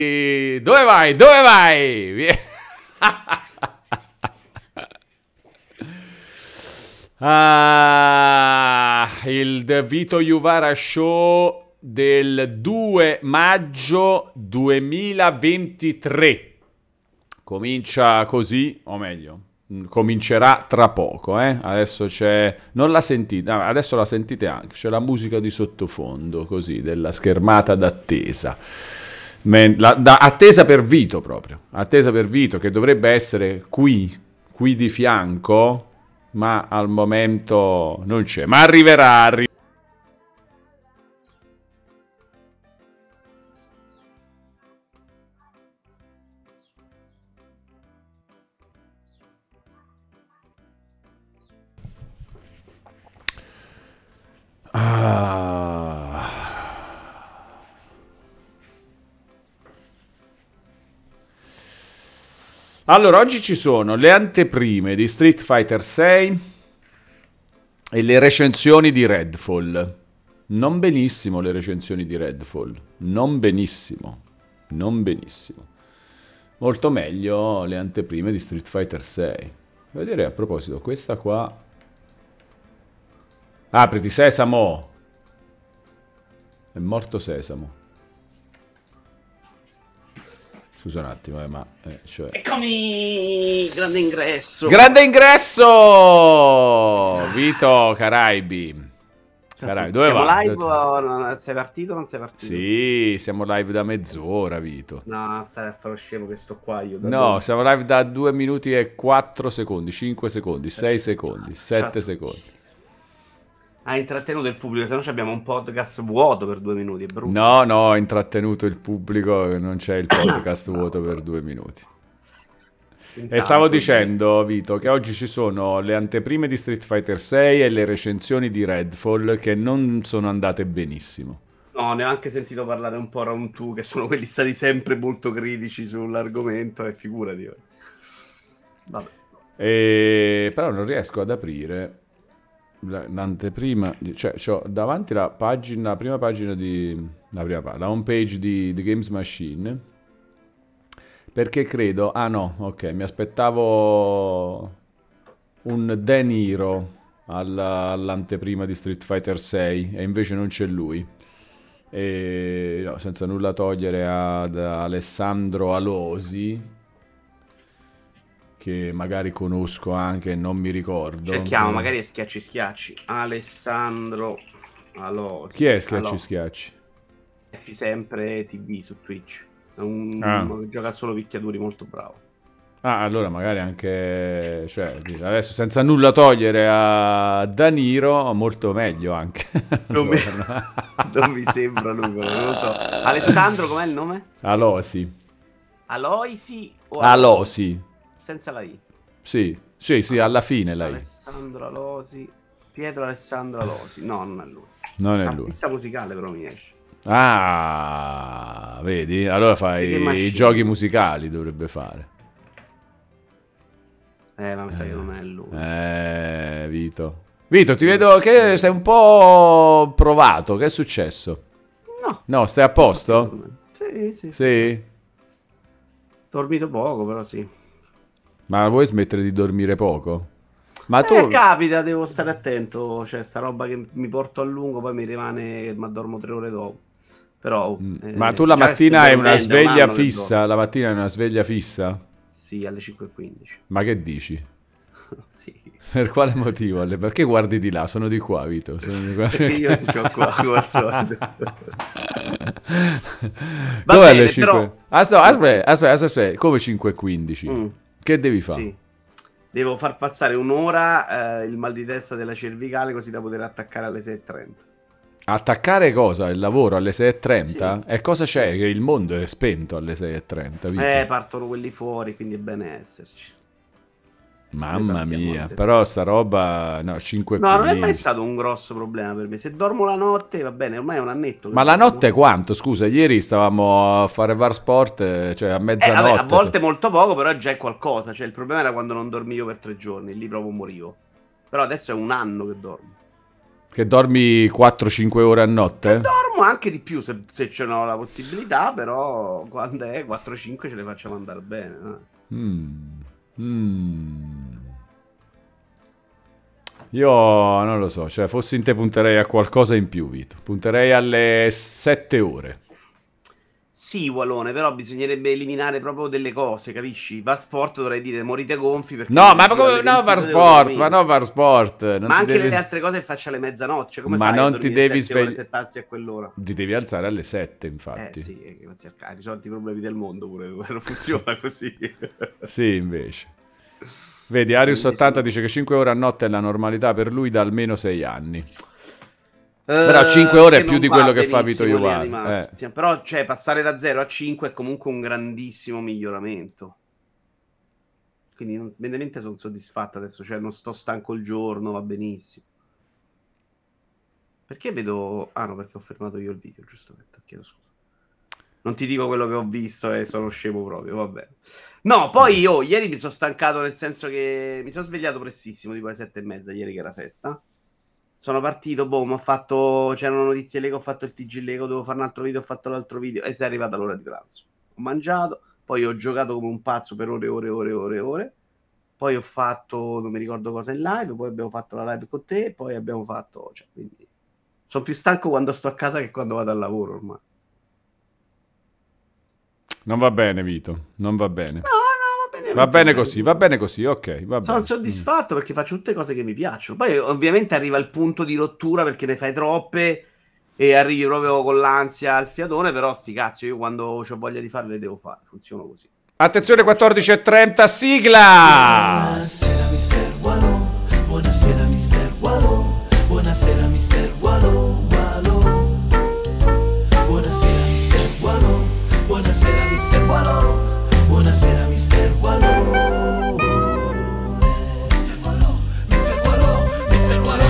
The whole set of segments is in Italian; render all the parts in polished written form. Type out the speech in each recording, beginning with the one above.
Dove vai? Dove vai? Il The Vito Juvara Show del 2 maggio 2023. Comincia così, o meglio, comincerà tra poco, eh? Adesso c'è... Non la sentite, adesso la sentite anche, c'è la musica di sottofondo, così, della schermata d'attesa. Attesa per Vito proprio, attesa per Vito che dovrebbe essere qui di fianco, ma al momento non c'è, ma arriverà. Allora, oggi ci sono le anteprime di Street Fighter 6 e le recensioni di Redfall. Non benissimo le recensioni di Redfall. Non benissimo. Molto meglio le anteprime di Street Fighter 6. Vedere a proposito, questa qua... Apriti, Sesamo! È morto Sesamo. Scusa un attimo, ma... cioè... Eccomi! Grande ingresso! Grande ingresso! Vito Caraibi. Dove siamo va? live o sei partito o non sei partito? Sì, siamo live da mezz'ora, Vito. No, stai a fare lo scemo che sto qua io. No, siamo live da 2 minuti e 4 secondi, 5 secondi, 6 secondi, 7 secondi. Ha intrattenuto il pubblico, se no abbiamo un podcast vuoto per 2 minuti, è brutto. No, ho intrattenuto il pubblico, non c'è il podcast vuoto per 2 minuti. Intanto, E stavo dicendo, Vito, che oggi ci sono le anteprime di Street Fighter 6 e le recensioni di Redfall che non sono andate benissimo. No, ne ho anche sentito parlare un po' Round 2, che sono quelli stati sempre molto critici sull'argomento, e figurati. Vabbè. Però non riesco ad aprire l'anteprima, cioè c'ho davanti la prima pagina la home page di The Games Machine, perché credo, mi aspettavo un De Niro all'anteprima di Street Fighter 6 e invece non c'è lui. E, no, senza nulla togliere ad Alessandro Alosi, che magari conosco anche, non mi ricordo. Cerchiamo, magari è Schiacci. Alessandro Alosi. Chi è Schiacci? Schiacci sempre TV su Twitch. È gioca solo picchiaduri, molto bravo. Allora magari anche, cioè, adesso senza nulla togliere a Daniro, molto meglio anche. Non mi sembra lui, non lo so. Alessandro, com'è il nome? Alosi. Aloisi o Alosi. Senza la I. Sì, alla fine la I. Alessandro Alosi. Pietro Alessandro Alosi. No, non è lui. Non è lui. Artista musicale però mi esce. Vedi? Allora fai i giochi musicali, dovrebbe fare. Ma mi sa che non è lui. Vito, ti vedo che sei un po' provato. Che è successo? No, stai a posto? Sì? Dormito poco, però sì. Ma vuoi smettere di dormire poco? Ma tu... capita, devo stare attento. Cioè, sta roba che mi porto a lungo, poi mi rimane, mi addormo 3 ore dopo. Però... Ma tu la mattina hai una sveglia fissa? La mattina hai una sveglia fissa? Sì, alle 5:15. Ma che dici? Sì. Per quale motivo? Perché guardi di là? Sono di qua, Vito. Perché io ti ho qua, come al solito. Dov'è alle 5? Però... Aspetta. Come 5:15? Che devi fare? Sì. Devo far passare un'ora il mal di testa della cervicale, così da poter attaccare alle 6:30. Attaccare cosa? Il lavoro alle 6:30? Sì. E cosa c'è? Che il mondo è spento alle 6:30, Vito. Partono quelli fuori, quindi è bene esserci. Mamma mia, però sta roba... No, 5:15. No, non è mai stato un grosso problema per me. Se dormo la notte, va bene, ormai è un annetto. Ma la notte quanto? Scusa, ieri stavamo a fare VAR Sport, cioè a mezzanotte. Vabbè, a volte molto poco, però già è qualcosa. Cioè, il problema era quando non dormivo per 3 giorni, lì proprio morivo. Però adesso è un anno che dormo. Che dormi 4-5 ore a notte? Dormo anche di più se ce n'ho la possibilità, però quando è 4-5 ce le facciamo andare bene. Io non lo so, cioè fossi in te punterei a qualcosa in più, Vito. Punterei alle 7 ore. Sì, Walone, però bisognerebbe eliminare proprio delle cose, capisci? Va sport dovrei dire morite gonfi perché No, ma io alle come no, 22 devo dormire. ma no, var sport. Non Ma ti anche devi... le altre cose che faccio alle mezzanotte, cioè come Ma fai a non ti dormire devi 7 ore, svegliare. settarsi a quell'ora? Ti devi alzare alle 7, infatti. Sì, risolti i problemi del mondo pure, non funziona così. Sì, invece. Vedi, Arius 80 dice che 5 ore a notte è la normalità per lui da almeno 6 anni. Però 5 ore è più di quello che fa Vito Iuvara. Però, cioè, passare da 0 a 5 è comunque un grandissimo miglioramento. Quindi, veramente sono soddisfatto adesso. Cioè, non sto stanco il giorno, va benissimo. Perché vedo... Ah, no, perché ho fermato io il video, giustamente. Chiedo scusa. Non ti dico quello che ho visto e sono scemo proprio, va bene. No, poi io ieri mi sono stancato nel senso che mi sono svegliato prestissimo, tipo alle 7:30, ieri che era festa. Sono partito, boh, mi ho fatto... C'erano notizie Lego, ho fatto il TG Lego, dovevo fare un altro video, ho fatto l'altro video e si è arrivata l'ora di pranzo. Ho mangiato, poi ho giocato come un pazzo per ore, ore, ore, ore, ore. Poi ho fatto, non mi ricordo cosa in live, poi abbiamo fatto la live con te, poi abbiamo fatto... Cioè, quindi... Sono più stanco quando sto a casa che quando vado al lavoro ormai. Non va bene, Vito. Non va bene. No, va bene. Va bene così, ok. Va Sono bene. soddisfatto perché faccio tutte cose che mi piacciono. Poi, ovviamente, arriva il punto di rottura perché ne fai troppe e arrivi proprio con l'ansia al fiatone. Però, sti cazzi, io quando ho voglia di farle, le devo fare. Funziona così. Attenzione, 14:30, sigla! Buonasera, Mister Wallo. Buonasera, Mister Wallo. Buonasera, Mister Wallo. Buonasera, Mister Wallo. Buonasera, Mister Wallo. Buonasera, Mister Wallo. Mister Wallo, Mister Wallo, Mister Wallo.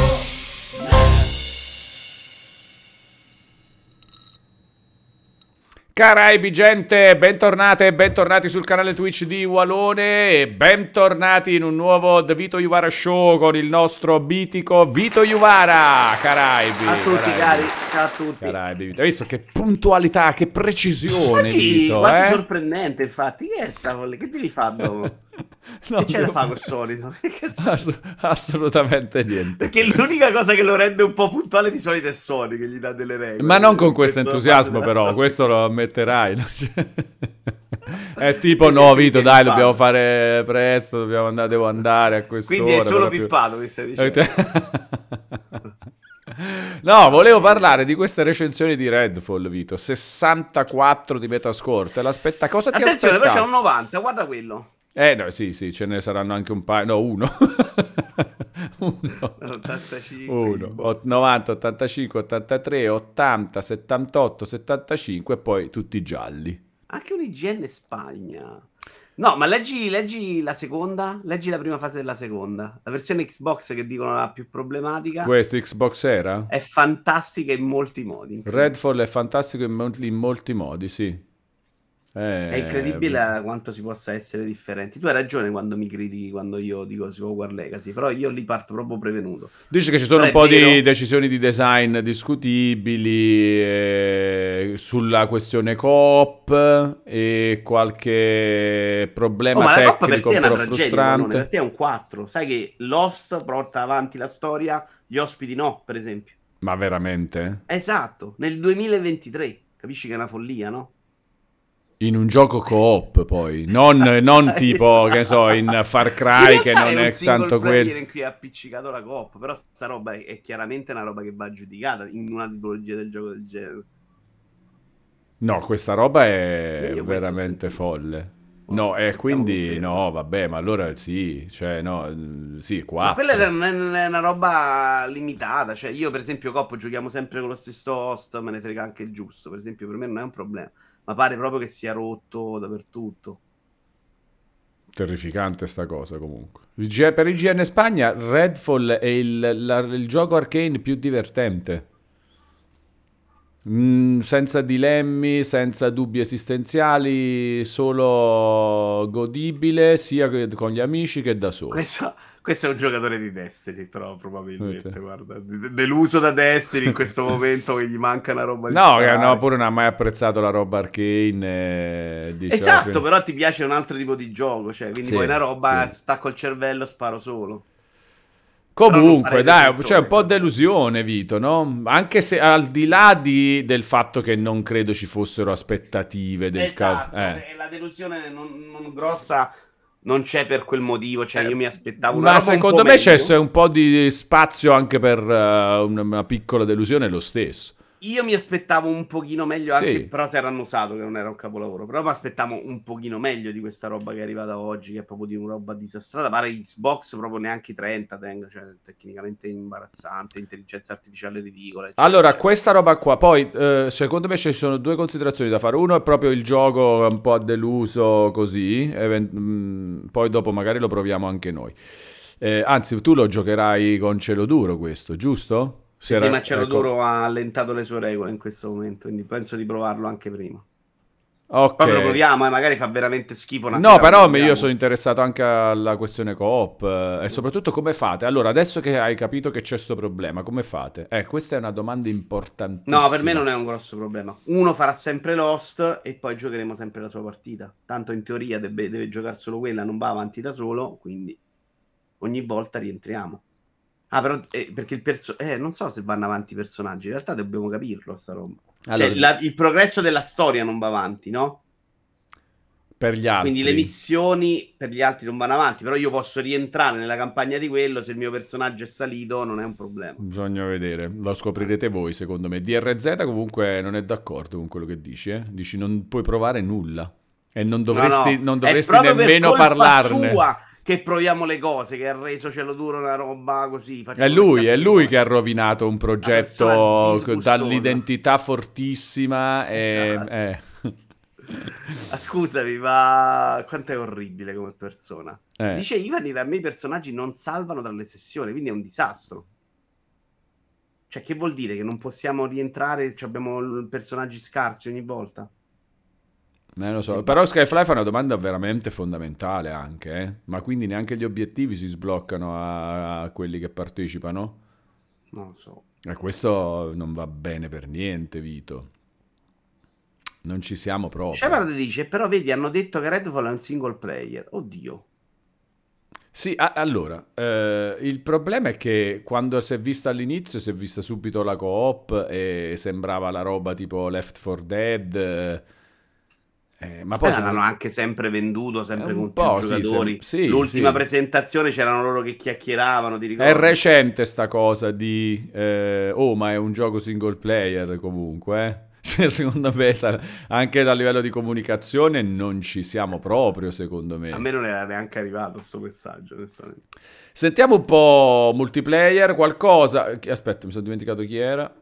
Caraibi gente, bentornate e bentornati sul canale Twitch di Walone e bentornati in un nuovo The Vito Iuvara Show con il nostro mitico Vito Iuvara. Caraibi. A tutti, Caraibi. cari, ciao a tutti. Caraibi, Vito. Hai visto che puntualità, che precisione, Vito, quasi sorprendente, infatti. Che è sta folle? Che devi fare dopo? No, che c'è da fare col solito? Che cazzo? Assolutamente niente. Perché l'unica cosa che lo rende un po' puntuale di solito è Sony, che gli dà delle regole. Ma non con questo entusiasmo, però, questo lo ammetterai. È tipo, no, Vito, dai, dobbiamo fare presto, devo andare a quest'ora. Quindi è solo pippato, mi stai dicendo. No, volevo parlare di queste recensioni di Redfall, Vito. 64 di Metascore. Te l'aspetta, cosa ti Attenzione, poi aspettavi? c'è un 90, guarda quello. No, sì, ce ne saranno anche un paio. No, uno. Uno. 85. Uno. 90, 85, 83, 80, 78, 75 e poi tutti gialli. Anche un IGN Spagna. No, ma leggi la seconda. Leggi la prima fase della seconda. La versione Xbox che dicono la più problematica. Questo Xbox era? È fantastica in molti modi. Redfall è fantastico in molti modi, sì. È incredibile quanto si possa essere differenti. Tu hai ragione quando mi critichi quando io dico si può War Legacy, però io lì parto proprio prevenuto. Dice che ci sono un po' di decisioni di design discutibili sulla questione coop e qualche problema tecnico un po' frustrante. Per te è un 4. Sai che Lost porta avanti la storia, gli ospiti no, per esempio. Ma veramente? Esatto, nel 2023. Capisci che è una follia, no? In un gioco co-op poi, non tipo, che so, in Far Cry che non è tanto quello. In cui ha appiccicato la coop, però sta roba è chiaramente una roba che va giudicata in una tipologia del gioco del genere. No, questa roba è veramente folle. No, e quindi no, vabbè, ma allora sì, cioè no, sì, 4. Ma quella non è una roba limitata, cioè io per esempio coop giochiamo sempre con lo stesso host, me ne frega anche il giusto, per esempio per me non è un problema. Ma pare proprio che sia rotto dappertutto. Terrificante sta cosa comunque. Per IGN Spagna Redfall è il gioco Arcane più divertente. Senza dilemmi, senza dubbi esistenziali, solo godibile sia con gli amici che da solo. Questo è un giocatore di Destiny, però probabilmente, guarda, deluso da Destiny in questo momento che gli manca una roba di No, che no, sparare. pure non ha mai apprezzato la roba Arcane. Dice, Esatto, però ti piace un altro tipo di gioco, cioè, quindi poi sì, una roba, sì. stacco il cervello, sparo solo. Però non Comunque, farei dai, c'è un recensione, po' guarda. delusione, Vito, no? Anche se al di là del fatto che non credo ci fossero aspettative del caso. Esatto, e la delusione non grossa non c'è per quel motivo, cioè io mi aspettavo una Ma roba un po' secondo me c'è meglio. un po' di spazio anche per una piccola delusione lo stesso. Io mi aspettavo un pochino meglio, anche Sì. però si era annusato che non era un capolavoro. Però mi aspettavo un pochino meglio di questa roba che è arrivata oggi, che è proprio di una roba disastrata. Pare Xbox proprio neanche i 30 tenga, cioè tecnicamente imbarazzante, intelligenza artificiale ridicola, eccetera, Allora, eccetera. questa roba qua, poi secondo me ci sono due considerazioni da fare. Uno è proprio il gioco un po' deluso così, poi dopo magari lo proviamo anche noi. Anzi, tu lo giocherai con cielo duro questo, giusto? Sì, sì, ma Ecco. Duro ha allentato le sue regole in questo momento, quindi penso di provarlo anche prima. Ok. Poi ve lo proviamo, magari fa veramente schifo una No, sera, ve lo però io sono proviamo. interessato anche alla questione coop e soprattutto come fate. Allora, adesso che hai capito che c'è sto problema, come fate? Questa è una domanda No, per me importantissima. non è un grosso problema. Uno farà sempre Lost e poi giocheremo sempre la sua partita. Tanto in teoria deve giocare solo quella, non va avanti da solo, quindi ogni volta rientriamo. Ah, però perché non so se vanno avanti i personaggi, in realtà dobbiamo capirlo sta roba. Cioè, Allora, il progresso della storia non va avanti, no? per gli Quindi le altri. missioni per gli altri non vanno avanti, però io posso rientrare nella campagna di quello se il mio personaggio è salito, non è un problema. Bisogna vedere, lo Eh. scoprirete voi secondo me. DRZ comunque non è d'accordo con quello che dici, eh? Dici non puoi provare nulla e No, no, non è dovresti proprio per nemmeno colpa parlarne. sua che proviamo le cose, che ha reso cielo duro una roba così, facciamo per È cazzi lui che suoi. ha rovinato un Una persona progetto disgustosa. dall'identità fortissima Esatto. e... Ah, scusami, ma quanto è orribile come persona. eh. Dice Ivan, a me i personaggi non salvano dalle sessioni, quindi è un disastro. Cioè, che vuol dire? Che non possiamo rientrare, cioè abbiamo personaggi scarsi ogni volta? Lo Si so, però basta. Skyfly fa una domanda veramente fondamentale anche, eh? Ma quindi neanche gli obiettivi si sbloccano a quelli che partecipano? Non lo so. E questo non va bene per niente, Vito. Non ci siamo proprio. Shepard dice, però vedi, hanno detto che Redfall è un single player. Oddio. Sì, allora, il problema è che quando si è vista all'inizio si è vista subito la co-op e sembrava la roba tipo Left 4 Dead, ma poi L'hanno sono anche sempre venduto, sempre un con più po', sì, giocatori. sì, L'ultima sì. presentazione c'erano loro che chiacchieravano, ti È ricordi? recente sta cosa di, oh, ma è un gioco single player comunque, eh? Cioè, secondo me, anche a livello di comunicazione non ci siamo proprio, secondo A me. me non era neanche arrivato sto messaggio, onestamente. Sentiamo un po' multiplayer, qualcosa. Aspetta, mi sono dimenticato chi era.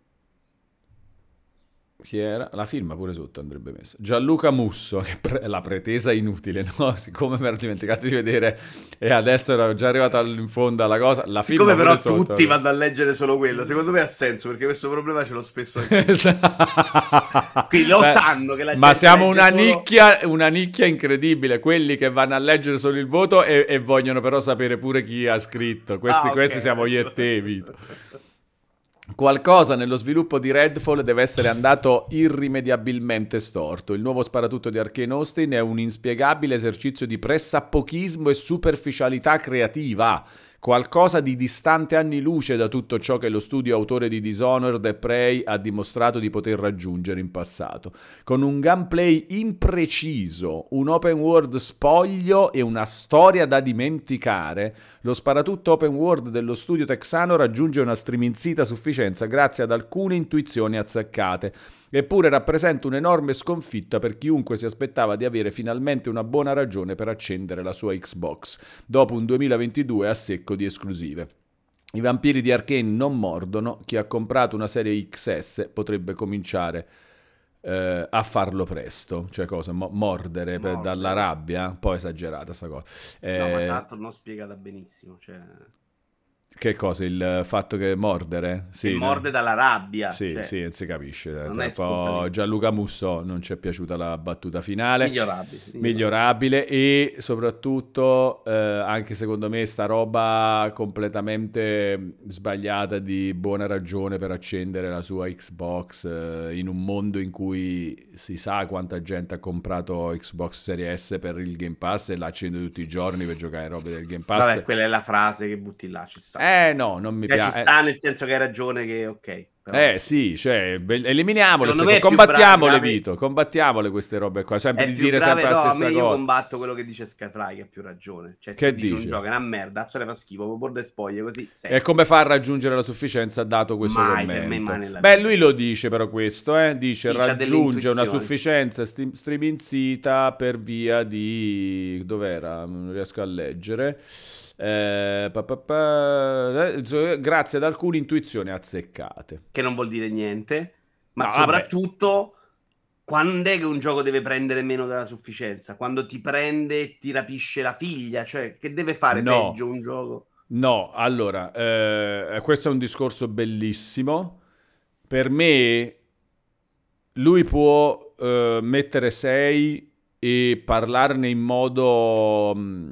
Chi era? La firma pure sotto andrebbe messa. Gianluca Musso, la pretesa inutile, no? Siccome mi ero dimenticato di vedere e adesso ero già arrivato in fondo alla cosa, la Siccome firma pure però sotto. tutti vanno a leggere solo quello, secondo me ha senso, perché questo problema ce l'ho spesso anch'io. Quindi lo Beh, sanno che la ma gente siamo legge solo... una nicchia incredibile, quelli che vanno a leggere solo il voto e vogliono però sapere pure chi ha scritto. Ah, ok, Questi hai siamo io e ragione. te, Vito. Qualcosa nello sviluppo di Redfall deve essere andato irrimediabilmente storto. Il nuovo sparatutto di Arkane Austin è un inspiegabile esercizio di pressappochismo e superficialità creativa. Qualcosa di distante anni luce da tutto ciò che lo studio autore di Dishonored e Prey ha dimostrato di poter raggiungere in passato. Con un gameplay impreciso, un open world spoglio e una storia da dimenticare, lo sparatutto open world dello studio texano raggiunge una striminzita sufficienza grazie ad alcune intuizioni azzeccate. Eppure rappresenta un'enorme sconfitta per chiunque si aspettava di avere finalmente una buona ragione per accendere la sua Xbox, dopo un 2022 a secco di esclusive. I vampiri di Arkane non mordono, chi ha comprato una serie XS potrebbe cominciare a farlo presto, cioè cosa? Mordere dalla Mordere. rabbia? Un po' esagerata sta cosa. No, ma tra Eh, l'altro non spiegata benissimo, cioè... Che cosa? Il fatto che mordere? Che Sì, morde dalla rabbia. sì, Cioè, sì, non si capisce. non Tra è un po' scontatissimo. Gianluca Musso non ci è piaciuta la battuta finale. Migliorabile, migliorabile. Migliorabile e soprattutto anche secondo me sta roba completamente sbagliata di buona ragione per accendere la sua Xbox in un mondo in cui si sa quanta gente ha comprato Xbox Series S per il Game Pass e la accende tutti i giorni per giocare robe del Game Pass. Vabbè, quella è la frase che butti là, ci sta. No, non mi Cioè, ci piace. sta nel senso che hai ragione che ok. Però Sì, cioè, eliminiamole, secondo me è più combattiamole, grave. Vito, combattiamole queste robe qua, sempre È di più dire grave, sempre la no, a stessa me io cosa. combatto quello che dice Skyfly, che ha più ragione. Cioè, Che tu dici un dice? gioco è una merda, la storia fa schifo, poi borda e spoglie, così, E sei. come fa a raggiungere la sufficienza dato questo Mai, per me commento? mai nella Beh, vita. lui lo dice però questo, dice Sì, c'ha delle raggiunge una intuizioni. sufficienza striminzita per via di... dov'era? Non riesco a leggere. Grazie ad alcune intuizioni azzeccate. Che non vuol dire niente, ma No, vabbè, soprattutto quando è che un gioco deve prendere meno della sufficienza? Quando ti prende e ti rapisce la figlia, cioè che deve fare no. peggio un gioco? No, allora, questo è un discorso bellissimo. Per me, lui può mettere 6 e parlarne in modo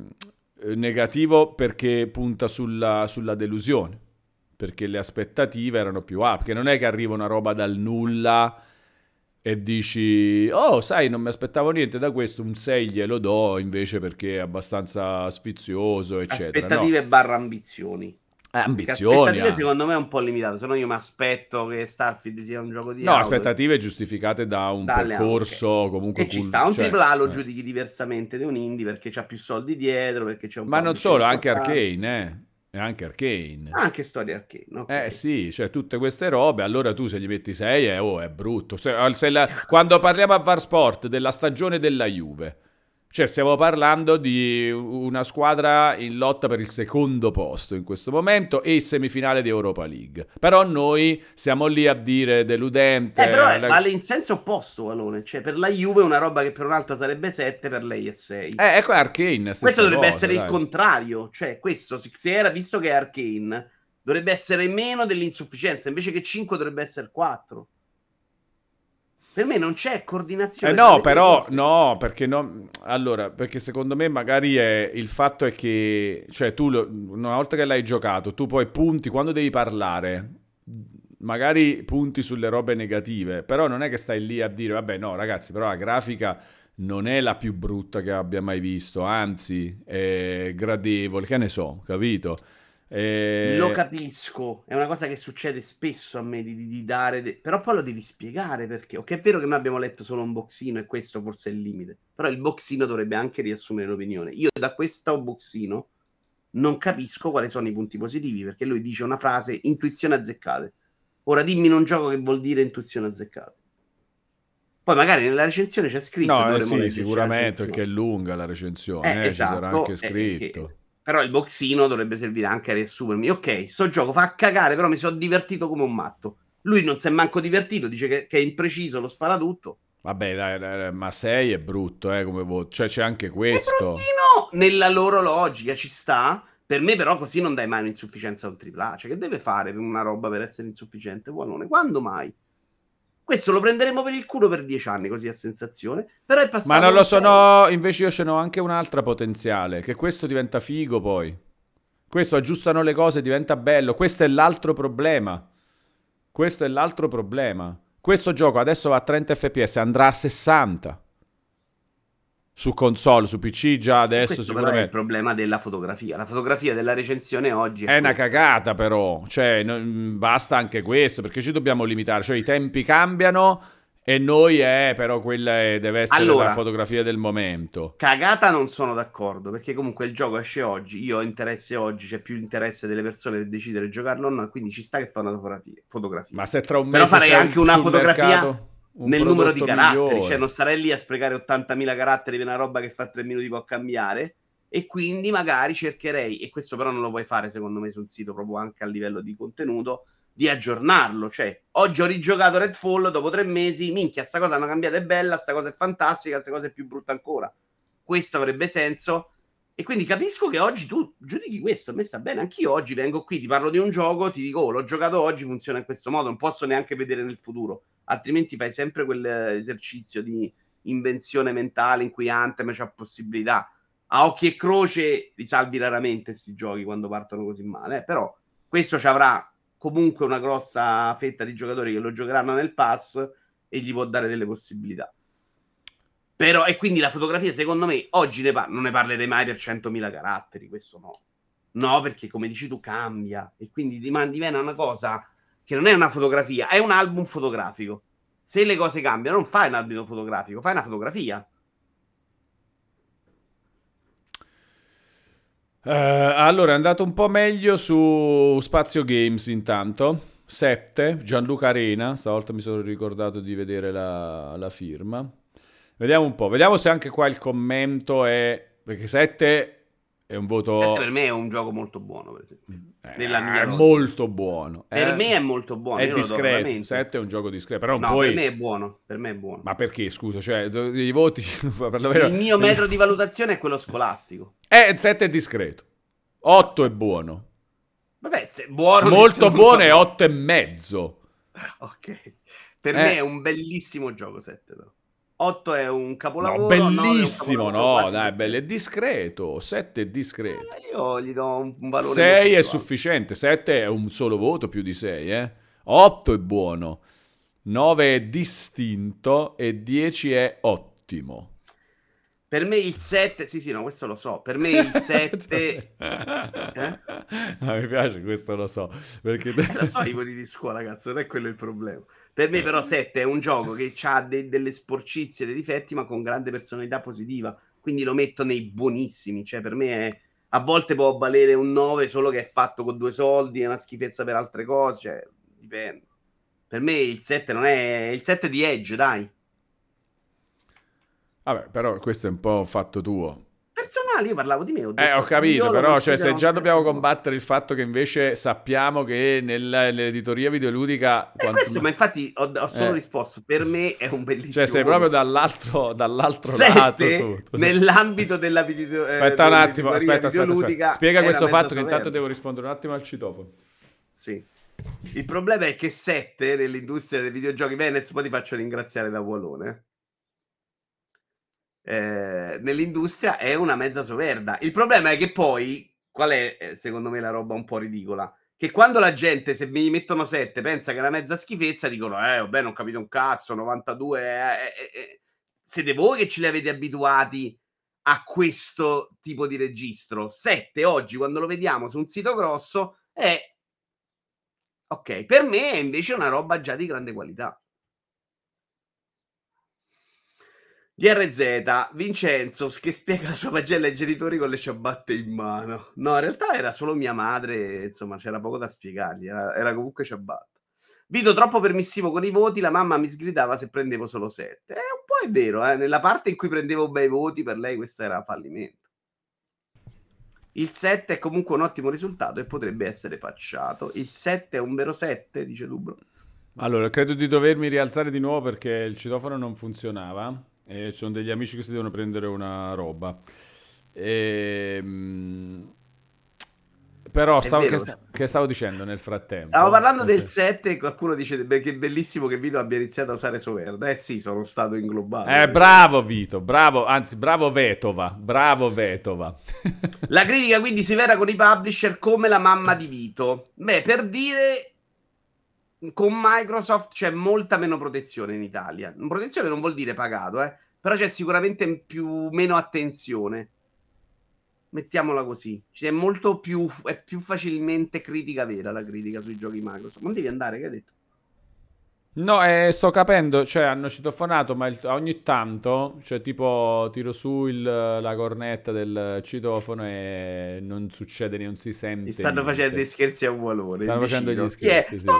negativo perché punta sulla delusione, perché le aspettative erano più alte, perché non è che arriva una roba dal nulla e dici, oh, sai, non mi aspettavo niente da questo, un 6 glielo do invece perché è abbastanza sfizioso, eccetera. No, Aspettative barra ambizioni. Perché ambizioni aspettative anche. secondo me è un po' limitato, se no io mi aspetto che Starfield sia un gioco di No, auto. aspettative giustificate da un Dalle percorso ok. comunque E ci sta, un cioè, AAA lo giudichi diversamente di un indie perché c'ha più soldi dietro, perché c'è un ma non publisher solo, anche importante. Arcane, È anche Arcane. Anche storie arcane, ok. Sì, cioè tutte queste robe, allora tu se gli metti 6 è brutto. Quando parliamo a Varsport della stagione della Juve, cioè stiamo parlando di una squadra in lotta per il secondo posto in questo momento e semifinale di Europa League. Però noi siamo lì a dire deludente. Però vale in senso opposto, Valone. Cioè, per la Juve è una roba che per un altro sarebbe 7, per lei è 6. Ecco Arcane, Questo stessa dovrebbe cosa, essere il dai. contrario. Cioè, questo, se era visto che è Arcane, dovrebbe essere meno dell'insufficienza. Invece che 5 dovrebbe essere 4. Per me non c'è coordinazione tra No, le due però cose. no, perché no. Allora, perché secondo me magari il fatto è che, cioè tu una volta che l'hai giocato, tu poi punti quando devi parlare, magari punti sulle robe negative, però non è che stai lì a dire, vabbè, no, ragazzi, però la grafica non è la più brutta che abbia mai visto, anzi, è gradevole, che ne so, capito? Lo capisco, è una cosa che succede spesso a me di dare, però poi lo devi spiegare perché. Ok, è vero che noi abbiamo letto solo un boxino e questo forse è il limite, però il boxino dovrebbe anche riassumere l'opinione. Io da questo boxino non capisco quali sono i punti positivi perché lui dice una frase intuizione azzeccate. Ora dimmi in un gioco che vuol dire intuizione azzeccate. Poi magari nella recensione c'è scritto, No, dovremmo sì, leggerci la sicuramente perché recensione. è lunga la recensione, ci sarà anche Esatto, scritto. però il boxino dovrebbe servire anche a riassumermi. Ok, sto gioco fa cagare, però mi sono divertito come un matto. Lui non si è manco divertito, dice che è impreciso, lo spara tutto. Vabbè, dai, ma 6 è brutto, come voto. Cioè, c'è anche È questo. bruttino nella loro logica, ci sta. Per me, però, così non dai mai un'insufficienza a un AAA. Cioè, che deve fare per una roba per essere insufficiente? Buonone, quando mai? Questo lo prenderemo per il culo per 10 anni, così a sensazione. Però è Ma passato non lo un so, 6. no, invece io ce n'ho anche un'altra potenziale, che questo diventa figo poi. Questo aggiustano le cose, diventa bello. Questo è l'altro problema. Questo è l'altro problema. Questo gioco adesso va a 30 fps, andrà a 60. Su console, su PC già E adesso questo però è il sicuramente. problema della fotografia. La fotografia della recensione oggi è È una questa. cagata però, cioè basta anche questo, perché ci dobbiamo limitare, cioè i tempi cambiano e noi però deve essere la Allora, fotografia del momento. cagata non sono d'accordo, perché comunque il gioco esce oggi, io ho interesse oggi, c'è più interesse delle persone per decidere di giocarlo o no, quindi ci sta che fa una fotografia. Ma se tra un Però mese farei c'è anche una sul fotografia mercato un nel numero di prodotto caratteri, cioè non migliore. starei lì a sprecare 80.000 caratteri per una roba che fa 3 minuti può cambiare, e quindi magari cercherei, e questo però non lo puoi fare secondo me su un sito proprio anche a livello di contenuto, di aggiornarlo. Cioè, oggi ho rigiocato Redfall dopo 3 mesi, minchia, sta cosa hanno cambiato, è bella, sta cosa è fantastica, sta cosa è più brutta ancora. Questo avrebbe senso, E quindi capisco che oggi tu giudichi questo, a me sta bene, anch'io oggi vengo qui, ti parlo di un gioco, ti dico, l'ho giocato oggi, funziona in questo modo, non posso neanche vedere nel futuro, altrimenti fai sempre quell'esercizio di invenzione mentale in cui Anthem c'ha possibilità. A occhi e croce li salvi raramente questi giochi quando partono così male, però questo ci avrà comunque una grossa fetta di giocatori che lo giocheranno nel pass e gli può dare delle possibilità. Però, e quindi la fotografia, secondo me, oggi non ne parlerei mai per 100.000 caratteri, questo no. No, perché come dici tu cambia e quindi diviene una cosa che non è una fotografia, è un album fotografico. Se le cose cambiano, non fai un album fotografico, fai una fotografia. Allora è andato un po' meglio su Spazio Games intanto. 7, Gianluca Arena, stavolta mi sono ricordato di vedere la firma. Vediamo un po', vediamo se anche qua il commento è... Perché 7 è un voto... Per me è un gioco molto buono, per esempio. Nella mia è logica. molto buono. Per me è molto buono. È io lo do discreto, veramente. 7 è un gioco discreto, però non No, puoi... per me è buono, per me è buono. Ma perché, scusa? Cioè, i voti... per davvero... Il mio metro di valutazione è quello scolastico. 7 è discreto. 8 è buono. Vabbè, se buono... Molto buono è 8 e mezzo. Ok. Per me è un bellissimo gioco 7, però. 8 è un capolavoro. No, bellissimo, 9 è un capolavoro, no, dai, bello, è discreto. 7 è discreto. Io gli do un valore 6 è molto sufficiente, 7 è un solo voto più di 6, eh. 8 è buono, 9 è distinto e 10 è ottimo. Per me il 7, sì, no, questo lo so. Per me il 7... Mi piace, questo lo so. Perché... lo so i voti di scuola, cazzo, non è quello il problema. Per me però 7 è un gioco che ha delle sporcizie, dei difetti, ma con grande personalità positiva. Quindi lo metto nei buonissimi. Cioè, per me è... A volte può valere un 9 solo che è fatto con 2 soldi, è una schifezza per altre cose. Cioè, dipende. Per me il 7 non è... Il 7 di Edge, dai. Vabbè, però questo è un po' fatto tuo. Personale, io parlavo di me. Ho capito, però cioè, se già dobbiamo combattere il fatto che invece sappiamo che nell'editoria videoludica... questo, ma infatti ho solo risposto, per me è un bellissimo... Cioè sei proprio dall'altro lato tu. Nell'ambito della aspetta un attimo, aspetta. Spiega questo fatto che intanto verde. devo rispondere un attimo al citofono. Sì. Il problema è che 7 nell'industria dei videogiochi, Venez, poi ti faccio ringraziare da Wallone, nell'industria è una mezza soverda. Il problema è che poi, qual è secondo me la roba un po' ridicola? Che quando la gente, se mi mettono 7, pensa che è una mezza schifezza, dicono, vabbè, non ho capito un cazzo, 92, siete voi che ce li avete abituati a questo tipo di registro. 7 oggi, quando lo vediamo su un sito grosso, è... Ok, per me è invece una roba già di grande qualità. DRZ, Vincenzo che spiega la sua pagella ai genitori con le ciabatte in mano. No, in realtà era solo mia madre, insomma, c'era poco da spiegargli, era comunque ciabatta. Vito troppo permissivo con i voti, la mamma mi sgridava se prendevo solo 7. Un po' è vero, nella parte in cui prendevo bei voti, per lei questo era fallimento. Il 7 è comunque un ottimo risultato e potrebbe essere patchato. Il 7 è un vero 7, dice Dubro. Allora, credo di dovermi rialzare di nuovo perché il citofono non funzionava. E ci sono degli amici che si devono prendere una roba. Però che stavo dicendo nel frattempo? Stavo parlando del 7 e qualcuno dice che è bellissimo che Vito abbia iniziato a usare Soverda. Sì, sono stato inglobato. Bravo Vito, bravo, anzi bravo Vetova. La critica quindi severa con i publisher come la mamma di Vito. Beh, per dire... Con Microsoft c'è molta meno protezione in Italia. Protezione non vuol dire pagato, però c'è sicuramente meno attenzione. Mettiamola così. C'è molto più, è più facilmente critica vera la critica sui giochi Microsoft. Non devi andare, che hai detto? No, sto capendo, cioè hanno citofonato, ma ogni tanto, cioè tipo tiro su la cornetta del citofono e non succede, non si sente. Mi stanno facendo dei scherzi a un valore. Stanno facendo gli scherzi, sì.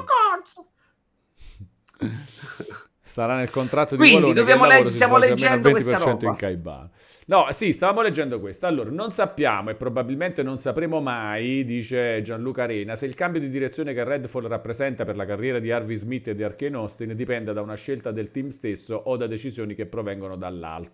Sarà nel contratto di Quindi stiamo leggendo questa roba. in Caibano. No, sì, stavamo leggendo questo. Allora, non sappiamo e probabilmente non sapremo mai, dice Gianluca Arena, se il cambio di direzione che Redfall rappresenta per la carriera di Harvey Smith e di Arkane Austin dipende da una scelta del team stesso o da decisioni che provengono dall'alto.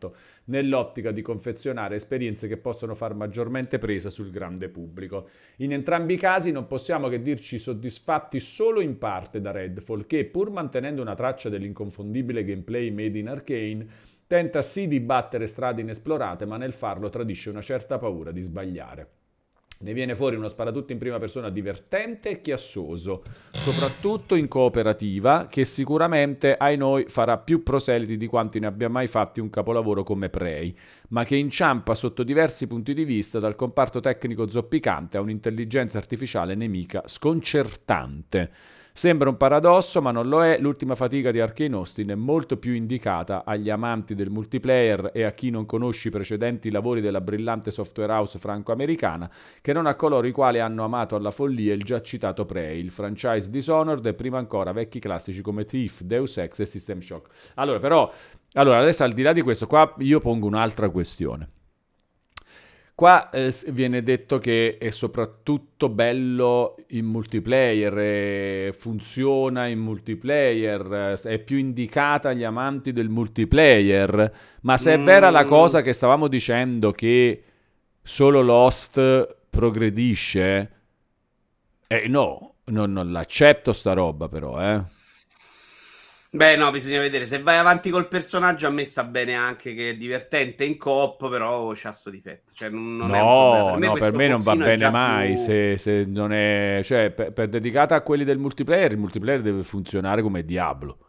nell'ottica di confezionare esperienze che possono far maggiormente presa sul grande pubblico. In entrambi i casi non possiamo che dirci soddisfatti solo in parte da Redfall, che pur mantenendo una traccia dell'inconfondibile gameplay made in Arcane, tenta sì di battere strade inesplorate, ma nel farlo tradisce una certa paura di sbagliare. Ne viene fuori uno sparatutto in prima persona divertente e chiassoso, soprattutto in cooperativa, che sicuramente ai noi farà più proseliti di quanti ne abbia mai fatti un capolavoro come Prey, ma che inciampa sotto diversi punti di vista dal comparto tecnico zoppicante a un'intelligenza artificiale nemica sconcertante. Sembra un paradosso, ma non lo è. L'ultima fatica di Arcane Austin è molto più indicata agli amanti del multiplayer e a chi non conosce i precedenti lavori della brillante software house franco-americana, che non a coloro i quali hanno amato alla follia il già citato Prey, il franchise Dishonored e prima ancora vecchi classici come Thief, Deus Ex e System Shock. Allora, adesso al di là di questo, qua io pongo un'altra questione. Qua viene detto che è soprattutto bello in multiplayer, funziona in multiplayer, è più indicata agli amanti del multiplayer, ma se è vera la cosa che stavamo dicendo che solo Lost progredisce, no, non l'accetto sta roba però, Beh, no, bisogna vedere. Se vai avanti col personaggio, a me sta bene anche che è divertente in coop, però c'ha sto difetto. Cioè, non è un problema. Per No, me no, per questo me non va bozzino è bene già mai più... se non è... Cioè, per dedicata a quelli del multiplayer, il multiplayer deve funzionare come Diablo.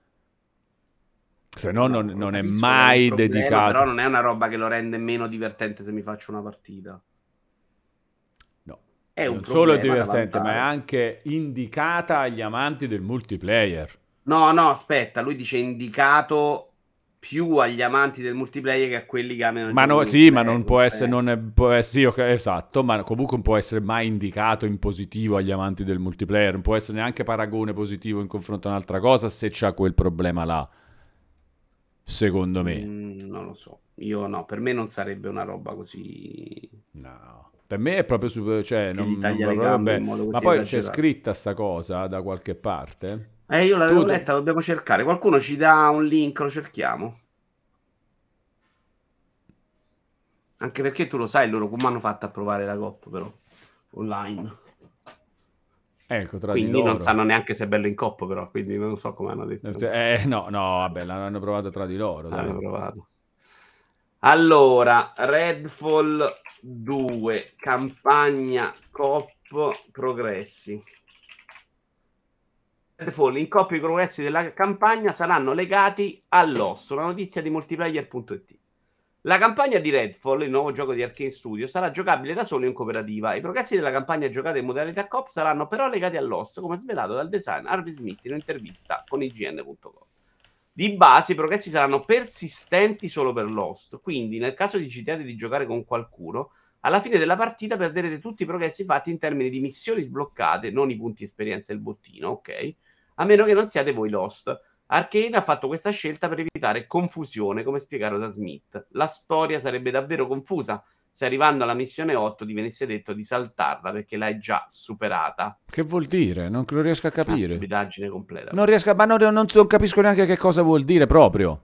Se no No, lo non è capisco che è un mai problema, però dedicato. non è una roba che lo rende meno divertente se mi faccio una partita. No, È un non solo è problema da divertente, ma è valutare. anche indicata agli amanti del multiplayer. No, no, aspetta, lui dice indicato più agli amanti del multiplayer che a quelli che amano il Ma gioco no, sì, ma multiplayer, non può essere, comprendo. può essere, sì, ok, esatto, ma comunque non può essere mai indicato in positivo agli amanti del multiplayer, non può essere neanche paragone positivo in confronto a un'altra cosa se c'ha quel problema là, secondo me. Non lo so, io no, per me non sarebbe una roba così No, per me è proprio super, cioè che gli non taglia va le proprio gambe in bene. modo Ma così poi c'è esagerato. scritta sta cosa da qualche parte? Io Tu, l'avevo letta, dobbiamo cercare. Qualcuno ci dà un link, lo cerchiamo. Anche perché tu lo sai loro come hanno fatto a provare la COP, però, online. ecco, tra di Quindi non loro. sanno neanche se è bello in coppa, però, quindi non so come hanno detto. No, no, vabbè, l'hanno provato tra di loro, dai. Hanno provato. Allora, Redfall 2, campagna COP progressi. Redfall, in COP i progressi della campagna saranno legati all'osso. La notizia di multiplayer.it. La campagna di Redfall, il nuovo gioco di Arcane Studio, sarà giocabile da solo in cooperativa. I progressi della campagna giocata in modalità coop saranno però legati all'osso, come svelato dal design Harvey Smith in un'intervista con IGN.com. Di base, i progressi saranno persistenti solo per l'host, quindi nel caso decidiate di giocare con qualcuno, alla fine della partita perderete tutti i progressi fatti in termini di missioni sbloccate, non i punti esperienza e il bottino, ok? A meno che non siate voi l'host. Arcane ha fatto questa scelta per evitare confusione, come spiegato da Smith. La storia sarebbe davvero confusa se arrivando alla missione 8 ti venisse detto di saltarla perché l'hai già superata. Che vuol dire? Non lo riesco a Una capire. stupidaggine completa Non questa. riesco a, ma non capisco neanche che cosa vuol dire proprio.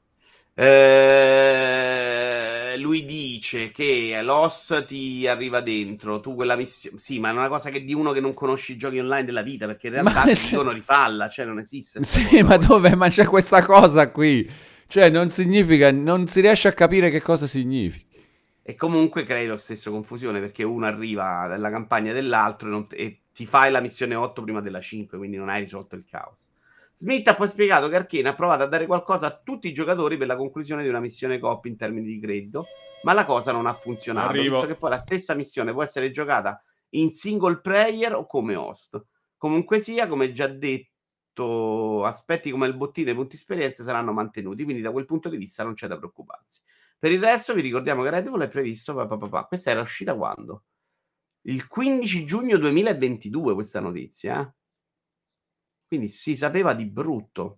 Lui dice che l'OS ti arriva dentro, tu quella missione... Sì, ma è una cosa che di uno che non conosci i giochi online della vita, perché in Ma realtà ti dicono rifalla, cioè non esiste sta sì, cosa ma oggi. dove? Ma c'è questa cosa qui. Cioè, non significa, non si riesce a capire che cosa significa. E comunque crei lo stesso confusione, perché uno arriva dalla campagna dell'altro e ti fai la missione 8 prima della 5, quindi non hai risolto il caos. Smith ha poi spiegato che Arcane ha provato a dare qualcosa a tutti i giocatori per la conclusione di una missione coop in termini di credito, ma la cosa non ha funzionato, visto che Arrivo. poi la stessa missione può essere giocata in single player o come host. Comunque sia, come già detto, aspetti come il bottino e i punti esperienza saranno mantenuti, quindi da quel punto di vista non c'è da preoccuparsi. Per il resto vi ricordiamo che Redfall è previsto, questa era uscita quando? Il 15 giugno 2022 questa notizia, eh? Quindi si sapeva di brutto.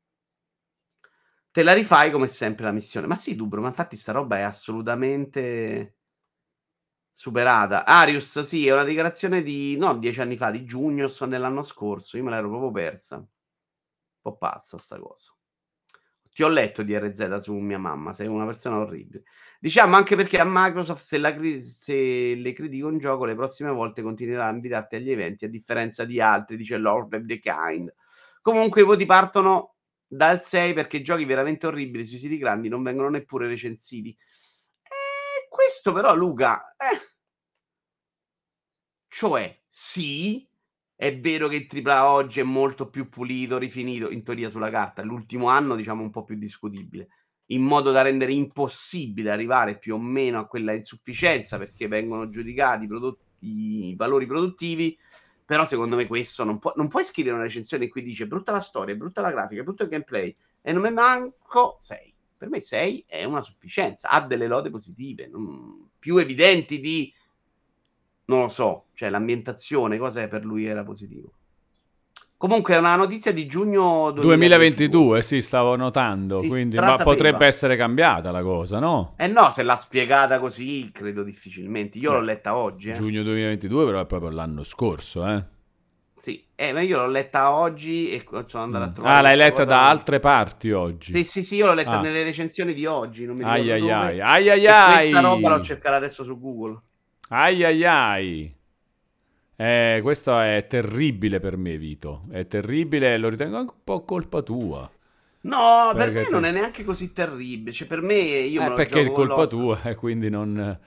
Te la rifai come sempre la missione. Ma sì, Dubro, ma infatti sta roba è assolutamente superata. Arius, sì, è una dichiarazione di, no, 10 anni fa, di giugno, dell'anno scorso. Io me l'ero proprio persa. Un po' pazza sta cosa. Ti ho letto di RZ su mia mamma, sei una persona orribile. Diciamo anche perché a Microsoft se le critichi un gioco le prossime volte continuerà a invitarti agli eventi a differenza di altri, dice Lord of the Kind. Comunque i voti partono dal 6 perché giochi veramente orribili sui siti grandi non vengono neppure recensiti. Questo però Luca, cioè sì, è vero che il AAA oggi è molto più pulito, rifinito, in teoria sulla carta, l'ultimo anno diciamo un po' più discutibile, in modo da rendere impossibile arrivare più o meno a quella insufficienza perché vengono giudicati i valori produttivi, però secondo me questo non puoi scrivere una recensione in cui dice brutta la storia, brutta la grafica, brutto il gameplay e non mi manco 6. Per me 6 è una sufficienza, ha delle lode positive, più evidenti di non lo so, cioè l'ambientazione, cosa è per lui era positivo. Comunque è una notizia di giugno 2022. 2022, sì, stavo notando, Si quindi, ma strasapeva. potrebbe essere cambiata la cosa, no? No, se l'ha spiegata così, credo difficilmente. Io l'ho letta oggi, Giugno 2022 però è proprio l'anno scorso, eh? Sì, ma io l'ho letta oggi e sono andato a trovare Ah, l'hai questa letta cosa. da altre parti oggi? Sì, io l'ho letta nelle recensioni di oggi, non mi ricordo Ai ai dove. ai, ai ai E ai. questa roba l'ho cercata adesso su Google. Ai ai ai. Questo è terribile per me, Vito. È terribile, lo ritengo anche un po' colpa tua. No, per Perché me non è neanche così terribile. Cioè, per me io me lo perché è gioco con colpa l'os. tua, e quindi non...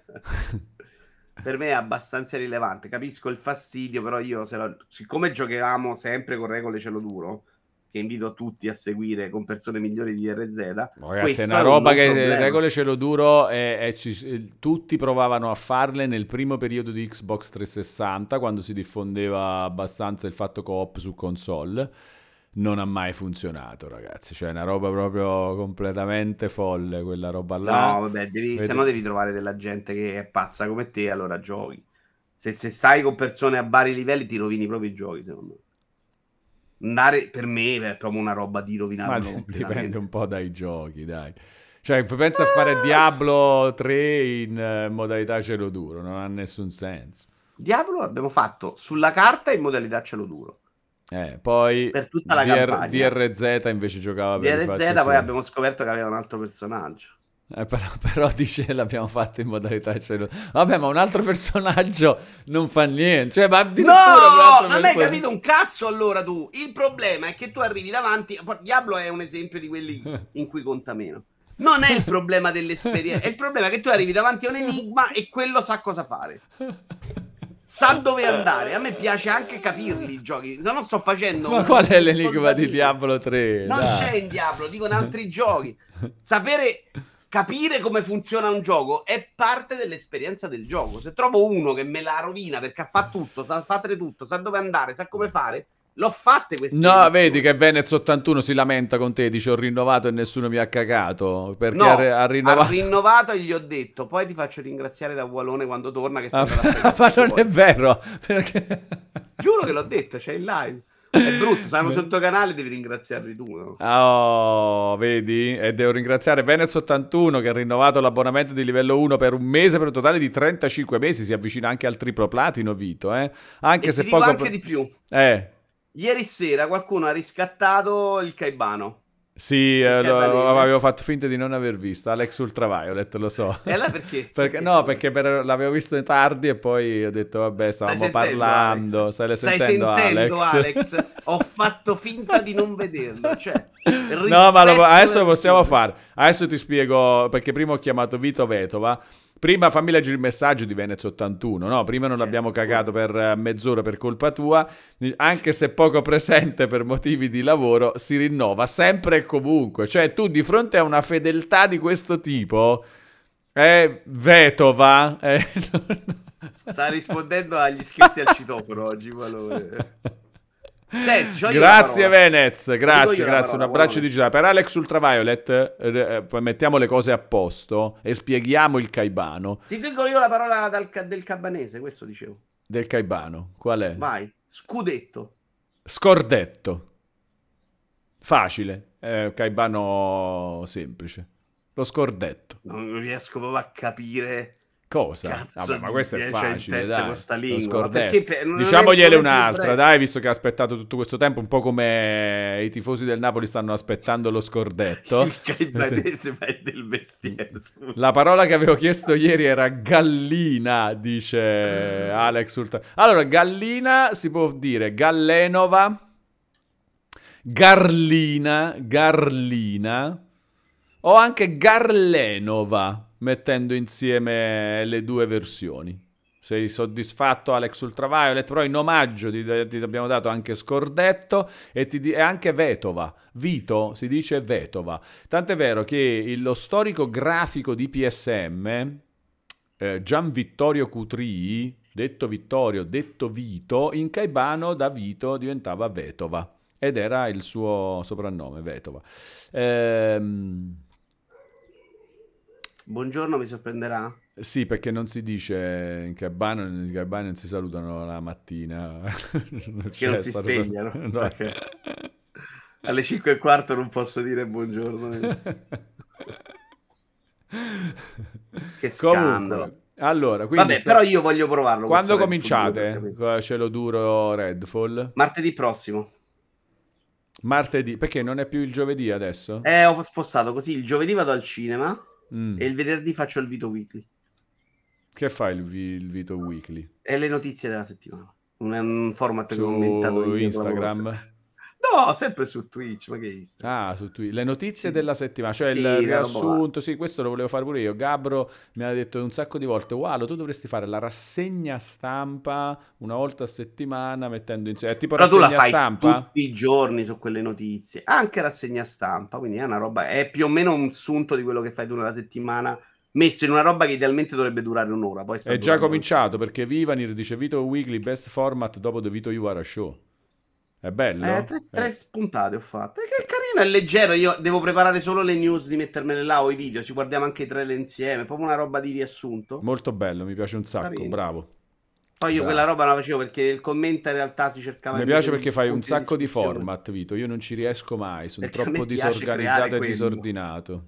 Per me è abbastanza rilevante. Capisco il fastidio, però io, siccome giocavamo sempre con regole cielo duro, che invito tutti a seguire con persone migliori di RZ, Ragazzi, questo è una roba un che problema. regole cielo duro tutti provavano a farle nel primo periodo di Xbox 360, quando si diffondeva abbastanza il fatto co-op su console. Non ha mai funzionato, ragazzi. Cioè, è una roba proprio completamente folle, quella roba là. No, vabbè, se no devi trovare della gente che è pazza come te, allora giochi. Se stai con persone a vari livelli, ti rovini proprio i giochi, secondo me. Andare, per me, è proprio una roba di Ma rovinarlo dipende completamente. un po' dai giochi, dai. Cioè, pensa a fare Diablo 3 in modalità cielo duro, non ha nessun senso. Diablo l'abbiamo fatto sulla carta in modalità cielo duro. Poi Per tutta la campagna. DRZ invece giocava per i fatti DRZ poi suoi. abbiamo scoperto che aveva un altro personaggio. Però dice l'abbiamo fatto in modalità cielo. Vabbè, ma un altro personaggio non fa niente. Cioè, ma addirittura un altro Non hai personaggio. capito un cazzo allora tu. Il problema è che tu arrivi davanti. Diablo è un esempio di quelli in cui conta meno. Non è il problema dell'esperienza, è il problema che tu arrivi davanti a un enigma e quello sa cosa fare. Sa dove andare. A me piace anche capirli i giochi. Se no sto facendo. Ma qual è l'enigma di Diablo 3? Non Dai. c'è in Diablo, dico in altri giochi. Capire come funziona un gioco è parte dell'esperienza del gioco. Se trovo uno che me la rovina perché ha fatto tutto, sa fare tutto, sa dove andare, sa come fare, l'ho fatte queste No, missioni. vedi che Venez 81 si lamenta con te, dice ho rinnovato e nessuno mi ha cagato. Perché No, ha rinnovato. ha rinnovato e gli ho detto, poi ti faccio ringraziare da Walone quando torna che sono Ma non è vero. Perché... Giuro che l'ho detto, c'è il live. È brutto, stanno sul tuo canale, devi ringraziarli tu, no? Oh, vedi? E devo ringraziare Venez81 che ha rinnovato l'abbonamento di livello 1 per un mese per un totale di 35 mesi. Si avvicina anche al triplo platino, Vito, eh? Anche E se ti dico poco... anche di più. Eh... Ieri sera qualcuno ha riscattato il Caibano. Sì, Cabanese. avevo fatto finta di non aver visto Alex Ultraviolet, lo so. E allora perché? Perché l'avevo visto tardi e poi ho detto vabbè, stavamo parlando, Alex. stai Stai sentendo Alex? Ho fatto finta di non vederlo, cioè, no, ma adesso per possiamo tutti. fare. Adesso ti spiego perché prima ho chiamato Vito Vetova. Prima fammi leggere il messaggio di Venez 81, no? Prima non l'abbiamo cagato per mezz'ora per colpa tua, anche se poco presente per motivi di lavoro, si rinnova sempre e comunque. Cioè tu di fronte a una fedeltà di questo tipo, Vetova... Sta rispondendo agli scherzi al citofono oggi, valore. Senti, grazie Venez, grazie, un abbraccio digitale. Per Alex Ultraviolet poi mettiamo le cose a posto e spieghiamo il Caibano. Ti dico io la parola del cabanese, questo dicevo. Del Caibano, qual è? Vai, scudetto. Scordetto. Facile, Caibano semplice. Lo scordetto. Non riesco proprio a capire Cosa? Cazzo Vabbè, ma questo è c'è in facile, testa dai. con sta Lo lingua? Ma scordetto. perché non Diciamogliele è più un'altra, breve? dai, visto che ha aspettato tutto questo tempo, un po' come i tifosi del Napoli stanno aspettando lo scordetto. Il caibanese ma è del mestiere, La scusa. parola che avevo chiesto ieri era gallina, dice Alex Ultra. Allora, gallina si può dire gallenova, garlina o anche garlenova, mettendo insieme le due versioni. Sei soddisfatto, Alex Ultraviolet? Però in omaggio ti abbiamo dato anche scordetto e anche vetova. Vito si dice vetova. Tant'è vero che lo storico grafico di PSM, Gian Vittorio Cutrii, detto Vittorio, detto Vito, in Caibano da Vito diventava Vetova. Ed era il suo soprannome, Vetova. Buongiorno, mi sorprenderà? Sì, perché non si dice in Caibano non si salutano la mattina. Non Che non c'è si stato svegliano. no. Ok. Alle 5:15 non posso dire buongiorno. Che scandalo. Comunque, allora, quindi Vabbè, però io voglio provarlo questo quando Redfall 2 per cominciate capire. con cielo duro Redfall? Martedì prossimo. Martedì, perché non è più il giovedì adesso? Ho spostato così, il giovedì vado al cinema e Mm. il venerdì faccio il Vito Weekly. Che fa il Vito Weekly? E le notizie della settimana. Un format che ho inventato Su io clamoroso. Instagram? No, sempre su Twitch, ma che Instagram? Ah, su Twitter. Le notizie Sì, della settimana, cioè il sì, una roba là. riassunto, sì, questo lo volevo fare pure io. Gabro mi ha detto un sacco di volte, wow, tu dovresti fare la rassegna stampa una volta a settimana mettendo insieme, è tipo Però tu la rassegna fai stampa? tutti i giorni su quelle notizie, anche rassegna stampa, quindi è una roba, è più o meno un sunto di quello che fai tu nella settimana, messo in una roba che idealmente dovrebbe durare un'ora, poi sta È già durando anche cominciato perché Vivanir dice Vito Weekly best format dopo The Vito You Are a Show. È bello? tre spuntate ho fatto. Che carino, è leggero. Io devo preparare solo le news di mettermele là o i video. Ci guardiamo anche i trailer insieme. Proprio una roba di riassunto. Molto bello, mi piace un sacco, Carino. bravo. Poi io quella Bravo. roba la facevo perché il commento in realtà si cercava Mi di piace mettere gli perché fai un spunti di sacco di discussione. format, Vito. Io non ci riesco mai, sono Perché a troppo me piace creare disorganizzato e quello. disordinato.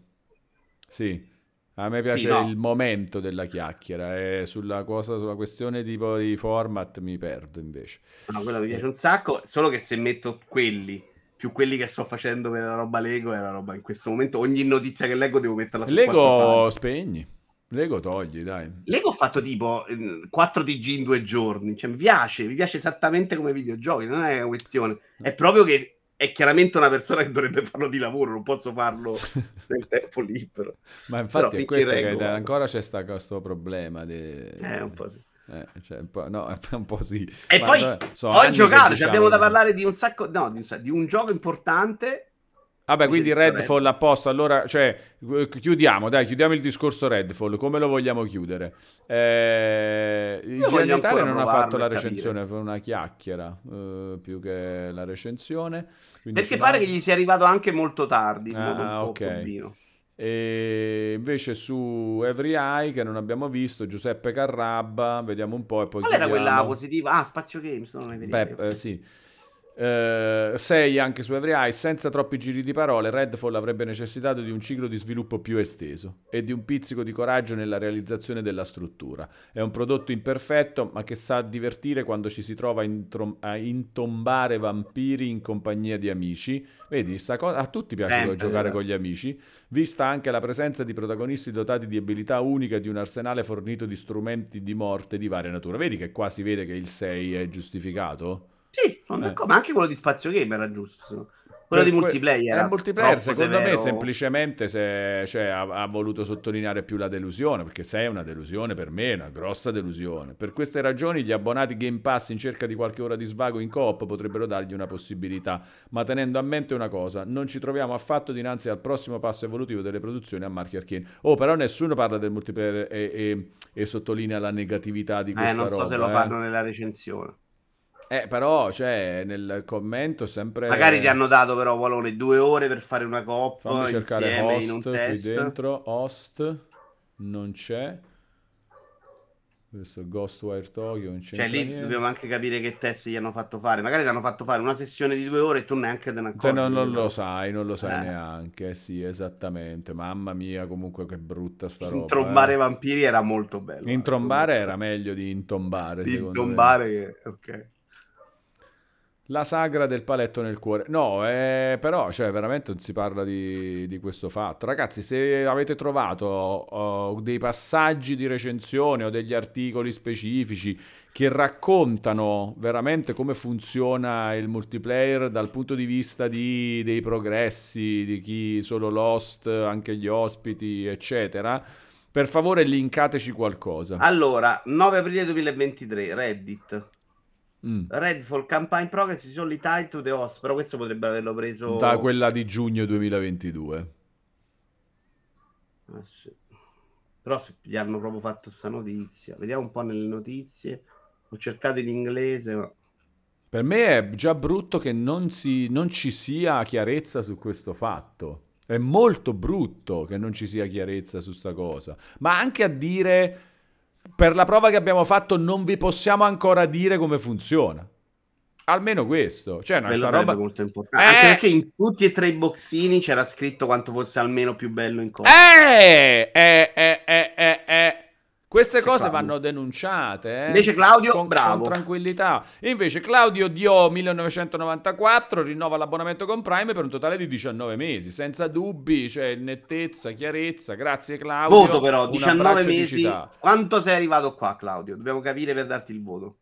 Sì, a me Sì, piace il no. momento della chiacchiera e sulla questione tipo di format mi perdo invece. No, quello mi piace Eh, un sacco. Solo che se metto quelli più quelli che sto facendo per la roba Lego, è la roba in questo momento. Ogni notizia che leggo devo metterla su Spotify. Lego spegni, Lego togli, dai. Lego ho fatto tipo 4 TG in 2 giorni. Cioè, mi piace esattamente come videogiochi. Non è una questione, è proprio che è chiaramente una persona che dovrebbe farlo di lavoro. Non posso farlo nel tempo libero. Ma Però infatti è finché questo che reggo, vado. ancora c'è questo problema. Un po' sì. Cioè, no, è un po' sì. E Ma poi sono ho anni che giocato. Cioè, diciamo abbiamo da così. parlare di un sacco. No, di un gioco importante. Vabbè, Invece quindi di sto Red. Redfall a posto, allora, cioè, chiudiamo, dai, chiudiamo il discorso Redfall, come lo vogliamo chiudere? Il Io voglio GNTale ancora non ha fatto provarlo la e recensione, capire. fa una chiacchiera, più che la recensione, quindi ci Perché pare che manca. gli sia arrivato anche molto tardi, in modo un Ah, po' ok. forbino. E invece su Every Eye, che non abbiamo visto, Giuseppe Carrabba, vediamo un po' e poi Qual era quella chiudiamo. positiva? Ah, Spazio Games, non è vero. Beh, Ok. sì. 6 anche su Every Eye, senza troppi giri di parole, Redfall avrebbe necessitato di un ciclo di sviluppo più esteso e di un pizzico di coraggio nella realizzazione della struttura. È un prodotto imperfetto, ma che sa divertire quando ci si trova a intombare vampiri in compagnia di amici. Vedi, a tutti piace Sempre, giocare con gli amici, vista anche la presenza di protagonisti dotati di abilità uniche e di un arsenale fornito di strumenti di morte di varia natura. Vedi che qua si vede che il 6 è giustificato? Sì, sono Eh. d'accordo, ma anche quello di Spazio Game era giusto. Quello di multiplayer È era multiplayer, troppo secondo me, severo. semplicemente cioè, ha voluto sottolineare più la delusione, perché se è una delusione per me, è una grossa delusione. Per queste ragioni gli abbonati Game Pass in cerca di qualche ora di svago in coop potrebbero dargli una possibilità, ma tenendo a mente una cosa, non ci troviamo affatto dinanzi al prossimo passo evolutivo delle produzioni a marchio Arcane. Oh, però nessuno parla del multiplayer e sottolinea la negatività di questa Non so se lo roba, fanno nella recensione. Però, cioè, nel commento Magari ti sempre. hanno dato però, Valone, 2 ore per fare una coop Fammi cercare insieme in un host qui test. dentro. Host non c'è. Questo Ghostwire Tokyo non Cioè, c'entra lì niente. dobbiamo anche capire che test gli hanno fatto fare. Magari ti hanno fatto fare una sessione di 2 ore e tu neanche te ne Te accorgi. non lo sai, non lo sai Eh. neanche. Sì, esattamente. Mamma mia, comunque che brutta sta roba, Intrombare vampiri era molto bello. Intrombare era meglio di intombare, Di secondo me. intombare che... Ok. La sagra del paletto nel cuore. No, però, cioè, veramente non si parla di questo fatto. Ragazzi, se avete trovato dei passaggi di recensione o degli articoli specifici che raccontano veramente come funziona il multiplayer dal punto di vista dei progressi, di chi solo Lost, anche gli ospiti, eccetera, per favore linkateci qualcosa. Allora, 9 aprile 2023, Reddit. Mm. Redfall Campaign Progress is only tied to the host. Però questo potrebbe averlo Da preso... quella di giugno 2022. Sì. Però se gli hanno proprio fatto sta notizia. Vediamo un po' nelle notizie. Ho cercato in inglese, ma... Per me è già brutto che non ci sia chiarezza su questo fatto. È molto brutto che non ci sia chiarezza su sta cosa. Ma anche a dire, per la prova che abbiamo fatto, non vi possiamo ancora dire come funziona. Almeno questo. Cioè, Quello sta sarebbe roba... molto importante. Anche perché in tutti e tre i boxini c'era scritto quanto fosse almeno più bello in coppia. Queste C'è cose Claudio. vanno denunciate, Invece Claudio, con bravo. tranquillità. Invece Claudio Dio 1994 rinnova l'abbonamento con Prime per un totale di 19 mesi, senza dubbi, cioè nettezza, chiarezza. Grazie Claudio. Voto però, un 19 abbraccio di mesi. città. Quanto sei arrivato qua, Claudio? Dobbiamo capire per darti il voto.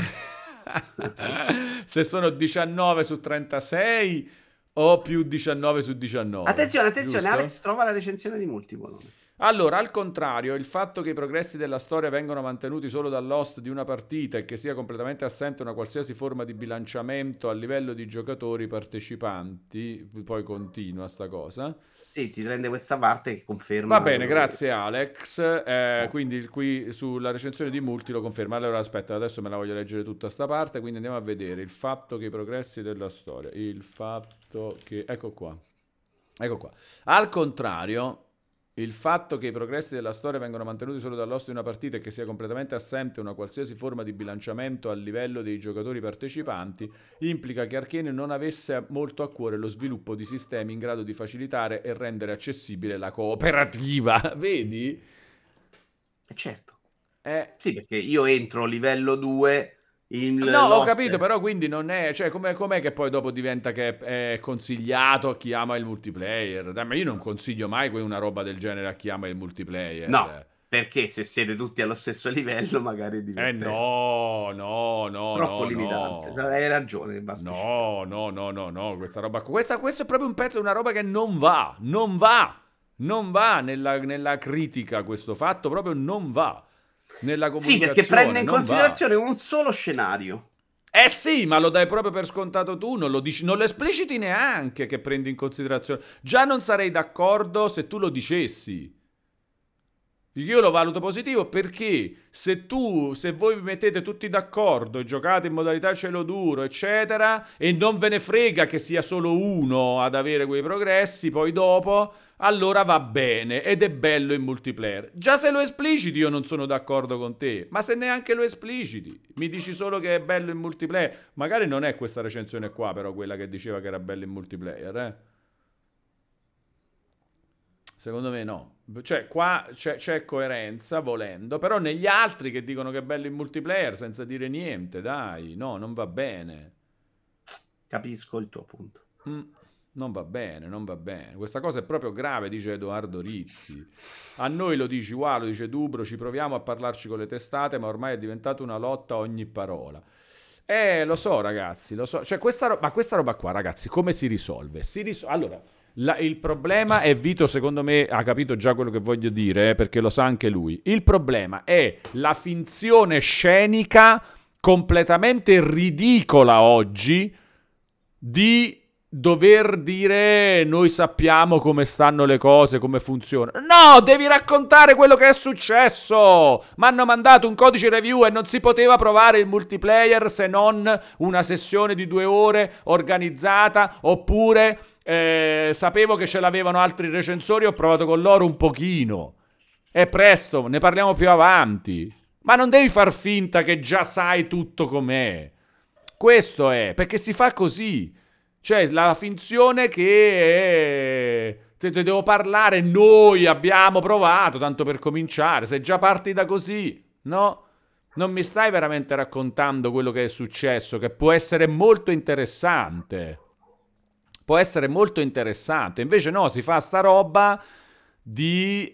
Se sono 19 su 36 o più 19 su 19. Attenzione, Giusto? Alex trova la recensione di Multiple. Allora, al contrario, il fatto che i progressi della storia vengano mantenuti solo dall'host di una partita e che sia completamente assente una qualsiasi forma di bilanciamento a livello di giocatori partecipanti, poi continua sta cosa. Sì, ti rende questa parte che conferma. Va bene, grazie Alex. Quindi qui sulla recensione di Multi lo conferma. Allora aspetta, adesso me la voglio leggere tutta sta parte, quindi andiamo a vedere il fatto che i progressi della storia, il fatto che... Ecco qua. Al contrario... Il fatto che i progressi della storia vengano mantenuti solo dall'host di una partita e che sia completamente assente una qualsiasi forma di bilanciamento a livello dei giocatori partecipanti implica che Arcane non avesse molto a cuore lo sviluppo di sistemi in grado di facilitare e rendere accessibile la cooperativa. Vedi? Certo. Eh, Sì, perché io entro livello 2 in No, ho Lost. capito, però quindi non è... Cioè, com'è che poi dopo diventa che è consigliato a chi ama il multiplayer? Dai, ma io non consiglio mai una roba del genere a chi ama il multiplayer. No, perché se siete tutti allo stesso livello magari è divertente. No, Troppo limitante. Hai ragione, va specificato. no, questa roba... Questo è proprio un pezzo di una roba che non va nella critica questo fatto, proprio non va. Nella Sì, comunicazione perché prende in non considerazione un solo scenario. Eh sì, ma lo dai proprio per scontato tu, non lo dici, non lo espliciti neanche che prendi in considerazione. Già non sarei d'accordo se tu lo dicessi. Io lo valuto positivo perché se voi vi mettete tutti d'accordo e giocate in modalità cielo duro, eccetera, e non ve ne frega che sia solo uno ad avere quei progressi, poi dopo, allora va bene ed è bello in multiplayer. Già se lo espliciti io non sono d'accordo con te, ma se neanche lo espliciti, mi dici solo che è bello in multiplayer, magari non è questa recensione qua però quella che diceva che era bello in multiplayer, Secondo me no. Cioè, qua c'è coerenza, volendo, però negli altri che dicono che è bello in multiplayer senza dire niente, dai, no, non va bene. Capisco il tuo punto. Non va bene. Questa cosa è proprio grave, dice Edoardo Rizzi. A noi lo dici, lo dice Dubro, ci proviamo a parlarci con le testate, ma ormai è diventata una lotta ogni parola. Lo so, ragazzi, lo so. Cioè, questa roba qua, ragazzi, come si risolve? Allora... il problema è, Vito secondo me ha capito già quello che voglio dire, perché lo sa anche lui. Il problema è la finzione scenica completamente ridicola oggi di dover dire noi sappiamo come stanno le cose, come funzionano. No, devi raccontare quello che è successo. Mi hanno mandato un codice review e non si poteva provare il multiplayer se non una sessione di 2 ore organizzata, oppure sapevo che ce l'avevano altri recensori, ho provato con loro un pochino. È presto, ne parliamo più avanti. Ma non devi far finta che già sai tutto com'è. Questo è, perché si fa così. Cioè, la finzione che te devo parlare, noi abbiamo provato, tanto per cominciare, sei già partita così, no? Non mi stai veramente raccontando quello che è successo, che può essere molto interessante. Può essere molto interessante. Invece no, si fa sta roba di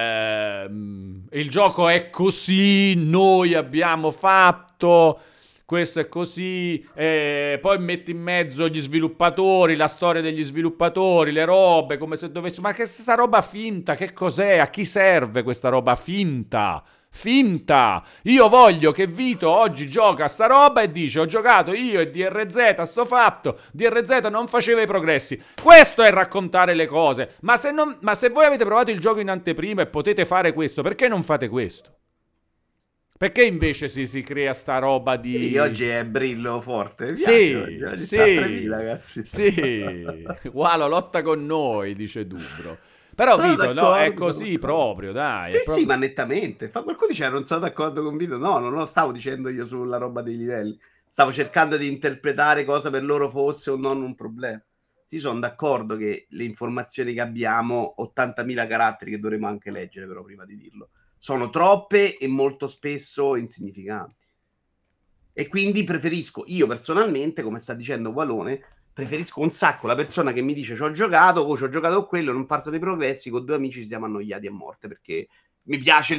il gioco è così, noi abbiamo fatto, questo è così, poi metti in mezzo gli sviluppatori, la storia degli sviluppatori, le robe, come se dovessi... Ma che sta roba finta, che cos'è? A chi serve questa roba finta? Finta! Io voglio che Vito oggi gioca a sta roba e dice: ho giocato io e DRZ, sto fatto. DRZ non faceva i progressi. Questo è raccontare le cose. Ma se voi avete provato il gioco in anteprima e potete fare questo, perché non fate questo? Perché invece si crea sta roba di... E oggi è brillo forte. Mi piace Sì, oggi sta a 3000, sì, ragazzi. sì. Walo lotta con noi, dice Dubro. Però Sono Vito, no, è d'accordo, sono così d'accordo. proprio, dai. Sì, È sì, proprio... ma nettamente. Qualcuno dice non sono d'accordo con Vito. No, non lo stavo dicendo io sulla roba dei livelli. Stavo cercando di interpretare cosa per loro fosse o non un problema. Sì, sono d'accordo che le informazioni che abbiamo, 80.000 caratteri che dovremo anche leggere però prima di dirlo, sono troppe e molto spesso insignificanti. E quindi preferisco, io personalmente, come sta dicendo Walone, preferisco un sacco la persona che mi dice ci ho giocato, ci ho giocato quello, non parto dei progressi, con due amici ci siamo annoiati a morte perché mi piace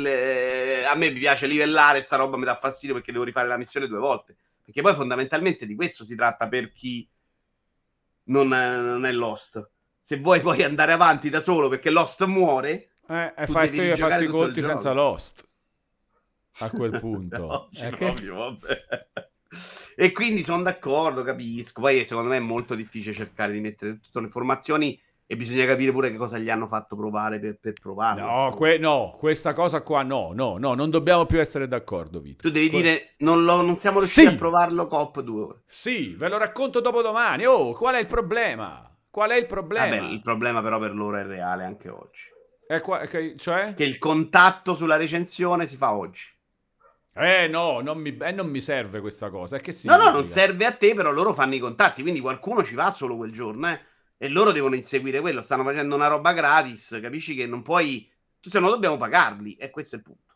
a me mi piace livellare, sta roba mi dà fastidio perché devo rifare la missione 2 volte. Perché poi fondamentalmente di questo si tratta per chi non è Lost. Se vuoi poi andare avanti da solo perché Lost muore, tu devi hai fatto rigiocare i tutto il conti senza gioco. Lost. A quel punto. Oggi Che... proprio, vabbè. E quindi sono d'accordo, capisco. Poi secondo me è molto difficile cercare di mettere tutte le informazioni e bisogna capire pure che cosa gli hanno fatto provare per provarla. No, no, questa cosa qua no, non dobbiamo più essere d'accordo, Vito. Tu devi dire non siamo riusciti a Sì, provarlo COP 2 ore. sì, ve lo racconto dopodomani. Oh, qual è il problema? Qual è il Vabbè, il problema? problema però per loro è reale anche oggi. Cioè? Che il contatto sulla recensione si fa oggi. No, non mi serve questa cosa. E che No, no, non significa? serve a te, però loro fanno i contatti, quindi qualcuno ci va solo quel giorno, eh. E loro devono inseguire quello, stanno facendo una roba gratis, capisci che non puoi... Se no dobbiamo pagarli, e questo è il punto.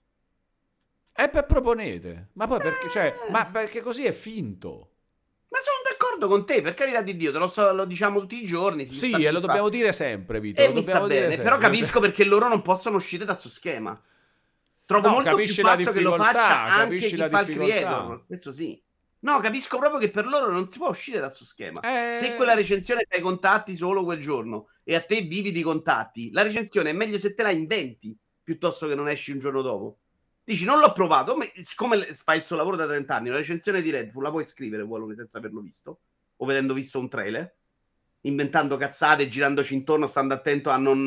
E per proponete. Ma poi perché, cioè, Eh, ma perché così è finto. ma sono d'accordo con te, per carità di Dio, lo diciamo tutti i giorni, si sta Sì, e lo lì, dobbiamo dire sempre, Vito, e lo mi sta dobbiamo dire bene, però sempre. capisco perché loro non possono uscire dal suo schema. Trovo No, molto più capisci la pazzo che lo faccia difficoltà, anche capisci chi la fa il difficoltà. creator, questo sì. No, capisco proprio che per loro non si può uscire dal suo schema. Se quella Eh... recensione fai contatti solo quel giorno e a te vivi di contatti, la recensione è meglio se te la inventi piuttosto che non esci un giorno dopo. Dici, non l'ho provato, ma siccome fai il suo lavoro da 30 anni, la recensione di Redfall la puoi scrivere, vuole, senza averlo visto, o vedendo visto un trailer, inventando cazzate, girandoci intorno, stando attento a non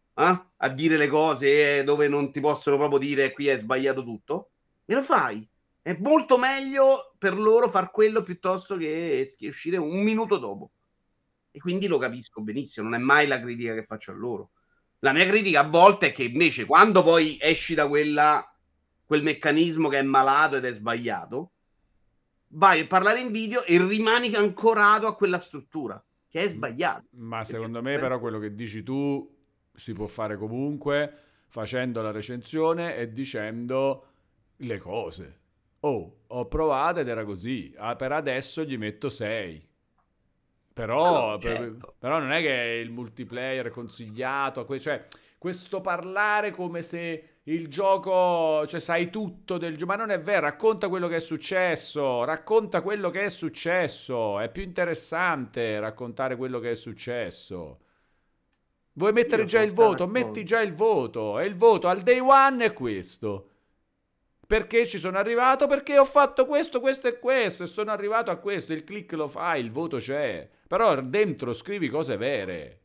a dire le cose dove non ti possono proprio dire qui è sbagliato tutto, e lo fai. È molto meglio per loro far quello piuttosto che uscire un minuto dopo. E quindi lo capisco benissimo, non è mai la critica che faccio a loro. La mia critica a volte è che invece quando poi esci da quel meccanismo che è malato ed è sbagliato, vai a parlare in video e rimani ancorato a quella struttura che è sbagliata. Ma Perché secondo me però quello che dici tu si può fare comunque facendo la recensione e dicendo le cose. Oh, ho provato ed era così. Ah, per adesso gli metto 6. allora, Però, certo. però non è che è il multiplayer è consigliato, cioè questo parlare come se il gioco, cioè sai tutto del gioco, ma non è vero, racconta quello che è successo, racconta quello che è successo, è più interessante raccontare quello che è successo. Vuoi mettere Io già sono il stato voto? Metti d'accordo. già il voto, e il voto al day one è questo. Perché ci sono arrivato? Perché ho fatto questo, questo e questo e sono arrivato a questo. Il click lo fai, il voto c'è. Però dentro scrivi cose vere.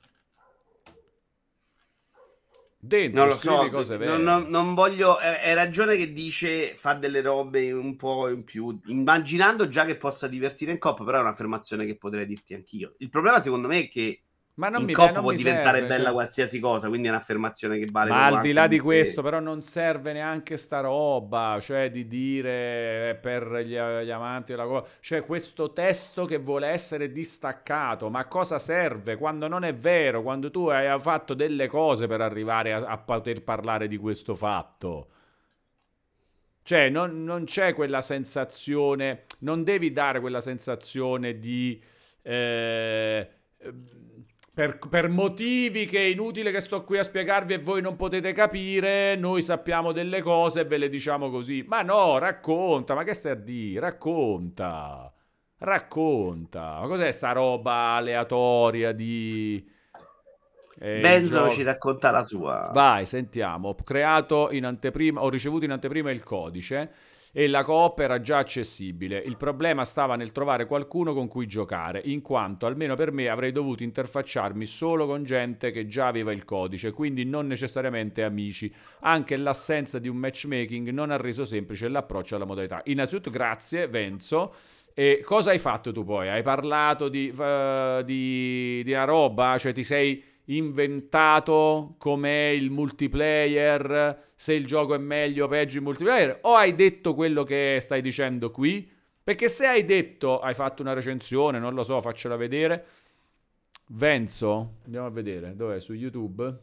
Non Dentro lo scrivi so, cose vere. non voglio. È ragione che dice fa delle robe un po' in più, immaginando già che possa divertire in coppa, però è un'affermazione che potrei dirti anch'io. Il problema, secondo me, è che Ma non In mi, COP non può mi diventare serve, bella cioè. qualsiasi cosa, quindi è un'affermazione che vale Ma proprio al di anche là in di tutte... questo, però, non serve neanche sta roba, cioè di dire per gli amanti della cosa, cioè questo testo che vuole essere distaccato, ma cosa serve quando non è vero, quando tu hai fatto delle cose per arrivare a poter parlare di questo fatto? Cioè, non c'è quella sensazione, non devi dare quella sensazione di... eh, per motivi che è inutile che sto qui a spiegarvi e voi non potete capire, noi sappiamo delle cose e ve le diciamo così. Ma no, racconta, ma che stai a dire? Racconta, racconta. Ma cos'è sta roba aleatoria di... il Benzo ci gioco? racconta la sua. Vai, sentiamo. Ho creato in anteprima, ho ricevuto in anteprima il codice e la coop era già accessibile. Il problema stava nel trovare qualcuno con cui giocare, in quanto almeno per me avrei dovuto interfacciarmi solo con gente che già aveva il codice, quindi non necessariamente amici. Anche l'assenza di un matchmaking non ha reso semplice l'approccio alla modalità. Innanzitutto grazie, Venzo. E cosa hai fatto tu poi? Hai parlato di una roba? Cioè ti sei inventato com'è il multiplayer, se il gioco è meglio o peggio in multiplayer, o hai detto quello che stai dicendo qui? Perché se hai detto, hai fatto una recensione, non lo so, faccela vedere. Venzo, andiamo a vedere, dov'è? Su YouTube?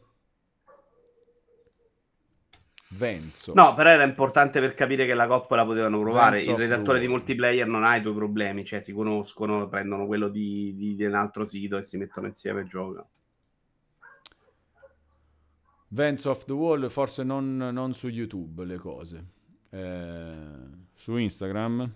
Venzo. No, però era importante per capire che la coppa la potevano provare. Venzo Il of the redattore di World. multiplayer non ha i tuoi problemi, cioè si conoscono, prendono quello di un altro sito e si mettono insieme e giocano. Vents of the Wall, forse non su YouTube le cose. Su Instagram.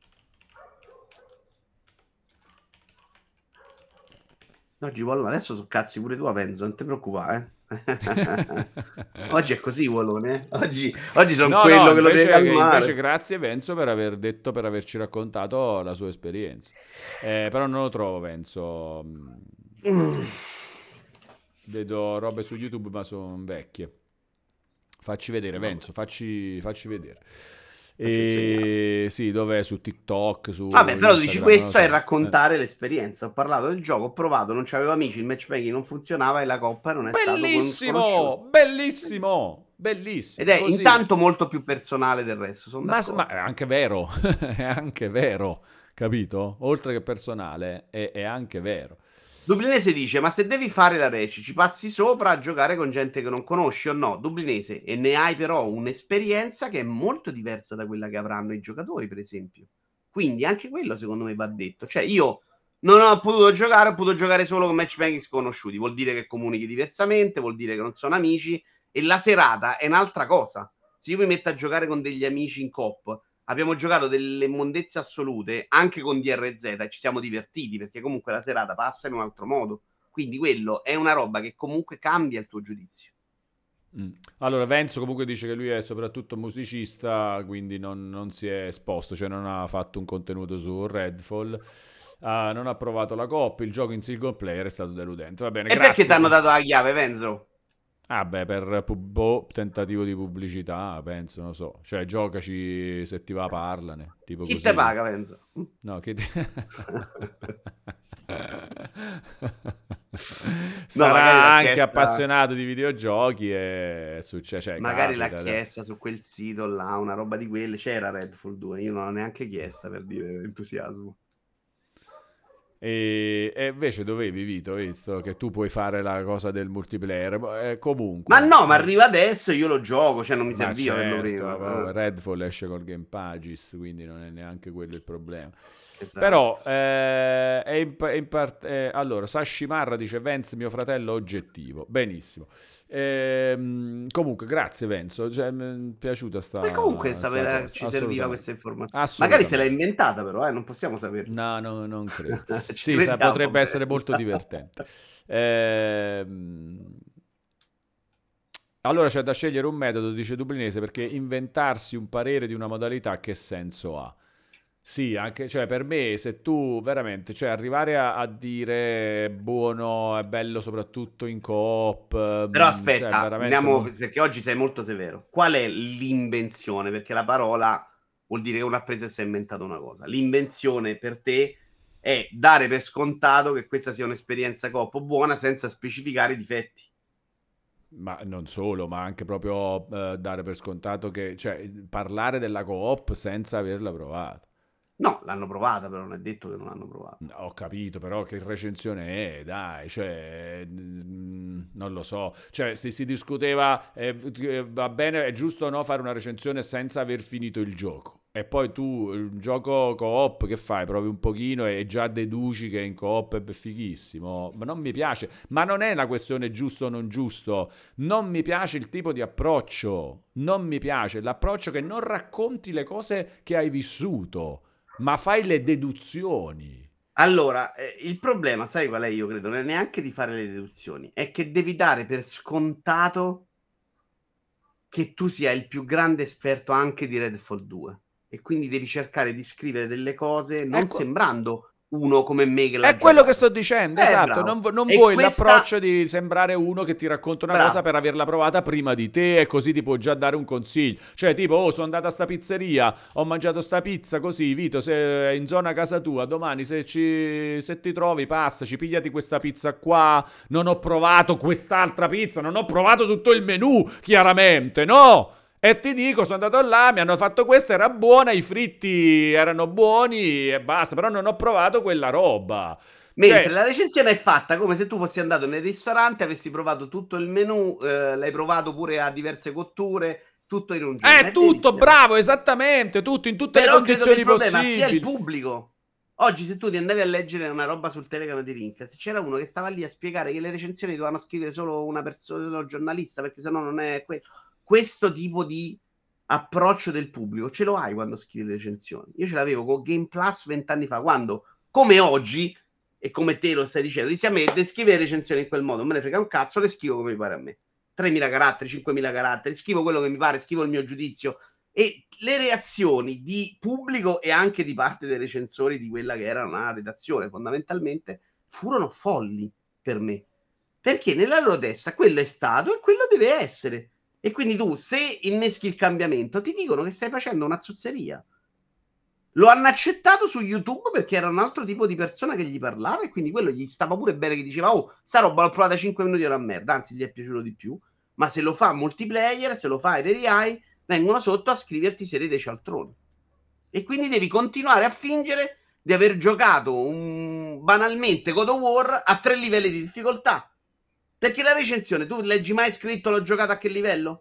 Oggi, Wallone, adesso so cazzi pure tu, penso, non ti preoccupare. Oggi è così, Wallone. Oggi sono No, no, quello che lo deve invece calmare. grazie Venzo per aver detto, per averci raccontato la sua esperienza. Però non lo trovo Venzo. Mm. Vedo robe su YouTube ma sono vecchie. Facci vedere Vabbè, Venzo, facci vedere. faccio insegnare. E sì, dov'è? Su TikTok, Vabbè, su però tu dici Instagram, non lo questo è so. raccontare l'esperienza. Ho parlato del gioco, ho provato, non c'avevo amici, il matchmaking non funzionava e la coppa non è stato con sconosciuti. Bellissimo! Bellissimo! Bellissimo! Ed è Così. intanto molto più personale del resto, sono Ma è d'accordo. anche vero, è anche vero, capito? Oltre che personale, è anche vero. Dublinese dice: Ma se devi fare la reci, ci passi sopra a giocare con gente che non conosci o no? Dublinese, e ne hai però un'esperienza che è molto diversa da quella che avranno i giocatori, per esempio. Quindi anche quello secondo me va detto. Cioè, io non ho potuto giocare, ho potuto giocare solo con matchmaking sconosciuti. Vuol dire che comunichi diversamente, vuol dire che non sono amici. E la serata è un'altra cosa. Se io mi metto a giocare con degli amici in coop, abbiamo giocato delle immondezze assolute anche con DRZ e ci siamo divertiti perché comunque la serata passa in un altro modo. Quindi quello è una roba che comunque cambia il tuo giudizio. Mm. Allora, Venzo comunque dice che lui è soprattutto musicista, quindi non si è esposto, cioè non ha fatto un contenuto su Redfall, non ha provato la coop, il gioco in single player è stato deludente. Va bene, E perché ti grazie. hanno dato la chiave, Venzo? Ah beh, per tentativo di pubblicità, penso, non so. Cioè, giocaci se ti va, parlane, tipo Chi te così. paga, Venzo? No, che... No, magari l'ha Sarà anche chiesta. appassionato di videogiochi e succede, cioè, Magari l'ha capita. chiesta su quel sito là, una roba di quelle. C'era Redfall 2, io non l'ho neanche chiesta per dire entusiasmo. E invece dovevi, Vito, visto che tu puoi fare la cosa del multiplayer. Ma Comunque, no, ma arriva adesso, io lo gioco, cioè non mi ma serviva averlo certo, prima. però Redfall esce col Game Pages, quindi non è neanche quello il problema. Esatto. Però, allora, Sashimarra dice Vance, mio fratello oggettivo. Benissimo. Comunque, grazie Venzo, cioè, mi è piaciuta E comunque sta cosa, ci serviva questa assolutamente. informazione. Magari se l'ha Assolutamente. inventata, però, non possiamo saperlo. No, non credo. Ci Sì, crediamo, va potrebbe bene. essere molto divertente. Ehm, allora c'è da scegliere un metodo, dice Dublinese, perché inventarsi un parere di una modalità che senso ha? Sì, anche, cioè per me se tu veramente, cioè arrivare a dire buono, è bello soprattutto in coop, Però cioè è aspetta, veramente andiamo, molto... perché oggi sei molto severo. Qual è l'invenzione? Perché la parola vuol dire che uno ha preso e si è inventato una cosa. L'invenzione per te è dare per scontato che questa sia un'esperienza coop buona senza specificare i difetti. Ma non solo, ma anche proprio dare per scontato che, cioè, parlare della co-op senza averla provata. No, l'hanno provata, però non è detto che non l'hanno provata. No, ho capito, però che recensione è, dai, cioè, non lo so, cioè, se si discuteva, va bene, è giusto o no fare una recensione senza aver finito il gioco, e poi tu, il gioco co-op, che fai? Provi un pochino e già deduci che in co-op è fighissimo, ma non mi piace, ma non è una questione giusto o non giusto, non mi piace il tipo di approccio, non mi piace l'approccio che non racconti le cose che hai vissuto, ma fai le deduzioni. Allora, il problema, sai qual è? Io credo, non è neanche di fare le deduzioni, è che devi dare per scontato che tu sia il più grande esperto anche di Redfall 2. E quindi devi cercare di scrivere delle cose non Ecco, sembrando uno come me che è l'ha quello che giocato. sto dicendo, esatto. Bravo. Non E vuoi questa... l'approccio di sembrare uno che ti racconta una cosa Bravo. per averla provata prima di te e così ti può già dare un consiglio. Cioè, tipo, oh, sono andato a sta pizzeria, ho mangiato sta pizza così, Vito, se è in zona casa tua, domani se ti trovi, passaci, pigliati questa pizza qua. Non ho provato quest'altra pizza, non ho provato tutto il menù, chiaramente, no? E ti dico, sono andato là, mi hanno fatto questa, era buona, i fritti erano buoni e basta, però non ho provato quella roba. Mentre Cioè, la recensione è fatta come se tu fossi andato nel ristorante, avessi provato tutto il menù, l'hai provato pure a diverse cotture, tutto in un giorno. è È tutto, verissimo. bravo, esattamente, tutto in tutte le Però credo che il condizioni problema sia il possibili. pubblico. Oggi, se tu ti andavi a leggere una roba sul Telegram di Rincas, c'era uno che stava lì a spiegare che le recensioni dovevano scrivere solo una persona, solo un giornalista, perché sennò non è questo tipo di approccio del pubblico. Ce lo hai quando scrivi le recensioni. Io ce l'avevo con Game Plus 20 anni fa, quando, come oggi, e come te lo stai dicendo, dici a me, scrivere recensioni in quel modo, non me ne frega un cazzo, le scrivo come mi pare a me. 3.000 caratteri, 5.000 caratteri, scrivo quello che mi pare, scrivo il mio giudizio, e le reazioni di pubblico e anche di parte dei recensori di quella che era una redazione fondamentalmente furono folli per me, perché nella loro testa quello è stato e quello deve essere, e quindi tu se inneschi il cambiamento ti dicono che stai facendo una zozzeria. Lo hanno accettato su YouTube perché era un altro tipo di persona che gli parlava e quindi quello gli stava pure bene, che diceva oh, sta roba l'ho provata 5 minuti e era una merda, anzi gli è piaciuto di più. Ma se lo fa multiplayer, se lo fa ai vengono sotto a scriverti serie dei cialtroni. E quindi devi continuare a fingere di aver giocato banalmente God of War a 3 livelli di difficoltà. Perché la recensione, tu leggi mai scritto l'ho giocato a che livello?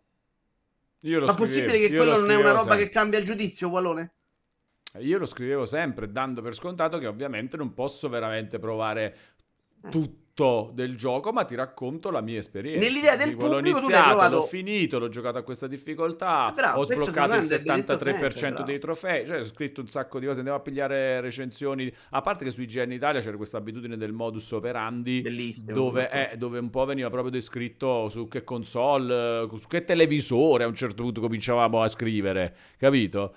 Ma possibile che Io lo quello non è una scrivevo roba che sempre. cambia il giudizio, Walone? Io lo scrivevo sempre, dando per scontato che ovviamente non posso veramente provare Eh. tutto del gioco, ma ti racconto la mia esperienza. Nell'idea del Dico, l'ho pubblico tu l'hai iniziato, l'ho trovato. finito, l'ho giocato a questa difficoltà, Bravo, ho questo secondo sbloccato me il andrebbe detto sempre, 73% bravo. dei trofei, cioè ho scritto un sacco di cose, andiamo a pigliare recensioni, a parte che su IGN Italia c'era questa abitudine del modus operandi Bellissimo, sono d'accordo. dove un po' veniva proprio descritto su che console, su che televisore a un certo punto cominciavamo a scrivere, capito?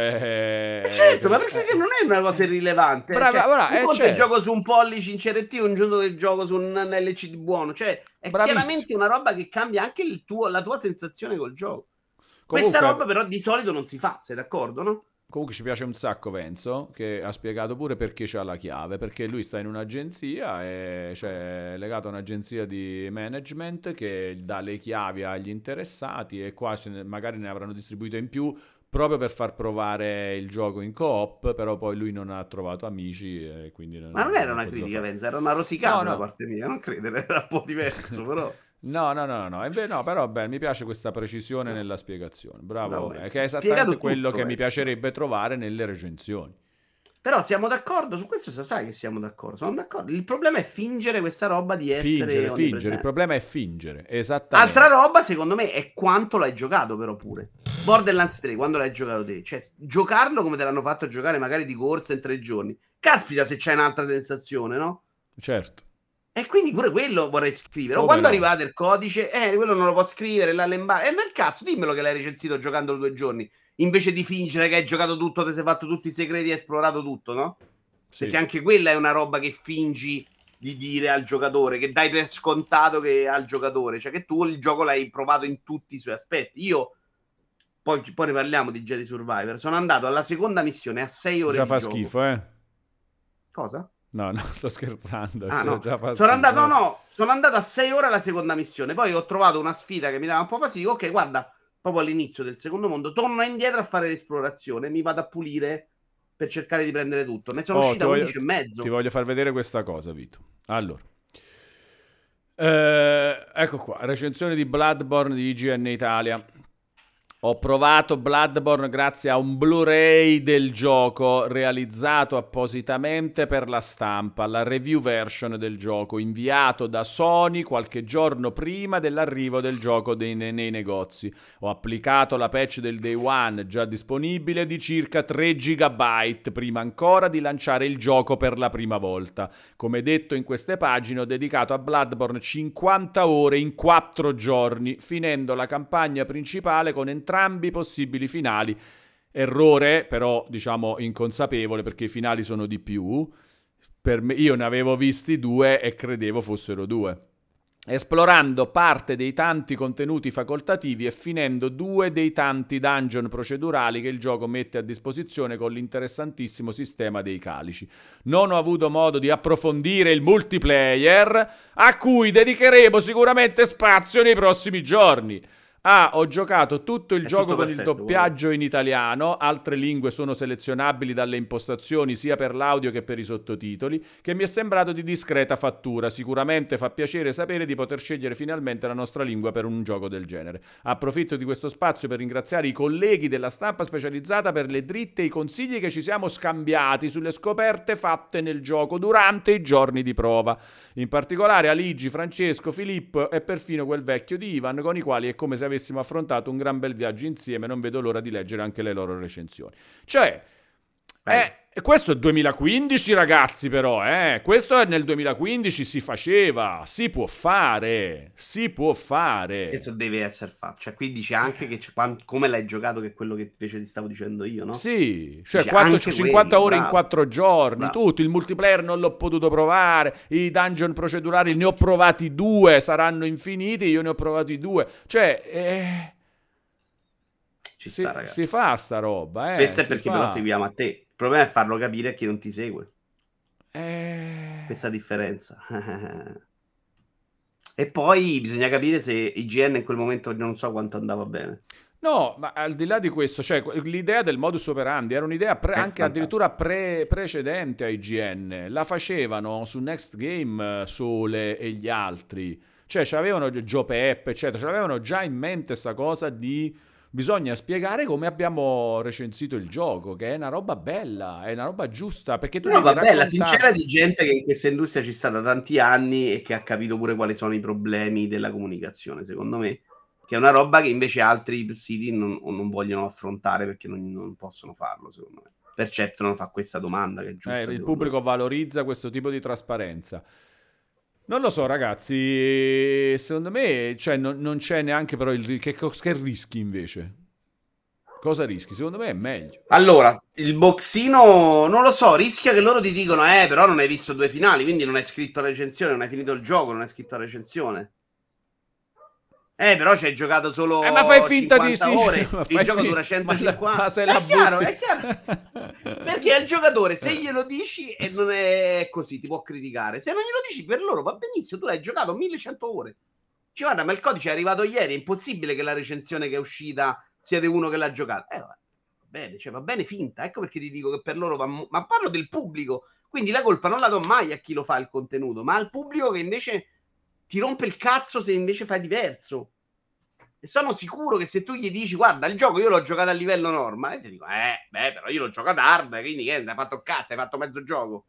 Cioè, Certo, ma perché non è una cosa irrilevante? brava, Cioè, un conto è il certo, gioco su un pollice in CRT, un giorno del gioco su un LCD buono. Cioè, è bravissimo. chiaramente una roba che cambia anche la tua sensazione col gioco. Questa Comunque, roba però di solito non si fa, sei d'accordo, no? comunque ci piace un sacco Venzo, che ha spiegato pure perché c'ha la chiave, perché lui sta in un'agenzia, e cioè è legato a un'agenzia di management che dà le chiavi agli interessati e qua magari ne avranno distribuito in più proprio per far provare il gioco in co-op, però poi lui non ha trovato amici e quindi Ma non era non ha una potuto critica, fare. pensa, era una No, rosicata da no. parte mia, non credere, era un po' diverso, però. No, no, però beh, mi piace questa precisione No, nella spiegazione. bravo, Bravo, che è spiegato esattamente quello tutto, che mi penso. piacerebbe trovare nelle recensioni. Però siamo d'accordo, su questo sai che siamo d'accordo, sono d'accordo. Il problema è fingere questa roba di essere Fingere, il onnipresente. problema è fingere, Altra esattamente. roba, secondo me, è quanto l'hai giocato, però pure. Borderlands 3, quando l'hai giocato te? Cioè, giocarlo come te l'hanno fatto giocare magari di corsa in 3 giorni. Caspita se c'è un'altra sensazione, no? Certo, E quindi pure quello vorrei scrivere. O come quando no. arrivate il codice, quello non lo può scrivere, là l'embare. E nel cazzo, dimmelo che l'hai recensito giocandolo 2 giorni. Invece di fingere che hai giocato tutto, ti sei fatto tutti i segreti e hai esplorato tutto, no? Perché Sì. anche quella è una roba che fingi di dire al giocatore, che dai per scontato che al giocatore, cioè che tu il gioco l'hai provato in tutti i suoi aspetti. Io, poi ne parliamo di Jedi Survivor, sono andato alla seconda missione a 6 ore Già di fa gioco. schifo, eh? Cosa? No, sto scherzando. Ah, ci ho no. già fatto Sono andato, un- sono andato a 6 ore alla seconda missione. Poi ho trovato una sfida che mi dava un po' fastidio. Ok, guarda, proprio all'inizio del secondo mondo, torno indietro a fare l'esplorazione. Mi vado a pulire per cercare di prendere tutto. Ne sono Oh, uscita a 11 e ti mezzo. voglio far vedere questa cosa, Vito. Allora. Ecco qua, recensione di Bloodborne di IGN Italia. Ho provato Bloodborne grazie a un Blu-ray del gioco realizzato appositamente per la stampa, la review version del gioco, inviato da Sony qualche giorno prima dell'arrivo del gioco nei negozi. Ho applicato la patch del Day One già disponibile di circa 3 GB prima ancora di lanciare il gioco per la prima volta. Come detto in queste pagine, ho dedicato a Bloodborne 50 ore in 4 giorni, finendo la campagna principale con entrambi i possibili finali. Errore, però, diciamo, inconsapevole, perché i finali sono di più. Per me, io ne avevo visti 2 e credevo fossero 2. Esplorando parte dei tanti contenuti facoltativi e finendo 2 dei tanti dungeon procedurali che il gioco mette a disposizione con l'interessantissimo sistema dei calici. Non ho avuto modo di approfondire il multiplayer, a cui dedicheremo sicuramente spazio nei prossimi giorni. Ho giocato tutto il È gioco tutto con il perfetto. doppiaggio in italiano, altre lingue sono selezionabili dalle impostazioni sia per l'audio che per i sottotitoli, che mi è sembrato di discreta fattura. Sicuramente fa piacere sapere di poter scegliere finalmente la nostra lingua per un gioco del genere. Approfitto di questo spazio per ringraziare i colleghi della stampa specializzata per le dritte e i consigli che ci siamo scambiati sulle scoperte fatte nel gioco durante i giorni di prova. In particolare Aligi, Francesco, Filippo e perfino quel vecchio di Ivan, con i quali è come se avessimo affrontato un gran bel viaggio insieme. Non vedo l'ora di leggere anche le loro recensioni. Cioè, questo è 2015, ragazzi, però, questo è nel 2015, si faceva, si può fare, si può fare. Questo deve essere fatto. Cioè, qui dice anche che come l'hai giocato, che è quello che invece ti stavo dicendo io, no? Sì, cioè Dice anche 50 quello, ore in bravo. 4 giorni, Bravo. tutto, il multiplayer non l'ho potuto provare, i dungeon procedurali ne ho provati 2, saranno infiniti, io ne ho provati 2, cioè, Ci sta, ragazzi. si fa sta roba, Questo è si perché fa. però seguiamo a te. Il problema è farlo capire a chi non ti segue. Eh... Questa differenza. E poi bisogna capire se IGN in quel momento non so quanto andava bene. No, ma al di là di questo, cioè l'idea del modus operandi era un'idea anche addirittura Fantastico. precedente a IGN. La facevano su Next Game, Sole e gli altri. Cioè, c'avevano Joe Pep, eccetera. C'avevano già in mente sta cosa di bisogna spiegare come abbiamo recensito il gioco, che è una roba bella, è una roba giusta, perché tu Però devi vabbè, la raccontare. sincera di gente che in questa industria ci sta da tanti anni e che ha capito pure quali sono i problemi della comunicazione, secondo me, che è una roba che invece altri siti non vogliono affrontare perché non possono farlo, secondo me. Perceptron fa questa domanda che è giusta, Il secondo me. pubblico valorizza questo tipo di trasparenza. Non lo so, ragazzi. Secondo me, cioè, non c'è neanche però che rischi invece. Cosa rischi? Secondo me è meglio. Allora, il boxino non lo so, rischia che loro ti dicono, però non hai visto 2 finali, quindi non hai scritto la recensione, non hai finito il gioco, non hai scritto la recensione. Però ci hai giocato Ma fai solo finta di 50 sì. ore, Ma, il fai gioco dura 150. ma se la È chiaro, butti. è chiaro. Perché al giocatore, se glielo dici e non è così, ti può criticare. Se non glielo dici, per loro va benissimo, tu l'hai giocato 1100 ore. Ci guarda, ma il codice è arrivato ieri, è impossibile che la recensione che è uscita siete uno che l'ha giocato. Va bene, cioè va bene finta. Ecco perché ti dico che per loro ma parlo del pubblico. Quindi la colpa non la do mai a chi lo fa il contenuto, ma al pubblico che invece ti rompe il cazzo se invece fai diverso. E sono sicuro che se tu gli dici, guarda, il gioco io l'ho giocato a livello normale, ti dico, però io l'ho giocato hard, quindi che hai fatto cazzo, hai fatto mezzo gioco.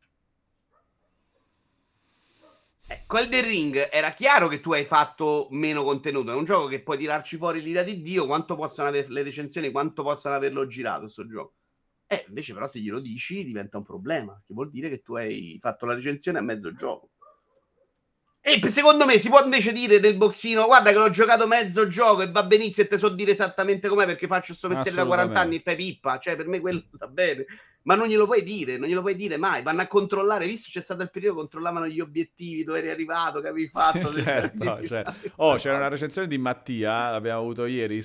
Col The Ring era chiaro che tu hai fatto meno contenuto. È un gioco che puoi tirarci fuori l'ira di Dio, quanto possono avere le recensioni, quanto possono averlo girato questo gioco. Invece però se glielo dici diventa un problema, che vuol dire che tu hai fatto la recensione a mezzo gioco. E secondo me si può invece dire nel boxino, guarda che l'ho giocato mezzo gioco e va benissimo e te so dire esattamente com'è perché faccio questo mestiere da 40 anni e fai pippa. Cioè per me quello sta bene. Ma non glielo puoi dire, non glielo puoi dire mai. Vanno a controllare, visto c'è stato il periodo, controllavano gli obiettivi, dove eri arrivato, che avevi fatto. certo. C'era una recensione di Mattia, l'abbiamo avuto ieri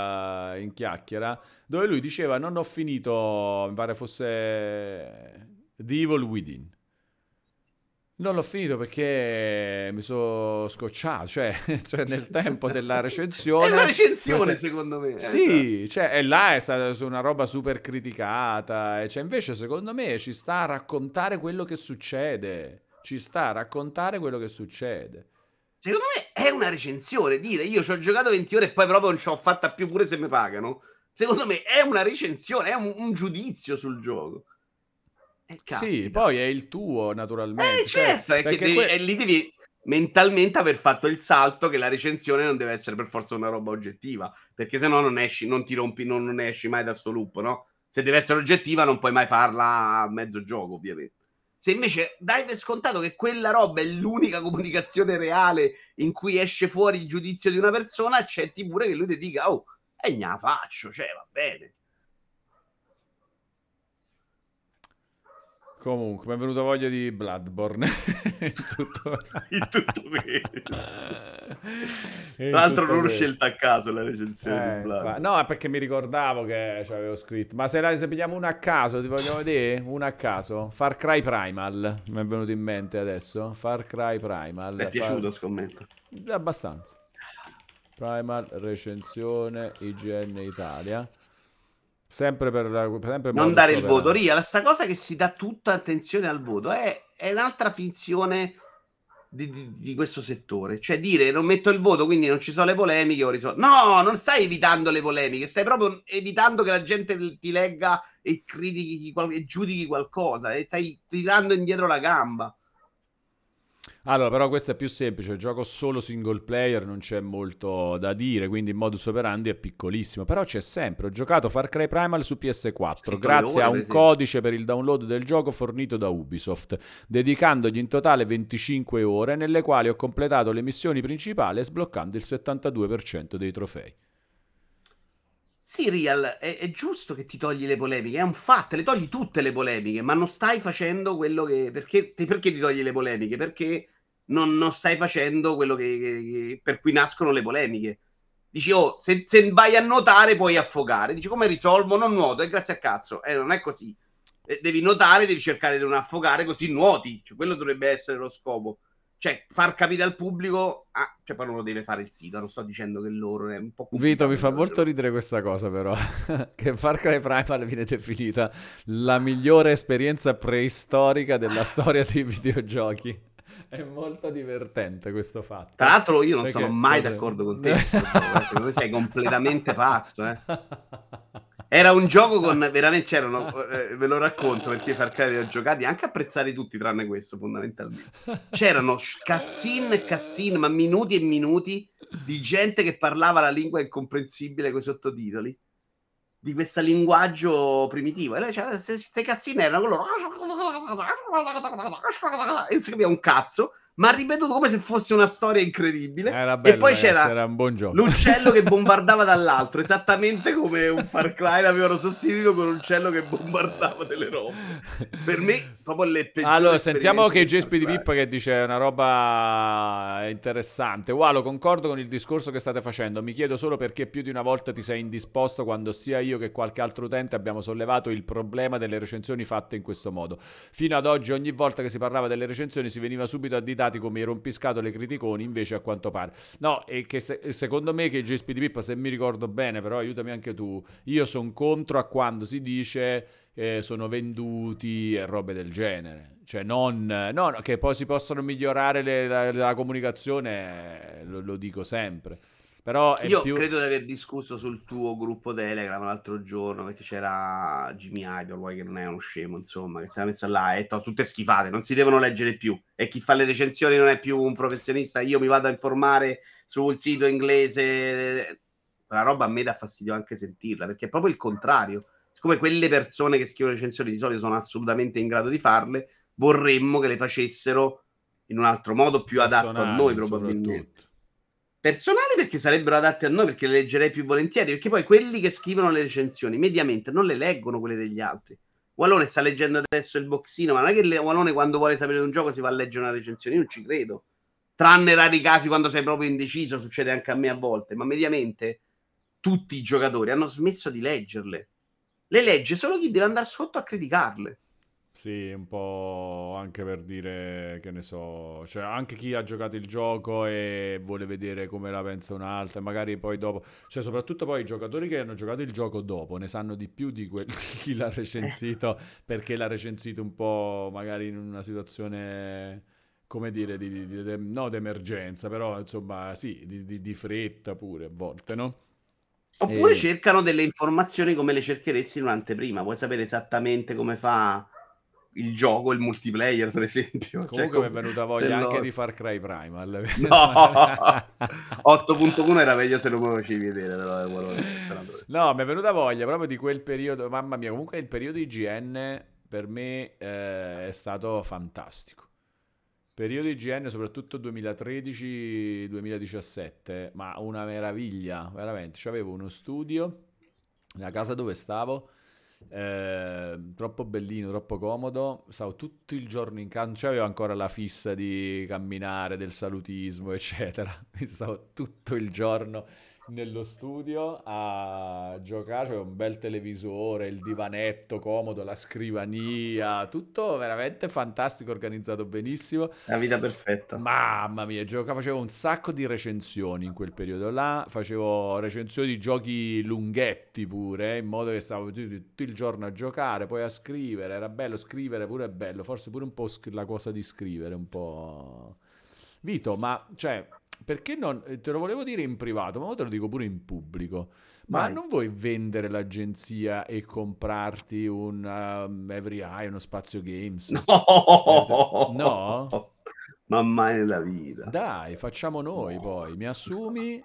in chiacchiera, dove lui diceva non ho finito, mi pare fosse The Evil Within. Non l'ho finito perché mi sono scocciato, cioè nel tempo della È recensione... una recensione, secondo me. Sì, cioè, e là è stata su una roba super criticata, e cioè, invece secondo me ci sta a raccontare quello che succede, ci sta a raccontare quello che succede. Secondo me è una recensione. Dire io ci ho giocato 20 ore e poi proprio non ci ho fatta più pure se mi pagano. Secondo me è una recensione, è un giudizio sul gioco. Sì, Caspita. poi è il tuo naturalmente, cioè, Certo, è che perché lì devi mentalmente aver fatto il salto che la recensione non deve essere per forza una roba oggettiva, perché se no non esci, non ti rompi, non esci mai da sto loop, no? Se deve essere oggettiva non puoi mai farla a mezzo gioco, ovviamente. Se invece dai per scontato che quella roba è l'unica comunicazione reale in cui esce fuori il giudizio di una persona, accetti pure che lui ti dica, oh, e gnà faccio, cioè va bene. comunque mi è venuta voglia di Bloodborne. In tutto... In tutto bene. Tra In l'altro tutto non questo. scelta a caso la recensione di Blood. No, è perché mi ricordavo che ci avevo scritto. Ma se pigliamo una a caso, ti vogliamo vedere? Una a caso. Far Cry Primal. Mi è venuto in mente adesso. Far Cry Primal. Ti è piaciuto, scommetto? Abbastanza. Primal, recensione, IGN Italia. Sempre Non modus dare il voto. operandi. Ria, la sta cosa che si dà tutta attenzione al voto è un'altra finzione di questo settore. Cioè dire non metto il voto, quindi non ci sono le polemiche. No, non stai evitando le polemiche, stai proprio evitando che la gente ti legga e critichi e giudichi qualcosa. E stai tirando indietro la gamba. Allora, però questo è più semplice, gioco solo single player, non c'è molto da dire, quindi il modus operandi è piccolissimo, però c'è sempre. Ho giocato Far Cry Primal su PS4 Scritto 9 grazie a ore, per un esempio. codice per il download del gioco fornito da Ubisoft, dedicandogli in totale 25 ore nelle quali ho completato le missioni principali e sbloccando il 72% dei trofei. Sì, Real, è giusto che ti togli le polemiche, è un fatto, le togli tutte le polemiche, ma non stai facendo quello che... perché ti togli le polemiche? Perché non stai facendo quello per cui nascono le polemiche. Dici, oh, se vai a nuotare puoi affogare. Dici, come risolvo? Non nuoto, e grazie a cazzo. Non è così. Devi nuotare, devi cercare di non affogare, così nuoti. Cioè, quello dovrebbe essere lo scopo. Cioè, far capire al pubblico... Ah, cioè, poi non lo deve fare il sito, non sto dicendo che loro è un po' Vito, mi complicato. fa molto ridere questa cosa però, che Far Cry Primal viene definita la migliore esperienza preistorica della storia dei videogiochi. È molto divertente questo Tra fatto, l'altro io non sono perché mai d'accordo con te su sto gioco, secondo me sei completamente pazzo, eh. Era un gioco con veramente c'erano, ve lo racconto perché Far Cry li ho giocati, anche apprezzati tutti tranne questo fondamentalmente. C'erano cutscene e cutscene, ma minuti e minuti di gente che parlava la lingua incomprensibile con i sottotitoli di questo linguaggio primitivo. E lei cioè, queste cutscene erano loro e non si capiva un cazzo, ma ripetuto come se fosse una storia incredibile. Era E bello poi ragazzi, c'era era un buon gioco. l'uccello che bombardava dall'altro, esattamente come un Far Cry l'avevano sostituito con un uccello che bombardava delle robe. Per me, proprio le peggiori Allora, sentiamo esperimenti che di Far JSP di Cry. Pippa che dice una roba interessante. Walo, concordo con il discorso che state facendo. Mi chiedo solo perché più di una volta ti sei indisposto quando sia io che qualche altro utente abbiamo sollevato il problema delle recensioni fatte in questo modo. Fino ad oggi, ogni volta che si parlava delle recensioni, si veniva subito additati come i rompiscatole criticoni, invece a quanto pare. No, e che secondo me che JSP di Pippa, se mi ricordo bene, però aiutami anche tu, io sono contro a quando si dice sono venduti e robe del genere. Cioè, no, che poi si possono migliorare la comunicazione, lo dico sempre. Però è Io più... credo di aver discusso sul tuo gruppo Telegram l'altro giorno perché c'era Jimmy Idol, che non è uno scemo, insomma, che si era messo là e ha detto tutte schifate, non si devono leggere più. E chi fa le recensioni non è più un professionista. Io mi vado a informare sul sito inglese. La roba a me dà fastidio anche sentirla perché è proprio il contrario. Siccome quelle persone che scrivono recensioni di solito sono assolutamente in grado di farle, vorremmo che le facessero in un altro modo più adatto a noi, personali, probabilmente. soprattutto. Personali perché sarebbero adatti a noi, perché le leggerei più volentieri, perché poi quelli che scrivono le recensioni mediamente non le leggono quelle degli altri. Walone sta leggendo adesso il boxino, ma non è che Walone quando vuole sapere di un gioco si va a leggere una recensione, io non ci credo. Tranne rari casi quando sei proprio indeciso, succede anche a me a volte, ma mediamente tutti i giocatori hanno smesso di leggerle. Le legge solo chi deve andare sotto a criticarle. Sì, un po' anche per dire, che ne so, cioè anche chi ha giocato il gioco e vuole vedere come la pensa un'altra, magari poi dopo, cioè soprattutto poi i giocatori che hanno giocato il gioco dopo ne sanno di più di chi l'ha recensito, perché l'ha recensito un po' magari in una situazione, come dire, no, d'emergenza, però insomma sì, di fretta pure a volte, no? Oppure E cercano delle informazioni come le cercheresti in un'anteprima. Vuoi sapere esattamente come fa il gioco, il multiplayer, per esempio? Cioè, comunque mi è venuta se voglia anche lo... di Far Cry Primal. No! 8.1 era meglio se lo facevi vedere, però, No, mi è venuta voglia proprio di quel periodo. Mamma mia, comunque il periodo IGN per me è stato fantastico. Periodo IGN, soprattutto 2013-2017, ma una meraviglia, veramente. C'avevo uno studio nella casa dove stavo, troppo bellino, troppo comodo. Stavo tutto il giorno in casa, non c'avevo ancora la fissa di camminare, del salutismo, eccetera. Quindi stavo tutto il giorno nello studio a giocare, c'era un bel televisore, il divanetto comodo, la scrivania, tutto veramente fantastico, organizzato benissimo. La vita perfetta. Mamma mia, facevo un sacco di recensioni in quel periodo là, facevo recensioni di giochi lunghetti pure, in modo che stavo tutto il giorno a giocare, poi a scrivere, era bello scrivere, pure è bello, forse pure un po' la cosa di scrivere, un po'... Vito, ma cioè, perché non... Te lo volevo dire in privato, ma ora te lo dico pure in pubblico. Ma Vai. non vuoi vendere l'agenzia e comprarti un Every Eye, uno Spazio Games? No? No! Ma mai nella vita. Dai, facciamo noi No. poi. Mi assumi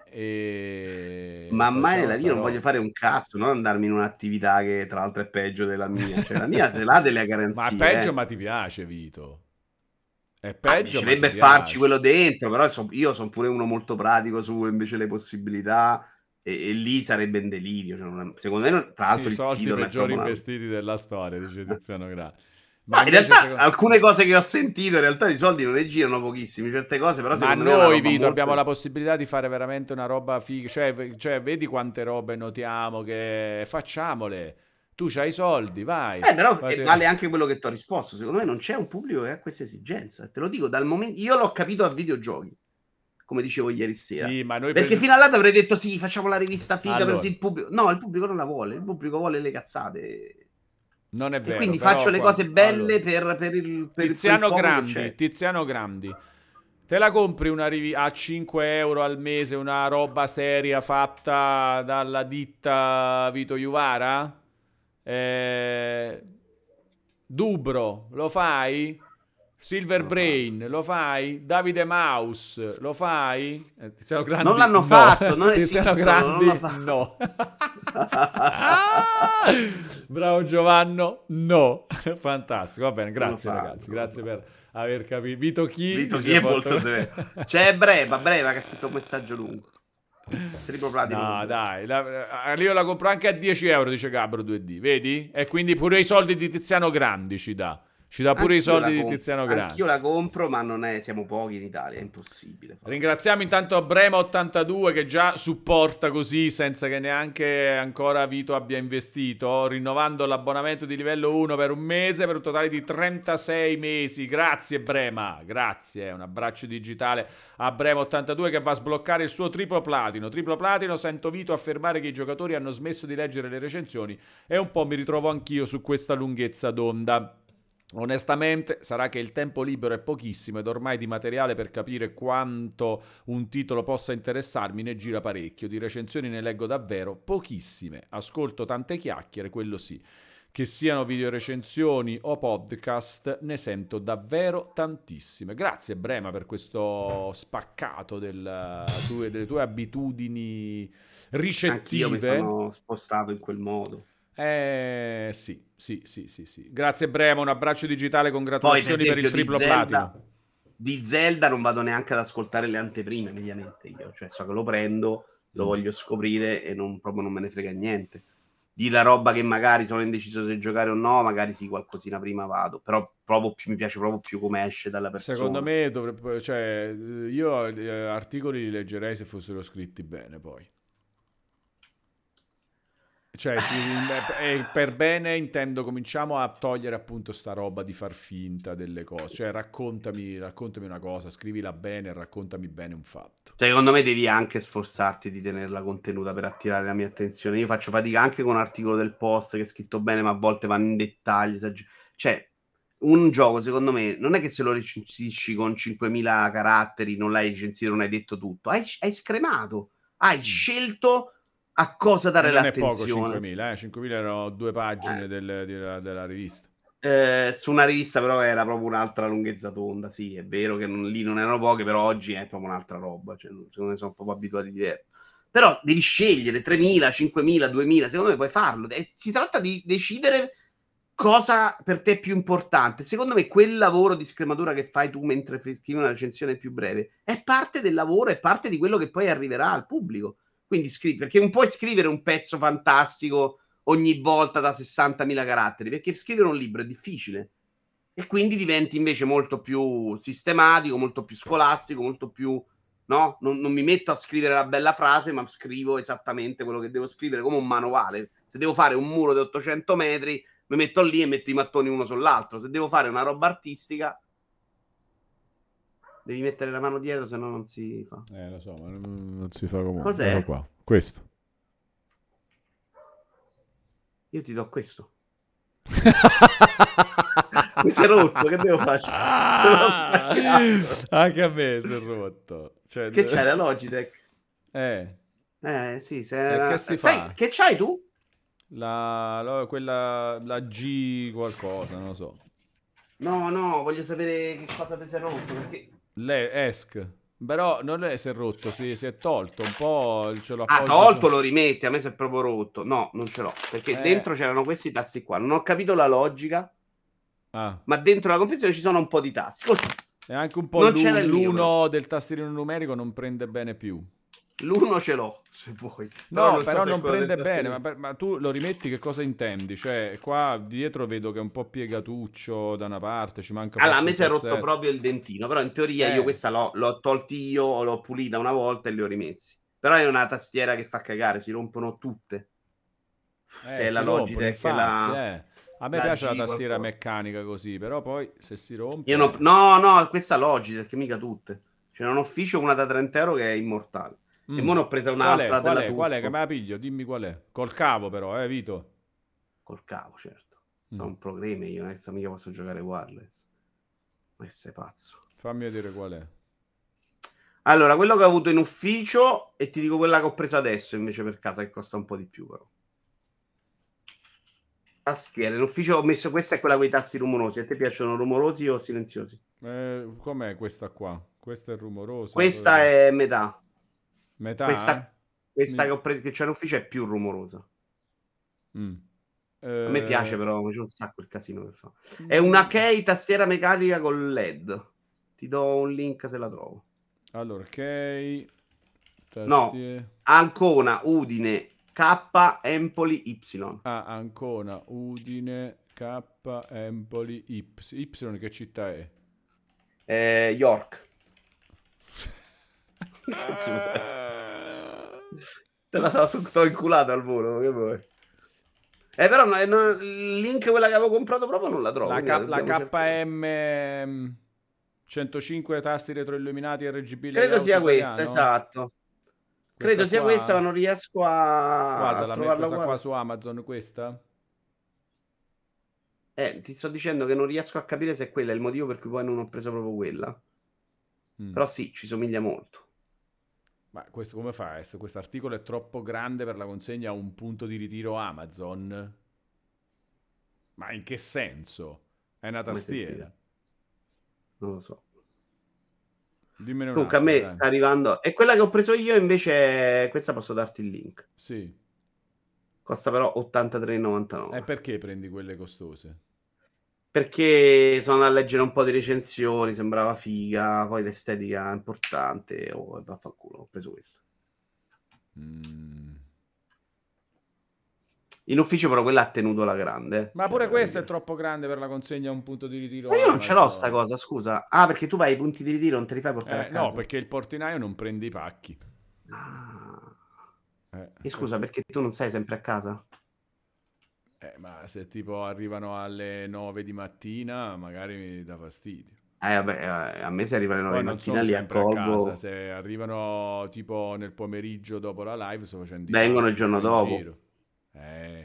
e Ma mai facciamo nella vita sta io non voglio roba. fare un cazzo, non andarmi in un'attività che tra l'altro è peggio della mia. Cioè, la mia ce l'ha delle Ma è garanzie, peggio, eh. ma ti piace, Vito. È Ah, mi peggio, ma ti piacerebbe farci piace. quello dentro, però io sono pure uno molto pratico su invece le possibilità e lì sarebbe un delirio. Cioè, secondo me, tra I l'altro, il soldi sito non è peggiori proprio una... investiti della storia, dice Tiziano Grande. No, Ma in invece, realtà secondo... alcune cose che ho sentito, in realtà i soldi non ne girano pochissimi, certe cose, però Ma secondo me è una noi, roba Vito, abbiamo molto... la possibilità di fare veramente una roba figa. Cioè, vedi quante robe notiamo che facciamole. Tu c'hai i soldi, vai. Però Fate- vale anche quello che ti ho risposto. Secondo me non c'è un pubblico che ha questa esigenza. Te lo dico dal momento. Io l'ho capito a videogiochi, come dicevo ieri sera. Sì, ma noi Perché per... fino all'altro avrei detto sì, facciamo la rivista figa per Allora, il pubblico. No, il pubblico non la vuole. Il pubblico vuole le cazzate. non è E vero, quindi faccio però le qua... cose Allora, belle per quel Tiziano poco che Grandi, c'è. Tiziano Grandi. Te la compri una a 5 euro al mese, una roba seria fatta dalla ditta Vito Juvara? Eh, Dubro, lo fai? Silver Non lo fanno. Brain, lo fai? Davide Mouse, lo fai? Tiziano Non Grandi, l'hanno no. fatto, non Tiziano esistono, non lo Grandi, fanno. no. Bravo Giovanno, no. Fantastico, va bene, Non lo grazie fanno, ragazzi, non lo grazie fanno. per aver capito. Vito chi? Vito chi Dice è molto Foto. severo. C'è Breva che ha scritto un messaggio lungo. Triplo platino per No, Breva. dai, io la compro anche a 10 euro, dice Gabro 2D, vedi? E quindi pure i soldi di Tiziano Grandi ci dà. Ci dà pure i soldi di Tiziano Grandi. Anch'io la compro, ma non è, siamo pochi in Italia, è impossibile farlo. Ringraziamo intanto Brema82 che già supporta così senza che neanche ancora Vito abbia investito, rinnovando l'abbonamento di livello 1 per un mese per un totale di 36 mesi. Grazie Brema, grazie. Un abbraccio digitale a Brema82 che va a sbloccare il suo triplo platino. Triplo platino, sento Vito affermare che i giocatori hanno smesso di leggere le recensioni e un po' mi ritrovo anch'io su questa lunghezza d'onda. Onestamente, sarà che il tempo libero è pochissimo ed ormai di materiale per capire quanto un titolo possa interessarmi ne gira parecchio. Di recensioni ne leggo davvero pochissime. Ascolto tante chiacchiere, quello sì. Che siano videorecensioni o podcast, ne sento davvero tantissime. Grazie Brema per questo spaccato delle tue abitudini Anch'io mi ricettive. sono spostato in quel modo. Sì, sì, sì, sì, sì. Grazie Brema, un abbraccio digitale, Poi, per congratulazioni per il esempio, triplo platino. di Zelda non vado neanche ad ascoltare le anteprime, mediamente io. Cioè, so che lo prendo, lo Mm. voglio scoprire e proprio non me ne frega niente. Di la roba che magari sono indeciso se giocare o no, magari sì, qualcosina prima vado. Però mi piace proprio più come esce dalla Secondo persona. me dovrebbe, cioè, io articoli li leggerei se fossero scritti bene poi. Cioè, per bene intendo cominciamo a togliere appunto sta roba di far finta delle cose. Cioè, raccontami una cosa, scrivila bene, raccontami bene un fatto. Secondo me devi anche sforzarti di tenerla contenuta per attirare la mia attenzione. Io faccio fatica anche con un articolo del Post che è scritto bene, ma a volte vanno in dettagli. Cioè, un gioco, secondo me, non è che se lo recensisci con 5.000 caratteri, non l'hai recensito, non hai detto tutto. Hai scremato, hai scelto a cosa E dare non è poco l'attenzione. 5.000, 5.000 erano 2 pagine della rivista. Su una rivista però era proprio un'altra lunghezza tonda, sì, è vero che lì non erano poche, però oggi è proprio un'altra roba, cioè, secondo me sono proprio abituati diversi. Però devi scegliere 3.000, 5.000, 2.000, secondo me puoi farlo. Si tratta di decidere cosa per te è più importante. Secondo me quel lavoro di scrematura che fai tu mentre scrivi una recensione più breve è parte del lavoro, è parte di quello che poi arriverà al pubblico. Quindi scrivi, perché non puoi scrivere un pezzo fantastico ogni volta da 60.000 caratteri, perché scrivere un libro è difficile e quindi diventi invece molto più sistematico, molto più scolastico, molto più, no? Non mi metto a scrivere la bella frase, ma scrivo esattamente quello che devo scrivere come un manuale. Se devo fare un muro di 800 metri, mi metto lì e metto i mattoni uno sull'altro. Se devo fare una roba artistica, devi mettere la mano dietro, se no non si fa. Lo so, ma non si fa comunque. Cos'è? Ecco qua, questo. Io ti do questo. Mi si è rotto, che devo fare? Anche a me si è rotto. Cioè, Che c'è la Logitech? Sì, che si sai, fa? che c'hai tu? Quella, la G qualcosa, non lo so. No, voglio sapere che cosa ti sei rotto, perché... Esc. Però non si è rotto, si è tolto un po', ce lo Ah, appoggio tolto lo rimetti, a me si è proprio rotto. No, non ce l'ho, perché Eh, dentro c'erano questi tasti qua. Non ho capito la logica, ah. ma dentro la confezione ci sono un po' di tasti. Così. E anche un po' Non c'era il mio, però. l'uno del tastierino numerico non prende bene più. L'uno ce l'ho, se vuoi. No, so però se è non quello del prende bene, tastierino. ma tu lo rimetti, che cosa intendi? Cioè, qua dietro vedo che è un po' piegatuccio da una parte, ci manca Allora, a forse me un si è rotto pezzetto. proprio il dentino, però in teoria io Eh, questa l'ho tolti io, l'ho pulita una volta e li ho rimessi. Però è una tastiera che fa cagare, si rompono tutte. Se è la si rompono, Logitech, infatti, la, A me la piace la G tastiera qualcosa. meccanica così, però poi se si Io rompe... no, questa Logitech, mica tutte. C'è un ufficio, una da 30 euro che è immortale. E mo ne ho presa Qual è? un'altra della Qual è? Che me Tusco. la piglio? Dimmi qual è. Col cavo però, Vito? Col cavo, certo. Mm. Sono un pro gamer, io non è che mica posso giocare wireless. Ma che sei pazzo. Fammi vedere qual è. Allora, quello che ho avuto in ufficio, e ti dico quella che ho preso adesso invece per casa, che costa un po' di più però. Tastiere, in ufficio ho messo, questa è quella con i tasti rumorosi. A te piacciono rumorosi o silenziosi? Com'è questa qua? Questa è rumorosa. Questa è metà. Metà? Questa che ho preso, che c'è in ufficio è più rumorosa. Mm. A me piace però, c'è un sacco il casino che fa. È Mm. una Key tastiera meccanica con LED. Ti do un link se la trovo. Allora, ok. No, Ancona, Udine, K, Empoli, Y. Ancona, Udine, K, Empoli, Y. Y che città è? York. Te la so tutto inculato al volo, che vuoi? Però il link quella che avevo comprato proprio non la trovo. La Dobbiamo cercare. KM 105 tasti retroilluminati RGB Credo layout sia questa, italiano? esatto. Credo sia questa, ma non riesco a Guarda, trovarla questa qua qua. su Amazon, questa? Ti sto dicendo che non riesco a capire se è quella è il motivo per cui poi non ho preso proprio quella. Mm. Però sì, ci somiglia molto. Ma questo come fa? Questo articolo è troppo grande per la consegna a un punto di ritiro Amazon? Ma in che senso? È una Come tastiera. sentire? Non lo so. Dimmene Comunque a un'altra, me sta arrivando. E quella che ho preso io invece, questa posso darti il link. Sì. Costa però 83,99. E perché prendi quelle costose? Perché sono a leggere un po' di recensioni, sembrava figa, poi l'estetica è importante. Oh, vaffanculo, ho preso questo. Mm. In ufficio però quella ha tenuto la grande. Ma Cioè, pure questo è veramente. troppo grande per la consegna a un punto di ritiro Ma io non ce l'ho sta Amazon. cosa, scusa. Ah, perché tu vai ai punti di ritiro, non te li fai portare a No, casa? perché il portinaio non prende i pacchi. Ah. Eh, E scusa, perché tu non sei sempre a casa? Ma se tipo arrivano alle 9 di mattina, magari mi dà fastidio. Vabbè, a me se arriva alle 9 Poi di non mattina sono li sempre a casa, accolgo, se arrivano tipo nel pomeriggio dopo la live, sto facendo i vengono il passi, sto giorno in dopo. giro. Eh,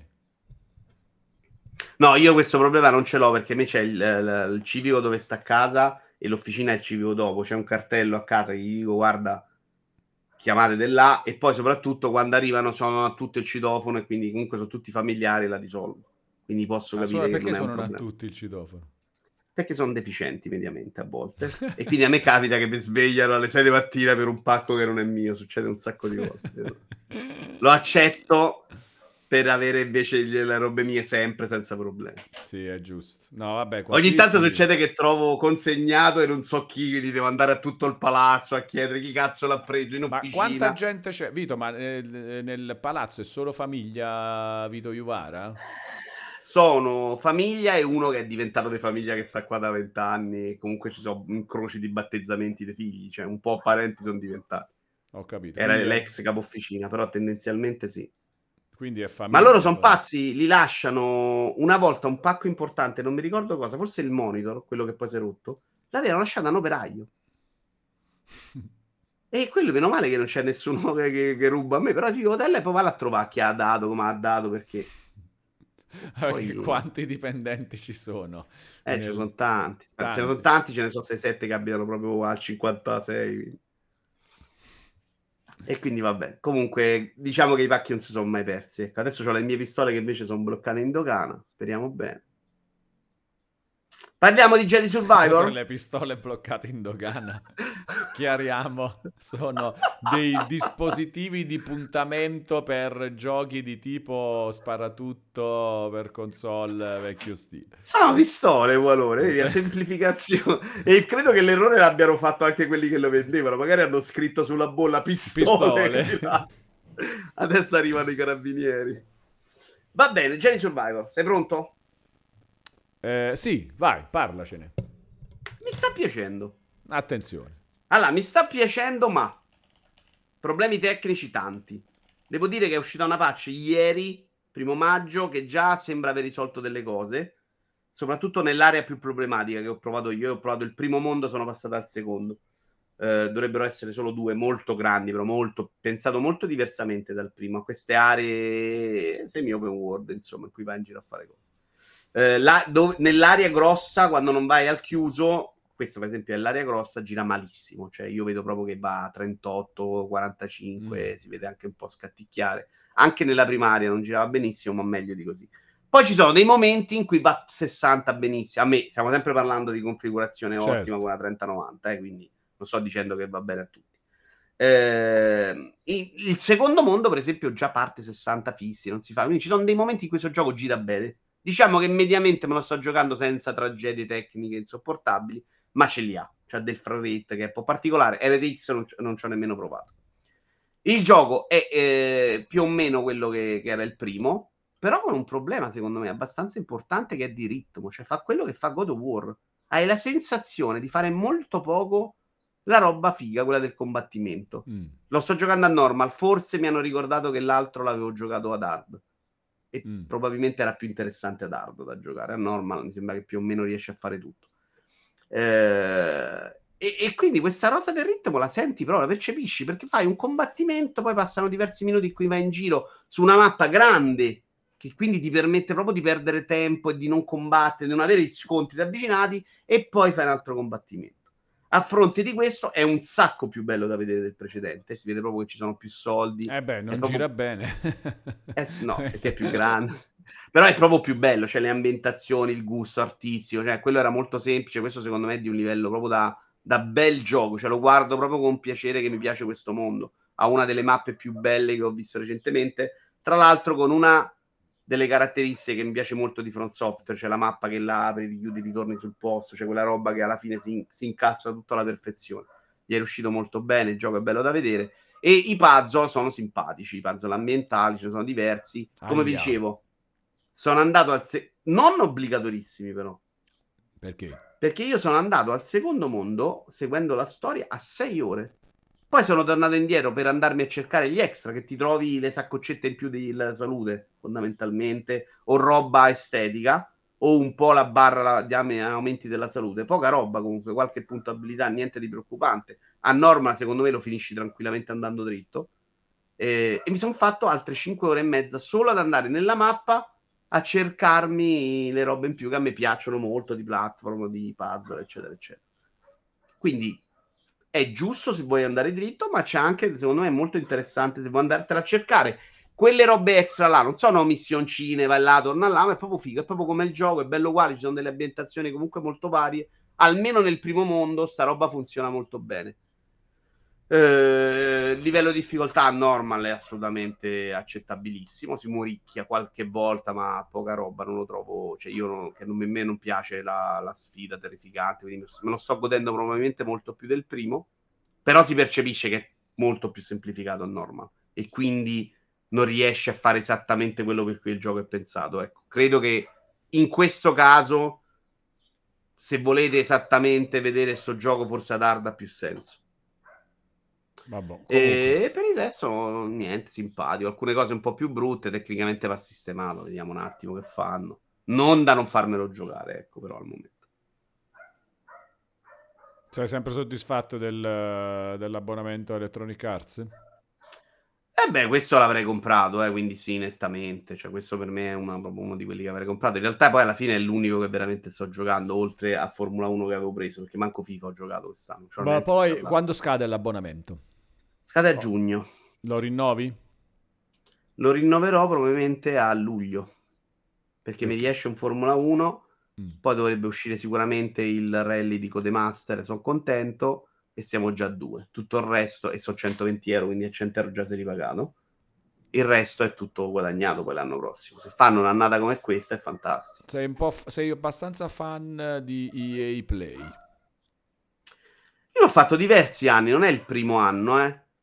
No, io questo problema non ce l'ho perché a me c'è il civico dove sta a casa e l'officina è il civico dopo. C'è un cartello a casa che gli dico guarda, chiamate da là e poi soprattutto quando arrivano sono a tutto il citofono e quindi comunque sono tutti familiari e la risolvo. Quindi posso capire che perché non è un suonano a problema. tutti il citofono? Perché sono deficienti mediamente a volte. E quindi a me capita che mi svegliano alle 6 di mattina per un pacco che non è mio. Succede un sacco di volte. Lo accetto per avere invece le robe mie sempre senza problemi. Sì, è giusto. No, vabbè, qua Ogni sì, tanto sì. succede che trovo consegnato e non so chi, quindi devo andare a tutto il palazzo a chiedere chi cazzo l'ha preso in Ma quanta officina. gente c'è? Vito, ma nel palazzo è solo famiglia Vito Juvara? Sono famiglia e uno che è diventato di famiglia che sta qua da 20 anni. Comunque ci sono incroci di battezzamenti dei figli, cioè un po' parenti sono diventati. Ho capito. Era l'ex capo officina, però tendenzialmente sì. Quindi è Ma loro famiglia sono poi. pazzi, li lasciano una volta un pacco importante, non mi ricordo cosa, forse il monitor, quello che poi si è rotto, l'avevano lasciato a un operaio. E quello meno male che non c'è nessuno che ruba a me, però dico, e poi valla a trovare chi ha dato, come ha dato, perché Perché poi quanti dipendenti ci sono? ce ne Nel... sono tanti, ce ne sono Tanti. tanti, ce ne sono 6-7 che abitano proprio al 56. E quindi vabbè, comunque diciamo che i pacchi non si sono mai persi. Ecco, adesso ho le mie pistole che invece sono bloccate in dogana, speriamo bene. Parliamo di Jedi Survivor? Le pistole bloccate in dogana. Chiariamo, sono dei dispositivi di puntamento per giochi di tipo sparatutto per console vecchio stile. Sono pistole, valore, vedi, la semplificazione. E credo che l'errore l'abbiano fatto anche quelli che lo vendevano. Magari hanno scritto sulla bolla pistole. Pistole. Adesso arrivano i carabinieri. Va bene, Jedi Survivor, sei pronto? Sì, vai, parlacene. Mi sta piacendo. Attenzione. Allora, mi sta piacendo, ma problemi tecnici tanti. Devo dire che è uscita una patch ieri, 1° maggio, che già sembra aver risolto delle cose. Soprattutto nell'area più problematica che ho provato io. Io ho provato il primo mondo, sono passato al secondo. Dovrebbero essere solo 2 molto grandi, però pensato molto diversamente dal primo. A queste aree semi open world, insomma, in cui vai in giro a fare cose. Nell'area grossa, quando non vai al chiuso, questo per esempio è l'area grossa, gira malissimo. Cioè io vedo proprio che va a 38, 45, si vede anche un po' scatticchiare. Anche nella primaria non girava benissimo, ma meglio di così. Poi ci sono dei momenti in cui va a 60 benissimo. A me, stiamo sempre parlando di configurazione ottima Certo. con la 3090, quindi non sto dicendo che va bene a tutti. Il secondo mondo, per esempio, già parte 60 fissi, non si fa. Quindi ci sono dei momenti in cui questo gioco gira bene. Diciamo che mediamente me lo sto giocando senza tragedie tecniche insopportabili, ma ce li ha. C'ha del frame rate che è un po' particolare. RTX non ci ho nemmeno provato. Il gioco è più o meno quello che era il primo, però con un problema, secondo me, abbastanza importante che è di ritmo. Cioè fa quello che fa God of War. Hai la sensazione di fare molto poco la roba figa, quella del combattimento. Lo sto giocando a normal, forse mi hanno ricordato che l'altro l'avevo giocato ad hard. E probabilmente era più interessante ad hard da giocare. A normal mi sembra che più o meno riesce a fare tutto. E quindi questa rosa del ritmo la senti proprio, la percepisci perché fai un combattimento, poi passano diversi minuti in cui vai in giro su una mappa grande che quindi ti permette proprio di perdere tempo e di non combattere, di non avere gli scontri ravvicinati e poi fai un altro combattimento. A fronte di questo è un sacco più bello da vedere del precedente, si vede proprio che ci sono più soldi. Non Proprio... gira bene. no, perché è più grande. Però è proprio più bello, cioè le ambientazioni, il gusto artistico, cioè quello era molto semplice, questo secondo me è di un livello proprio da bel gioco, cioè lo guardo proprio con piacere che mi piace questo mondo. Ha una delle mappe più belle che ho visto recentemente, tra l'altro con una delle caratteristiche che mi piace molto di From Software, cioè la mappa che la apri, richiudi, ritorni sul posto, cioè quella roba che alla fine si incastra tutta alla perfezione. Gli è riuscito molto bene, il gioco è bello da vedere e i puzzle sono simpatici, i puzzle ambientali, ce ne sono diversi. Come vi dicevo, sono andato non obbligatorissimi però. Perché? Perché io sono andato al secondo mondo seguendo la storia a 6 ore. Poi sono tornato indietro per andarmi a cercare gli extra, che ti trovi le saccoccette in più della salute, fondamentalmente, o roba estetica, o un po' la barra di aumenti della salute. Poca roba comunque, qualche punto abilità, niente di preoccupante. A norma, secondo me, lo finisci tranquillamente andando dritto. E mi sono fatto altre 5 ore e mezza solo ad andare nella mappa a cercarmi le robe in più che a me piacciono molto, di platform, di puzzle, eccetera, eccetera. Quindi è giusto se vuoi andare dritto, ma c'è anche, secondo me, molto interessante se vuoi andartela a cercare. Quelle robe extra là, non sono missioncine, vai là, torna là, ma è proprio figo, è proprio come il gioco, è bello uguale, ci sono delle ambientazioni comunque molto varie. Almeno nel primo mondo sta roba funziona molto bene. Livello di difficoltà normal è assolutamente accettabilissimo. Si muricchia qualche volta, ma poca roba. Non lo trovo. Cioè, che a me non piace la sfida terrificante. Quindi me lo sto godendo probabilmente molto più del primo. Però si percepisce che è molto più semplificato a normal. E quindi non riesce a fare esattamente quello per cui il gioco è pensato. Ecco, credo che in questo caso, se volete esattamente vedere sto gioco, forse ad Hard ha più senso. Vabbè, comunque. E per il resto, niente, simpatico. Alcune cose un po' più brutte, tecnicamente va sistemato. Vediamo un attimo che fanno. Non da non farmelo giocare, ecco, però al momento. Sei sempre soddisfatto dell'abbonamento a Electronic Arts? E beh, questo l'avrei comprato, quindi sì, nettamente. Cioè, questo per me è proprio uno di quelli che avrei comprato. In realtà, poi alla fine è l'unico che veramente sto giocando, oltre a Formula 1 che avevo preso, perché manco FIFA ho giocato quest'anno. Non ci ho Ma neanche poi installato. quando scade l'abbonamento? Scade a Oh, giugno. lo rinnovi? Lo rinnoverò probabilmente a luglio, perché mi Perché? riesce un Formula 1. Mm. Poi dovrebbe uscire sicuramente il rally di Codemaster, sono contento, e siamo già a 2. Tutto il resto, e sono 120 euro, quindi a 100 euro già sei ripagato. Il resto è tutto guadagnato poi l'anno prossimo. Se fanno un'annata come questa è fantastico. Sei abbastanza fan di EA Play. Io l'ho fatto diversi anni, non è il primo anno,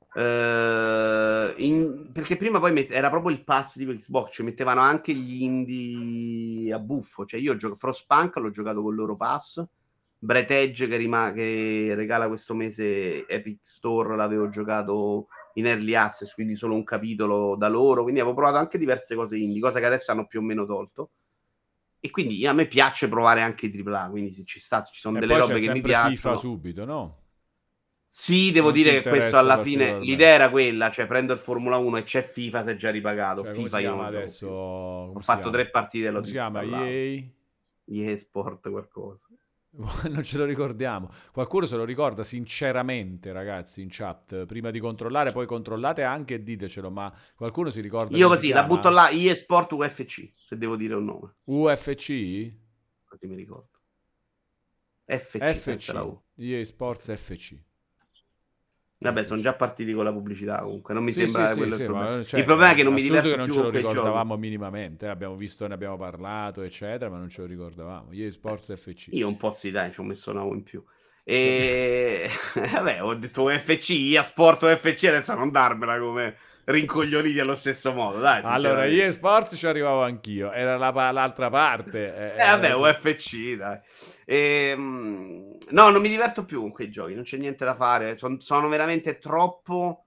perché prima poi era proprio il pass di Xbox, ci mettevano anche gli indie a buffo. Cioè io Frostpunk l'ho giocato con il loro pass, Bright Edge che regala questo mese Epic Store l'avevo giocato in early access, quindi solo un capitolo da loro, quindi avevo provato anche diverse cose indie, cosa che adesso hanno più o meno tolto. E quindi a me piace provare anche i AAA, quindi se ci sono E delle poi c'è robe che mi sempre FIFA piacciono. subito, no? Sì, devo Non ti dire che questo interessa alla fine l'idea particolarmente. era quella, cioè prendo il Formula 1 e c'è FIFA se è già ripagato. Cioè, come si FIFA io non chiama lo gioco adesso? più. Ho Come si fatto chiama? 3 partite e l'ho Come si chiama? disinstallato. EA? EA Sport qualcosa. Non ce lo ricordiamo. Qualcuno se lo ricorda sinceramente, ragazzi, in chat. Prima di controllare, poi controllate anche e ditecelo, ma qualcuno si ricorda Io come si così la butto chiama? là, EA Sport UFC, se devo dire un nome, UFC? così mi ricordo. FC senza la FC. U. EA Sports FC. Vabbè, sono FC. già partiti con la pubblicità comunque, non mi Sì, sì, sembra sì, quello il sì, problema. ma Il cioè, problema è che non mi assoluto che diverto non più ce con lo quei giochi. ricordavamo minimamente. Abbiamo visto, ne abbiamo parlato, eccetera, ma non ce lo ricordavamo. EA Sports FC. Io un po' sì, dai, ci ho messo una U in più. E vabbè, ho detto UFC, a Sport UFC, adesso non darmela come rincoglioniti allo stesso modo, dai, Allora, EA sinceramente. Sports ci arrivavo anch'io, era l'altra parte. Vabbè, UFC, dai. No, non mi diverto più con quei giochi, non c'è niente da fare. Sono veramente troppo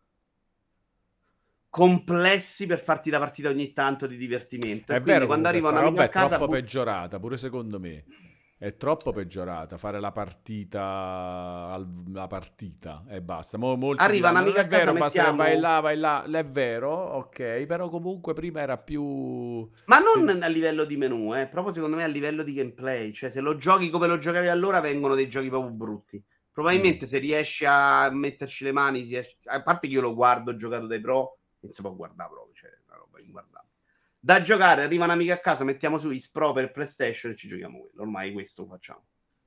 complessi per farti la partita ogni tanto di divertimento. E È quindi vero quando comunque, arriva un sta amico roba a è casa, troppo peggiorata, pure secondo me. È troppo peggiorata fare la partita, la partita e basta. Molti arriva un diranno, non amico è a casa, vero, basta che mettiamo. vai là, è vero, ok, però comunque prima era più... Ma non a livello di menu, proprio secondo me a livello di gameplay. Cioè, se lo giochi come lo giocavi allora, vengono dei giochi proprio brutti. Mm. Probabilmente se riesci a metterci le mani, a parte che io lo guardo giocato dai pro, non si può guardare proprio, cioè, è una roba inguardabile. Da giocare, arriva un amico a casa, mettiamo su Is Pro per PlayStation e ci giochiamo quello. Ormai questo lo facciamo.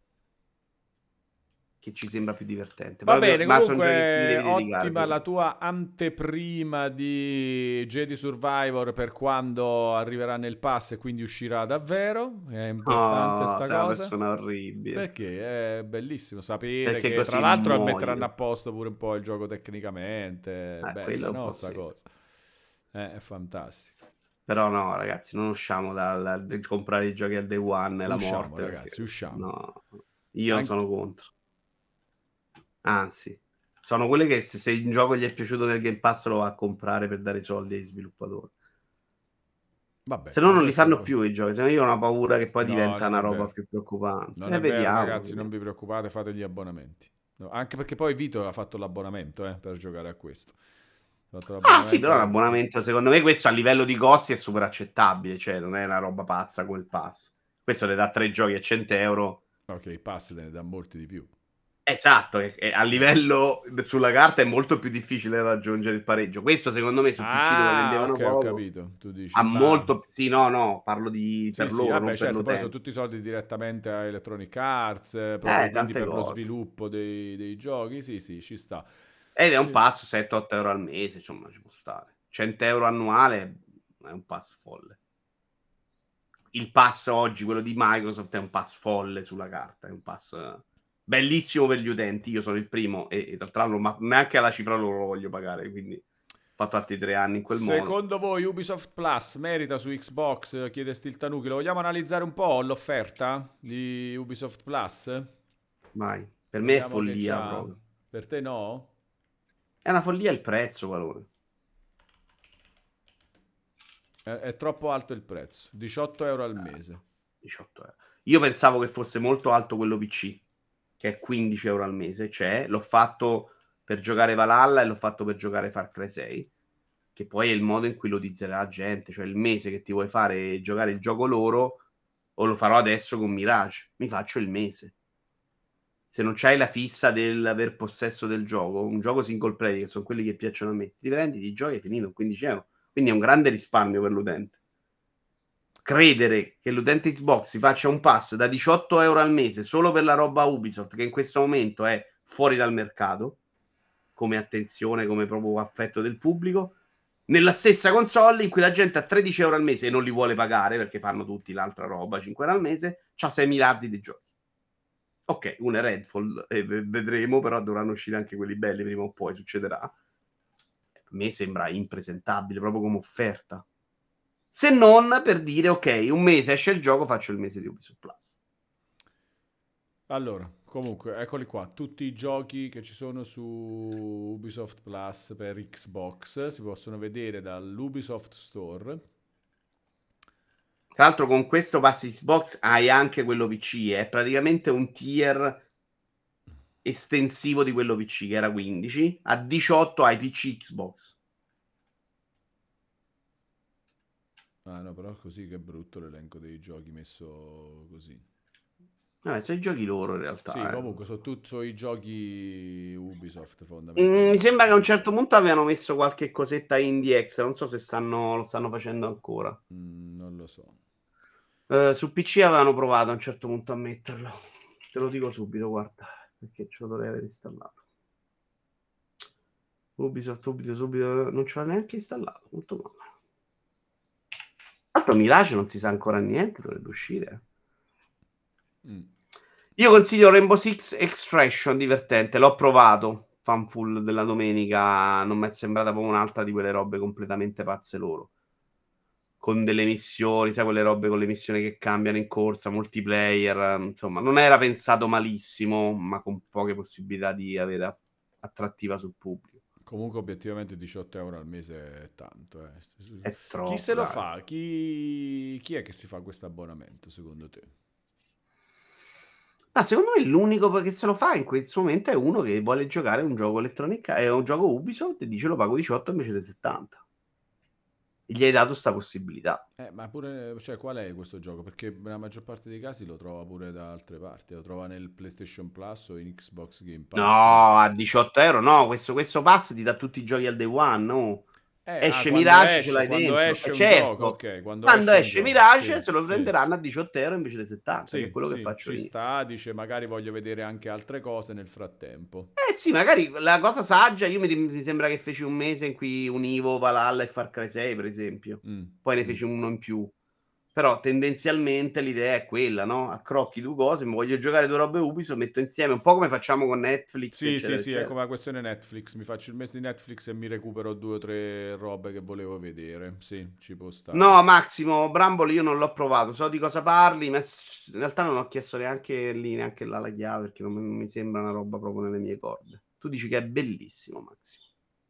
Che ci sembra più divertente. Va bene, Ma sono giochi a cui ti comunque devi dedicare, ottima la secondo me. tua anteprima di Jedi Survivor per quando arriverà nel pass e quindi uscirà davvero. È importante Oh, sta sei una cosa. persona orribile. Perché è bellissimo sapere Perché che tra così l'altro metteranno a muoio. posto pure un po' il gioco tecnicamente. È Quello bella, è un no? po' Sta sì. cosa. È fantastico. Però no, ragazzi, non usciamo dal comprare i giochi al day one e la Usciamo, morte, ragazzi, perché usciamo. no, io An- sono contro. Anzi, Sono quelle che se il gioco gli è piaciuto del Game Pass lo va a comprare per dare soldi ai sviluppatori. Vabbè, Se no ma non li questo fanno più i giochi, se no io ho una paura che poi no, diventa non una è roba vero. più preoccupante. Non è vero, Vediamo. ragazzi, non vi preoccupate, fate gli abbonamenti. No, anche perché poi Vito ha fatto l'abbonamento per giocare a questo. Ha fatto Ah sì, l'abbonamento però l'abbonamento secondo me questo a livello di costi è super accettabile, cioè non è una roba pazza quel pass. Questo le dà 3 giochi a 100 euro. Ok, i pass te ne dà molti di più. Esatto, a Eh. livello sulla carta è molto più difficile raggiungere il pareggio. Questo secondo me su PC dove Ah, vendevano ok, ho poco capito. Tu dici, ha ma... molto... Sì, no, parlo Sì, per sì, loro, vabbè, non per certo, poi sono l'utente. tutti soldi direttamente a Electronic Arts, proprio quindi Tante per lo cose. sviluppo dei giochi, sì, sì, ci sta. Ed è un Ci- pass 7-8 euro al mese, insomma, ci può stare. 100 euro annuale è un pass folle. Il pass oggi, quello di Microsoft, è un pass folle sulla carta, è un pass bellissimo per gli utenti. Io sono il primo e in realtà ma neanche alla cifra loro lo voglio pagare, quindi ho fatto altri 3 anni in quel modo. Secondo voi Ubisoft Plus merita su Xbox? Chiede Stiltanuki. Lo vogliamo analizzare un po' l'offerta di Ubisoft Plus? Vai, per me è Vediamo che follia c'ha. proprio. Per te no? È una follia il prezzo, valore. È troppo alto il prezzo. 18 euro al mese. 18 euro. Io pensavo che fosse molto alto quello PC, che è 15 euro al mese. Cioè, l'ho fatto per giocare Valhalla e l'ho fatto per giocare Far Cry 6, che poi è il modo in cui lo utilizzerà la gente. Cioè, il mese che ti vuoi fare e giocare il gioco loro, o lo farò adesso con Mirage. Mi faccio il mese. Se non c'hai la fissa dell'aver possesso del gioco, un gioco single player, che sono quelli che piacciono a me, ti prendi, ti giochi e finito, con 15 euro. Quindi è un grande risparmio per l'utente. Credere che l'utente Xbox si faccia un pass da 18 euro al mese solo per la roba Ubisoft, che in questo momento è fuori dal mercato, come attenzione, come proprio affetto del pubblico, nella stessa console in cui la gente a 13 euro al mese e non li vuole pagare perché fanno tutti l'altra roba 5 euro al mese, c'ha 6 miliardi di giochi. Ok, uno è Redfall, vedremo, però dovranno uscire anche quelli belli prima o poi, succederà. A me sembra impresentabile proprio come offerta. Se non per dire, ok, un mese esce il gioco, faccio il mese di Ubisoft Plus. Allora, comunque, eccoli qua. Tutti i giochi che ci sono su Ubisoft Plus per Xbox si possono vedere dall'Ubisoft Store. Tra l'altro con questo pass Xbox hai anche quello PC, è praticamente un tier estensivo di quello PC, che era 15, a 18 hai PC Xbox. Ah no, però così che brutto l'elenco dei giochi messo così. Vabbè, sono i giochi loro in Sì, realtà. comunque sono tutti i giochi Ubisoft Mi sembra fondamentalmente. che a un certo punto avevano messo qualche cosetta indie extra, non so se lo stanno facendo ancora. Non lo so. Su PC avevano provato a un certo punto a metterlo. Te lo dico subito, guarda, perché ce lo dovrei aver installato. Ubisoft, subito, non ce l'ho neanche installato, molto male. Tra l'altro Mirage non si sa ancora niente, dovrebbe uscire. Mm. Io consiglio Rainbow Six Extraction, divertente, l'ho provato, fanful della domenica, non mi è sembrata proprio un'altra di quelle robe completamente pazze loro. Con delle missioni, sai quelle robe con le missioni che cambiano in corsa, multiplayer, insomma, non era pensato malissimo, ma con poche possibilità di avere attrattiva sul pubblico. Comunque obiettivamente 18 euro al mese è tanto. È Chi se troppo, lo dai. fa? Chi è che si fa questo abbonamento secondo te? Ma secondo me l'unico che se lo fa in questo momento è uno che vuole giocare un gioco elettronica, è un gioco Ubisoft e dice lo pago 18 invece di 70. E gli hai dato sta possibilità. Ma pure, cioè, qual è questo gioco? Perché nella maggior parte dei casi lo trova pure da altre parti, lo trova nel PlayStation Plus o in Xbox Game Pass. No, a 18 euro no, questo pass ti dà tutti i giochi al day one, no? Esce Mirage, ce l'hai Quando dentro. E esce un gioco, certo, ok, quando quando esce un esce gioco, Mirage sì, se lo sì, prenderanno a 18 euro invece di 70, che è sì, quello che sì, faccio ci io. sta, dice magari voglio vedere anche altre cose nel frattempo. Eh sì, magari la cosa saggia, mi sembra che feci un mese in cui univo Valhalla e Far Cry 6, per esempio. Mm, Poi ne mm. feci uno in più. Però tendenzialmente l'idea è quella, no? Accrocchi due cose, mi voglio giocare due robe Ubisoft, metto insieme, un po' come facciamo con Netflix, Sì, sì, eccetera, sì, è eccetera. come la questione Netflix, mi faccio il mese di Netflix e mi recupero 2 o 3 robe che volevo vedere, sì, ci può stare. No, Massimo, Bramble io non l'ho provato, so di cosa parli, ma in realtà non ho chiesto neanche lì, neanche là la chiave, perché non mi sembra una roba proprio nelle mie corde. Tu dici che è bellissimo, Maximo.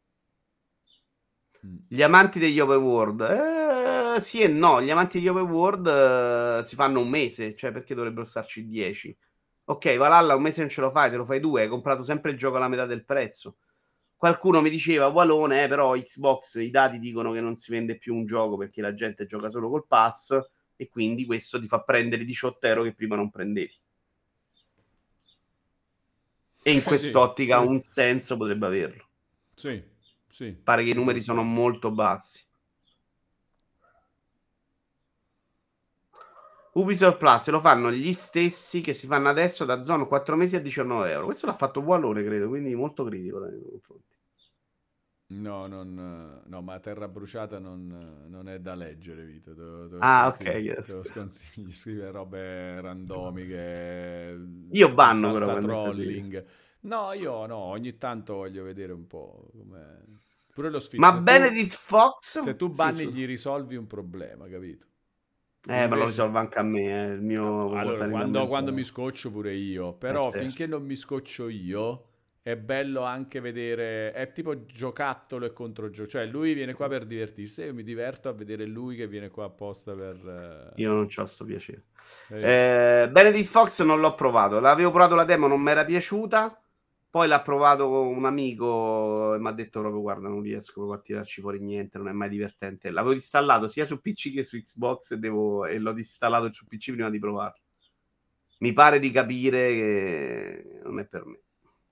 Gli amanti degli open world, sì e no. Gli amanti degli open world si fanno un mese, cioè perché dovrebbero starci 10? Ok, Valhalla un mese non ce lo fai, te lo fai 2, hai comprato sempre il gioco alla metà del prezzo. Qualcuno mi diceva, Walone, però Xbox, i dati dicono che non si vende più un gioco perché la gente gioca solo col pass e quindi questo ti fa prendere 18 euro che prima non prendevi. E in quest'ottica sì, un senso potrebbe averlo. sì, sì, Pare che i ci può numeri sono stare. molto bassi. Ubisoft Plus lo fanno gli stessi che si fanno adesso da Zone 4 mesi a 19 euro. Questo l'ha fatto Wallone, credo, quindi molto critico dai miei confronti. No, ma Terra Bruciata non è da leggere, Vito, te lo Ah, ok, sconsiglio, te yes. lo sconsiglio, scrive robe randomiche, Io banno però salsa quando è così. trolling. No, io no, ogni tanto voglio vedere un po' come... Pure lo Ma sfizio, Benedict Fox? se tu Sì, banni su. gli risolvi un problema, capito? Ma lo Invece... risolvo anche a me, il Ah, mio boh, proprio allora, quando mi sanitamente. scoccio pure io, però finché Certo. non mi scoccio io, è bello anche vedere, è tipo giocattolo e controgioco, cioè lui viene qua per divertirsi e io mi diverto a vedere lui che viene qua apposta Io non c'ho sto piacere. capito? Benedict Fox non l'ho provato. L'avevo provato la demo, non mi era piaciuta. Poi l'ha provato con un amico e mi ha detto proprio: Guarda, non riesco proprio a tirarci fuori niente, non è mai divertente. L'avevo installato sia su PC che su Xbox e l'ho disinstallato su PC prima di provarlo. Mi pare di capire che non è per me.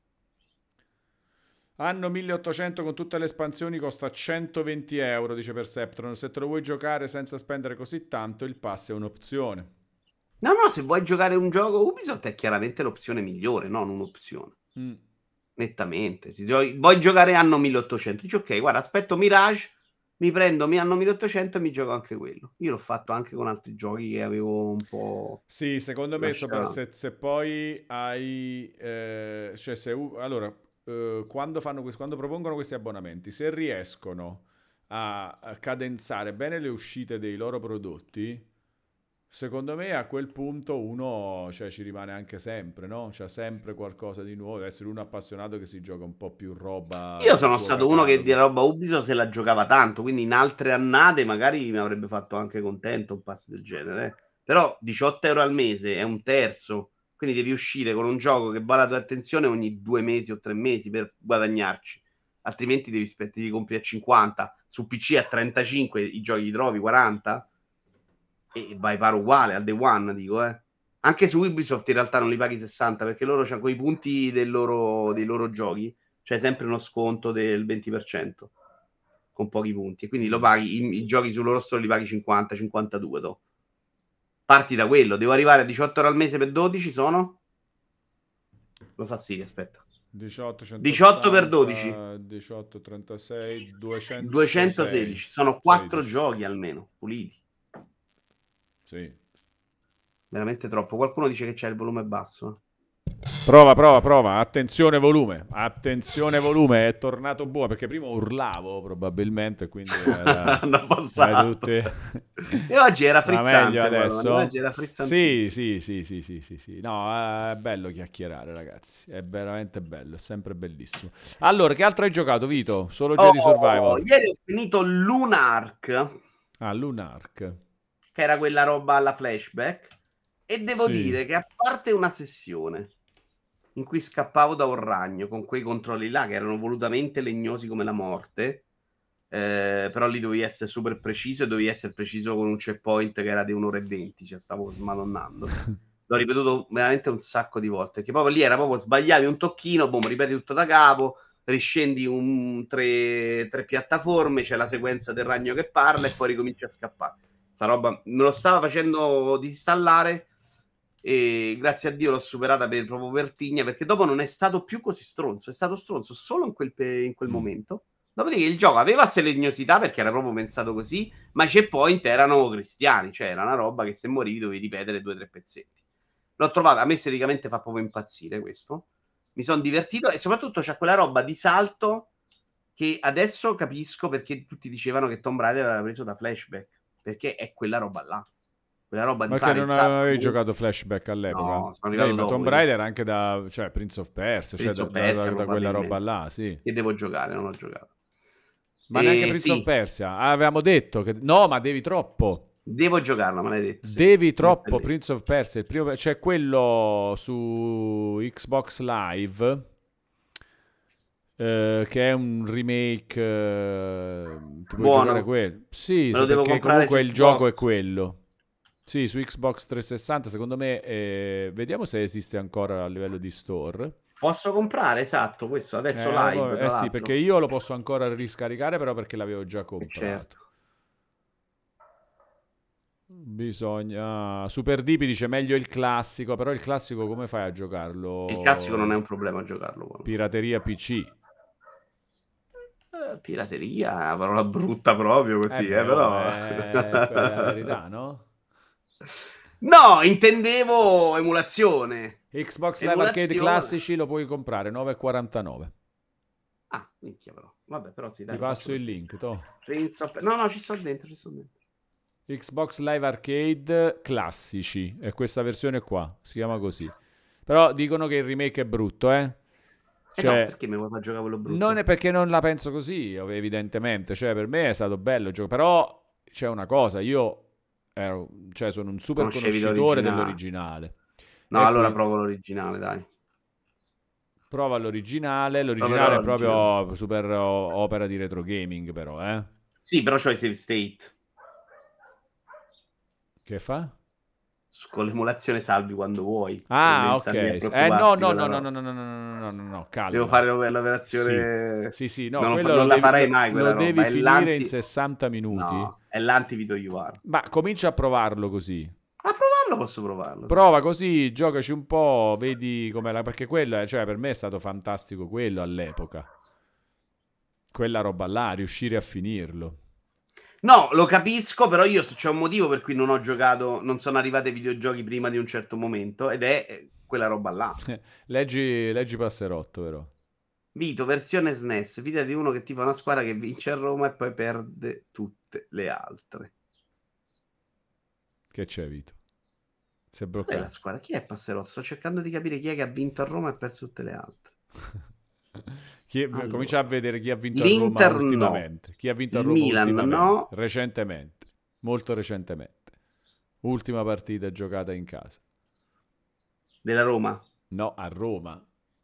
Anno 1800 con tutte le espansioni costa 120 euro, dice Perceptron. Se te lo vuoi giocare senza spendere così tanto, il pass è un'opzione. No, no, se vuoi giocare un gioco Ubisoft è chiaramente l'opzione migliore, non un'opzione. Mm. Nettamente. Vuoi giocare anno 1800? Dici, ok, guarda, aspetto Mirage, mi prendo anno 1800 e mi gioco anche quello. Io l'ho fatto anche con altri giochi che avevo un po' Sì, secondo me lasciato. se poi hai, cioè se, allora, quando propongono questi abbonamenti, se riescono a cadenzare bene le uscite dei loro prodotti, secondo me a quel punto uno, cioè, ci rimane anche sempre, no? C'è sempre qualcosa di nuovo, deve essere uno appassionato che si gioca un po' più roba Io del sono tuo stato uno che di catalogo. roba Ubisoft se la giocava tanto, quindi in altre annate magari mi avrebbe fatto anche contento un pass del genere. Però 18 euro al mese è un terzo, quindi devi uscire con un gioco che vale la tua attenzione ogni 2 mesi o 3 mesi per guadagnarci. Altrimenti devi aspettare di comprare a 50, su PC a 35 i giochi li trovi 40 e vai paro uguale al day one, dico, eh. Anche su Ubisoft in realtà non li paghi 60 perché loro c'hanno quei punti dei loro giochi, c'è sempre uno sconto del 20% con pochi punti e quindi lo Mm. paghi, i giochi sul loro store li paghi 50, 52 do. Parti da quello, devo arrivare a 18 euro al mese per 12 sono? Lo sa sì, aspetta. 18, 18 per 12, 180, 18, 36, 206. 216, sono 4 16. giochi almeno, puliti. Sì. Veramente troppo. Qualcuno dice che c'è il volume basso. Prova. Attenzione volume. È tornato buono perché prima urlavo probabilmente, quindi Hanno era passato. tutti... E oggi era Va meglio frizzante, Madonna. Oggi adesso? era Sì, frizzantissimo. sì. No, è bello chiacchierare, ragazzi. È veramente bello, è sempre bellissimo. Allora, che altro hai giocato, Vito? Solo Jedi Oh, Survival. ieri ho finito Lunark, Ah, Lunark. che era quella roba alla flashback, e devo Sì. dire che a parte una sessione in cui scappavo da un ragno con quei controlli là che erano volutamente legnosi come la morte, però lì dovevi essere super preciso e dovevi essere preciso con un checkpoint che era di un'ora e 20, cioè stavo smadonnando. L'ho ripetuto veramente un sacco di volte, che proprio lì era proprio sbagliavi un tocchino, boom, ripeti tutto da capo, riscendi tre piattaforme, c'è la sequenza del ragno che parla e poi ricominci a scappare. Sta roba me lo stava facendo disinstallare e grazie a Dio l'ho superata proprio per tigna, perché dopo non è stato più così stronzo, è stato stronzo solo in quel Mm. momento. Dopodiché il gioco aveva selegnosità perché era proprio pensato così, ma i checkpoint erano cristiani, cioè era una roba che se morivi dovevi ripetere 2 o 3 pezzetti. L'ho trovata, a me esteticamente fa proprio impazzire questo. Mi sono divertito e soprattutto c'è quella roba di salto che adesso capisco perché tutti dicevano che Tomb Raider aveva preso da flashback, perché è quella roba là. quella roba di Ma che fare non il salto. avevi giocato Flashback all'epoca? No, sono arrivato Ma dopo Tomb io. Raider anche da, cioè Prince of Persia, Prince cioè of Persia, da quella roba probabilmente. là, sì. Che devo giocare, non ho giocato. Ma neanche Prince of Sì, Persia. Avevamo detto che no, ma devi troppo. devo giocarlo, me l'hai detto. Sì. Devi Messo troppo lì. Prince of Persia. C'è quello su Xbox Live che è un remake. Ti puoi giocare Buono, quello? Sì, me lo devo perché comprare su comunque il gioco è Xbox. quello. Sì, su Xbox 360, secondo me. Vediamo se esiste ancora a livello di store. Posso comprare, esatto, questo adesso live, tra Sì, perché l'altro. io lo posso ancora riscaricare, però perché l'avevo già Certo. comprato. Bisogna. Super Deep dice meglio il classico, però il classico come fai a Il classico non è giocarlo? un problema a giocarlo. Quello. Pirateria PC. Pirateria, una parola brutta proprio così, Beh, oh, però... è la verità, no? No, intendevo emulazione. Xbox Live Arcade Emulazione. classici lo puoi comprare 9,49. Ah, minchia però. Vabbè, però sì, Ti dai, lo faccio passo il così. link, to. No, no, ci sto dentro, ci sto dentro. Xbox Live Arcade classici. È questa versione qua, si chiama così. Però dicono che il remake è brutto, eh? No, Cioè, perché mi vuoi far giocare quello brutto? non è perché non la penso così, evidentemente. Cioè, per me è stato bello il gioco. Però c'è una cosa, cioè, sono un super Conoscevi conoscitore l'originale? dell'originale. No, E allora quindi provo l'originale, dai. prova l'originale. Proverò L'originale è l'originale. proprio super opera di retro gaming, però, eh? Sì, però c'ho i save state. Che fa? Con l'emulazione salvi quando vuoi. Per me Ah, sta lì a ok. No, preoccuparti di no, quella no, no, roba. no, no, no, no, no, no, no, Devo calma. fare Sì, l'operazione... sì, sì, no, Non, quello non la farei mai lo quella roba. devi È finire in l'anti... 60 minuti. No, è l'anti-Vito Iuar. Ma comincia a provarlo così. A provarlo posso provarlo. Dai. Prova così, giocaci un po', vedi com'è perché quello cioè per me è stato fantastico quello all'epoca. Quella roba là, riuscire a finirlo. No, lo capisco, però io c'è un motivo per cui non ho giocato, non sono arrivati ai videogiochi prima di un certo momento, ed è quella roba là. Leggi Passerotto, però. Vito, versione SNES, fidati di uno che tifa una squadra che vince a Roma e poi perde tutte le altre. Che c'è, Vito? Si è Qual è la bloccato. squadra? Chi è Passerotto? Sto cercando di capire chi è che ha vinto a Roma e perso tutte le altre. Comincia a Allora, vedere chi ha vinto a Roma l'Inter no, ultimamente. Chi ha vinto a il Roma Milan ultimamente? no, Recentemente. Molto recentemente. Ultima partita giocata in casa. della Roma. No, a Roma.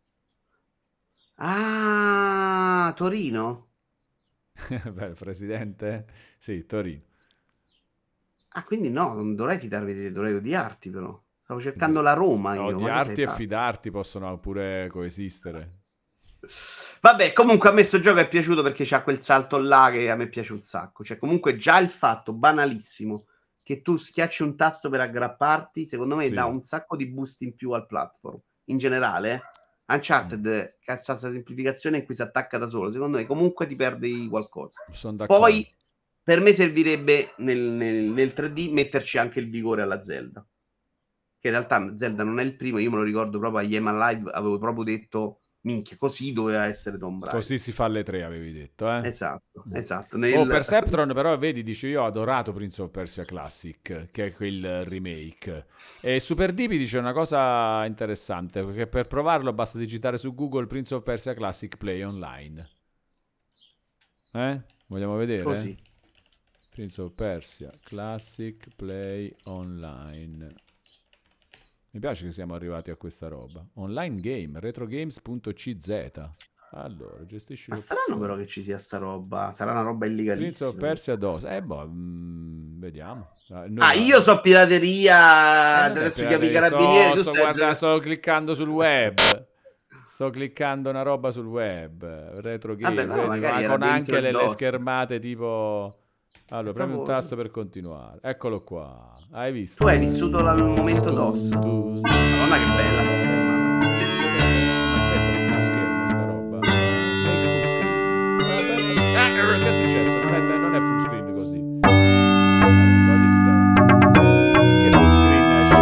Ah, Torino? Beh, il presidente? Sì, Torino. Ah, quindi no, non dovrei fidarmi, dovrei odiarti però. Stavo cercando la Roma io, ma che sei Odiarti e pazzo? fidarti possono pure coesistere. Vabbè, comunque a me sto gioco è piaciuto perché c'ha quel salto là che a me piace un sacco. Cioè, comunque già il fatto banalissimo che tu schiacci un tasto per aggrapparti, secondo me dà Sì. un sacco di boost in più al platform. In generale, Uncharted, questa semplificazione in cui si attacca da solo, secondo me comunque ti perdi qualcosa. Sono d'accordo. Poi, per me servirebbe nel 3D metterci anche il vigore alla Zelda. Che in realtà Zelda non è il primo, io me lo ricordo proprio a Yema Live, avevo proprio detto, minchia, così doveva essere Tomb Raider. Così si fa alle 3, avevi detto, eh? Esatto, esatto. Oh, Perceptron però, vedi, dice io ho adorato Prince of Persia Classic, che è quel remake. E Super Dipi dice una cosa interessante, perché per provarlo basta digitare su Google Prince of Persia Classic Play Online. Vogliamo vedere? Così. Prince of Persia Classic Play Online. Mi piace che siamo arrivati a questa roba. Online game, retrogames.cz. Allora, gestisci Ma le strano però opzioni. che ci sia sta roba, sarà una roba Prince of illegalissima. Persia DOS. Vediamo. Io so pirateria, Non è adesso chiami i pirateria, carabinieri, tu sto stai guardando, giocando... sto cliccando sul web. Sto cliccando una roba sul web. Retro game, Vabbè, no, vedi, magari ma era con dentro anche il le DOS. schermate tipo... Allora, È premi un proprio... tasto per continuare. Eccolo qua. Hai visto? Tu hai vissuto il momento DOS. Madonna che bella sta schermata. Aspetta, sullo schermo sta roba. Make full screen. Che è successo? Non è full screen così. Allora, togliti davanti. Perché full screen esce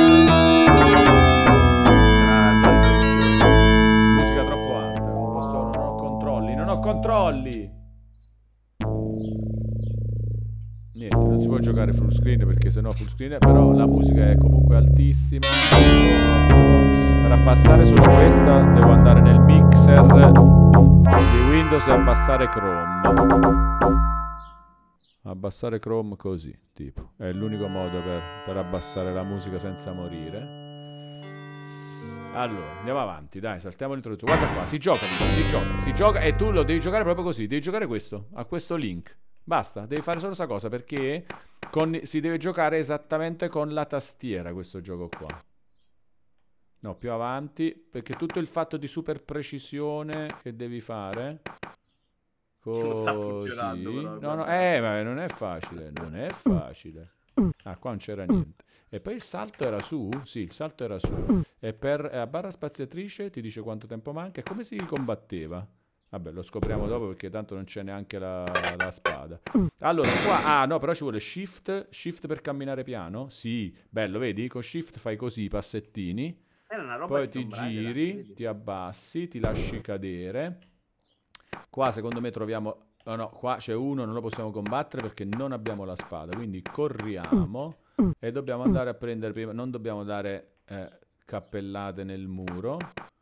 male? Musica troppo alta. Non ho controlli. Non ho controlli. Niente, non si può giocare giocare full screen perché sennò full screen, però la musica è comunque altissima. Per abbassare solo questa devo andare nel mixer di Windows e abbassare Chrome. Abbassare Chrome così, tipo. È l'unico modo per abbassare la musica senza morire. Allora, andiamo avanti, dai, saltiamo l'introduzione. Guarda qua, si gioca e tu lo devi giocare proprio così, devi giocare questo, a questo link. Basta, devi fare solo questa cosa perché si deve giocare esattamente con la tastiera questo gioco qua. No, più avanti, perché tutto il fatto di super precisione che devi fare... Non sta funzionando però. No, ma non è facile, non è facile. Ah, qua non c'era niente. E poi il salto era su? Sì, il salto era su. E a barra spaziatrice ti dice quanto tempo manca e come si combatteva. Vabbè, lo scopriamo dopo perché tanto non c'è neanche la spada. Allora, qua... Ah, no, però ci vuole shift. Shift per camminare piano? Sì, bello, vedi? Con shift fai così i passettini. Era una roba Poi di ti Tomb Raider, giri, vedi? ti abbassi, ti lasci cadere. Qua secondo me troviamo... Oh no, qua c'è uno, non lo possiamo combattere perché non abbiamo la spada. Quindi corriamo e dobbiamo andare a prendere prima... Non dobbiamo dare cappellate nel muro.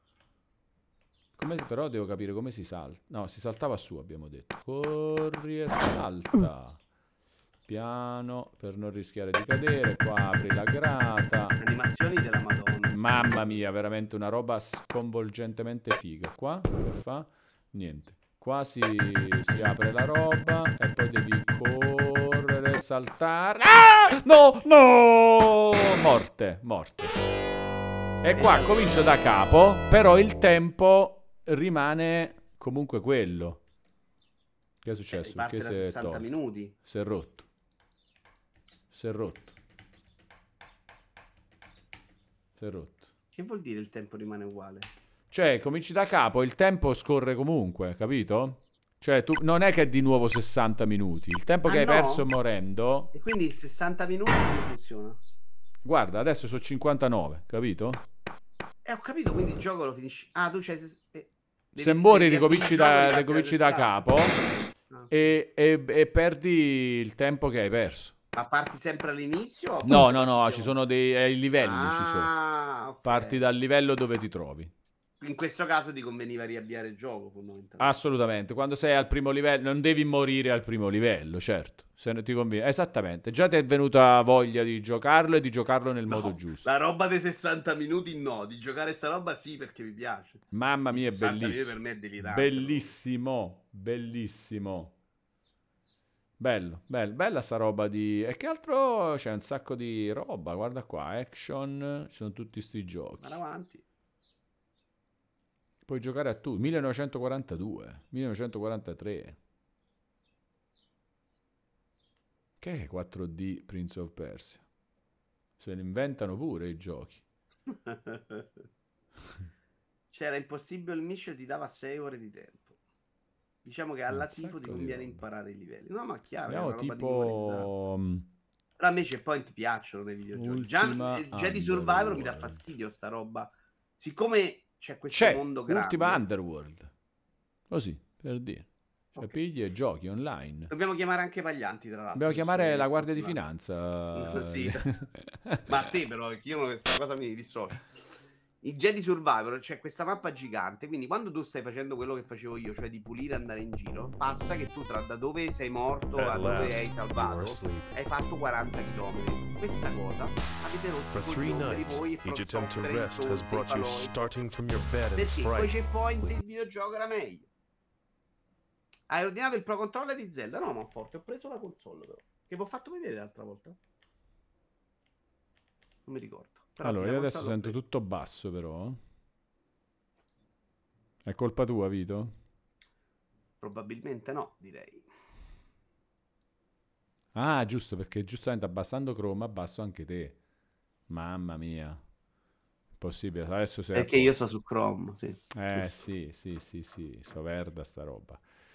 Però devo capire come si salta. No, si saltava su, abbiamo detto. Corri e salta. Piano, per non rischiare di cadere. Qua apri la grata. Animazioni della Madonna. Mamma mia, veramente una roba sconvolgentemente figa. Qua, che fa? Niente. Qua si apre la roba e poi devi correre, saltare. Ah! No, no! Morte. E qua comincio da capo, però il tempo rimane comunque quello. Che è successo? Parte Perché da si è 60 tolto? minuti. Si è rotto. Che vuol dire il tempo rimane uguale? Cioè, cominci da capo, il tempo scorre comunque, capito? Cioè, tu non è che è di nuovo 60 minuti. Il tempo che hai perso morendo... E quindi in 60 minuti come funziona? Guarda, adesso sono 59, capito? Ho capito, quindi il gioco lo finisci... Ah, tu c'hai... Se muori ricominci da capo e perdi il tempo che hai perso. Ma parti sempre all'inizio? No, ci sono dei livelli, ci sono. Okay. Parti dal livello dove ti trovi. In questo caso ti conveniva riavviare il gioco, fondamentalmente. Assolutamente, quando sei al primo livello non devi morire al primo livello, certo, se non ti conviene. Esattamente, già ti è venuta voglia di giocarlo e di giocarlo nel modo giusto. La roba dei 60 minuti no, di giocare sta roba sì perché mi piace. Mamma mia, è bellissimo. Per me è delirante. Bellissimo. Bella sta roba di... E che altro? C'è un sacco di roba, guarda qua, action, ci sono tutti sti giochi. Vado avanti. Puoi giocare a tu, 1942, 1943. Che è 4D Prince of Persia? Se ne inventano pure i giochi. C'era Impossible Mission, ti dava 6 ore di tempo. Diciamo che alla tifo ti conviene imparare i livelli. No, ma chiaro, è una roba tipo... Però a me checkpoint ti piacciono nei videogiochi. Già Jedi Survivor mi dà fastidio sta roba. Siccome c'è questo mondo grande. Ultima Underworld. Così, per dire. Cioè, pigli e giochi online. Dobbiamo chiamare anche Paglianti, tra l'altro. Dobbiamo chiamare la Guardia di Finanza. Sì. Ma a te però, perché io questa cosa mi dissocio. In Jedi Survivor c'è questa mappa gigante, quindi quando tu stai facendo quello che facevo io, cioè di pulire e andare in giro, passa che tu da dove sei morto a dove hai salvato hai fatto 40 km. Questa cosa avete rotto per voi e perché coi checkpoint il videogioco era meglio. Hai ordinato il Pro Controller di Zelda? No, ma forte, ho preso la console però. Che vi ho fatto vedere l'altra volta? Non mi ricordo. Però allora, io adesso sento tutto basso però. È colpa tua, Vito? Probabilmente no, direi. Ah, giusto, perché giustamente abbassando Chrome abbasso anche te. Mamma mia. Possibile, adesso sei... Perché io sto su Chrome, sì. Sì, soverda sta roba.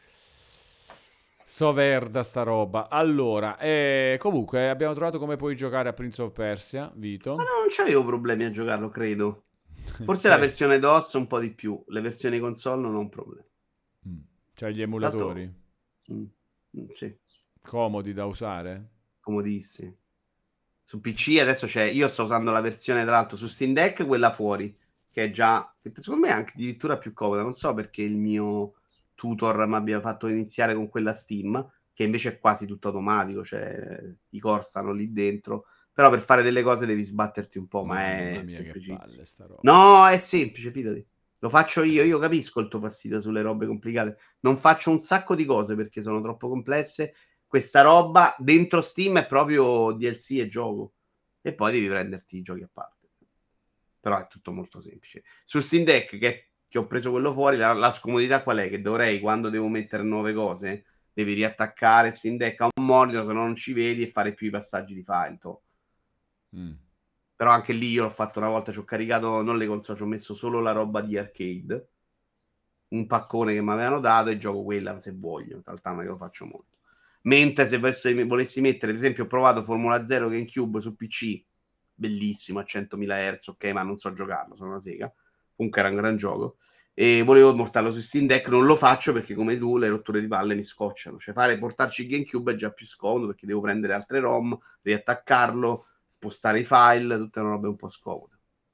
Allora, comunque abbiamo trovato come puoi giocare a Prince of Persia, Vito. Ma no, non c'avevo problemi a giocarlo, credo. Forse la versione DOS un po' di più, le versioni console non ho un problema. C'hai gli emulatori? Sì. Comodi da usare? comodissimi. Su PC adesso c'è, io sto usando la versione tra l'altro su Steam Deck, quella fuori, che è già, secondo me è anche addirittura più comoda, non so perché il mio tutor mi abbia fatto iniziare con quella Steam, che invece è quasi tutto automatico, cioè i core stanno lì dentro, però per fare delle cose devi sbatterti un po', ma Mamma è mia, che semplicissimo. palle sta roba. No, è semplice, fidati. Lo faccio io capisco il tuo fastidio sulle robe complicate. Non faccio un sacco di cose perché sono troppo complesse. Questa roba dentro Steam è proprio DLC e gioco. E poi devi prenderti i giochi a parte. Però è tutto molto semplice. Su Steam Deck, che ho preso quello fuori, la scomodità qual è? Che dovrei, quando devo mettere nuove cose, devi riattaccare Steam Deck a un monitor, se no non ci vedi, e fare più i passaggi di file. Mm. Però anche lì io l'ho fatto una volta, ci ho caricato non le console, ci ho messo solo la roba di arcade, un paccone che mi avevano dato e gioco quella se voglio, in realtà non è che lo faccio molto. Mentre se volessi mettere, per esempio, ho provato Formula 0 GameCube su PC, bellissimo, a 100.000 Hz, ok, ma non so giocarlo, sono una sega. Comunque era un gran gioco. E volevo portarlo su Steam Deck, non lo faccio perché come tu le rotture di palle mi scocciano. Cioè portarci il GameCube è già più scomodo perché devo prendere altre ROM, riattaccarlo, spostare i file, tutte una robe un po' scomode.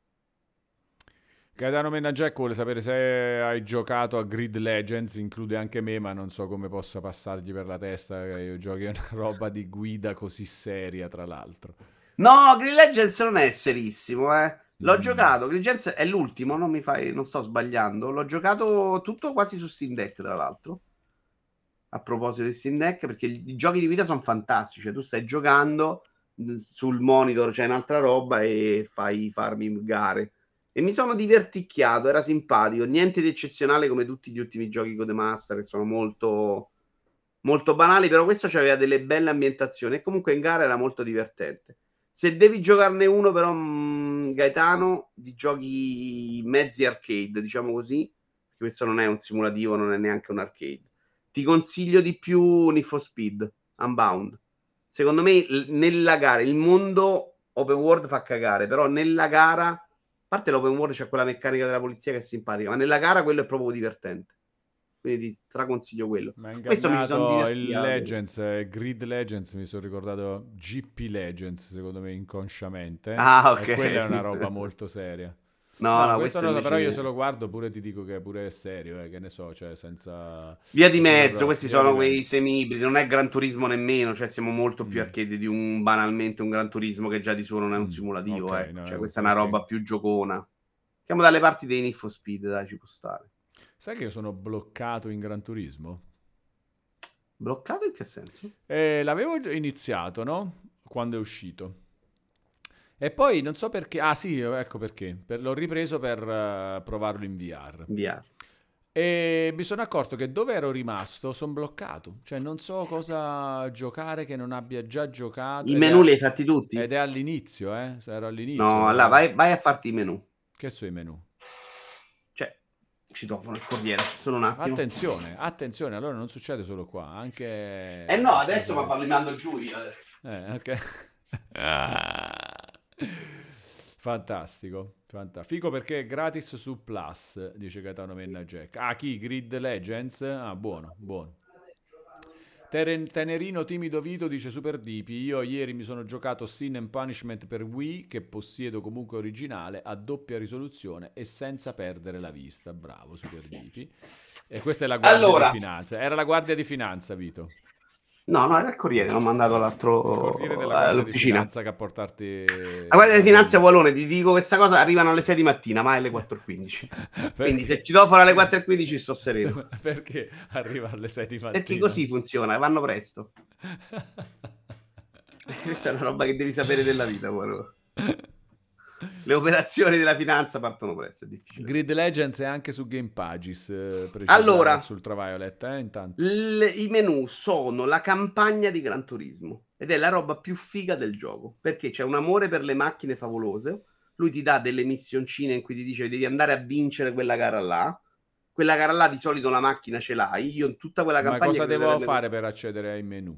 Gaetano Menna Jack vuole sapere se hai giocato a Grid Legends, include anche me, ma non so come possa passargli per la testa che io giochi a una roba di guida così seria, tra l'altro. No, Green Legends non è serissimo, eh. L'ho Mm. giocato, Green Legends è l'ultimo, non sto sbagliando. L'ho giocato tutto quasi su Steam Deck, tra l'altro. A proposito di Steam Deck, perché i giochi di guida sono fantastici. Cioè, tu stai giocando sul monitor, c'è un'altra roba e fai farming gare. E mi sono diverticchiato, era simpatico. Niente di eccezionale come tutti gli ultimi giochi Codemaster, che sono molto, molto banali, però questo aveva delle belle ambientazioni e comunque in gara era molto divertente. Se devi giocarne uno, però, Gaetano, di giochi mezzi arcade, diciamo così, perché questo non è un simulativo, non è neanche un arcade. Ti consiglio di più Need for Speed, Unbound. Secondo me, nella gara, il mondo open world fa cagare, però nella gara, a parte l'open world c'è quella meccanica della polizia che è simpatica, ma nella gara quello è proprio divertente. Quindi ti straconsiglio quello. Mi ha Questo mi ci sono ingannato il divertito. Legends, Grid Legends, mi sono ricordato GP Legends, secondo me inconsciamente, Ah, e ok. quella è una roba molto seria. No, No, no, questo questo no, però io se invece... lo guardo pure ti dico che pure è serio, che ne so, cioè senza... Via di pure mezzo, questi via di sono quei mezzo. semi-ibridi, non è Gran Turismo nemmeno, cioè siamo molto più Mm. arcade di banalmente un Gran Turismo che già di suo non è un Ok, simulativo, ecco. no, Cioè questa è una perché... roba più giocona. Siamo dalle parti dei Need for Speed, dai, ci può stare. Sai che io sono bloccato in Gran Turismo? Bloccato in che senso? L'avevo iniziato, no? Quando è uscito. E poi non so perché... Ah sì, ecco perché. L'ho ripreso per provarlo in VR. VR. E mi sono accorto che dove ero rimasto sono bloccato. Cioè non so cosa giocare che non abbia già giocato. I menu li hai fatti tutti? Ed è all'inizio, eh? Se ero all'inizio No, allora però... vai a farti i menu. Che so i menu? Cioè, citofono il corriere, solo un attimo. Attenzione, attenzione, allora non succede solo qua, Eh no, anche... adesso mi parlo mando giù io adesso. Ok. Fantastico, figo perché è gratis su Plus, dice Gaetano Menna Jack. Ah, chi? Grid Legends? Ah, buono, buono. Tenerino Timido Vito dice Super Dipi, io ieri mi sono giocato Sin and Punishment per Wii, che possiedo comunque originale, a doppia risoluzione e senza perdere la vista. Bravo Super Dipi. E questa è la guardia di Allora, finanza. Era la guardia di finanza, Vito. no, era il corriere, l'ho mandato Il corriere della guardia di all'ufficina. finanza che a portarti La guardia di la finanza pellicola. Walone, ti dico questa cosa, arrivano alle 6 di mattina, mai alle 4:15. Quindi se Perché? citofono alle 4:15 sto sereno. Perché arriva alle 6 di Perché mattina? così funziona, vanno presto. Questa è una roba che devi sapere della vita, Walone. Le operazioni della finanza partono presto, è difficile. Grid Legends è anche su Game Pages, precisa Allora, Alex Ultraviolet, intanto. i menu sono la campagna di Gran Turismo ed è la roba più figa del gioco perché c'è un amore per le macchine favolose. Lui ti dà delle missioncine in cui ti dice devi andare a vincere quella gara là. Quella gara là di solito la macchina ce l'hai. Io in tutta quella Ma campagna cosa credo di devo averne fare per accedere ai menu?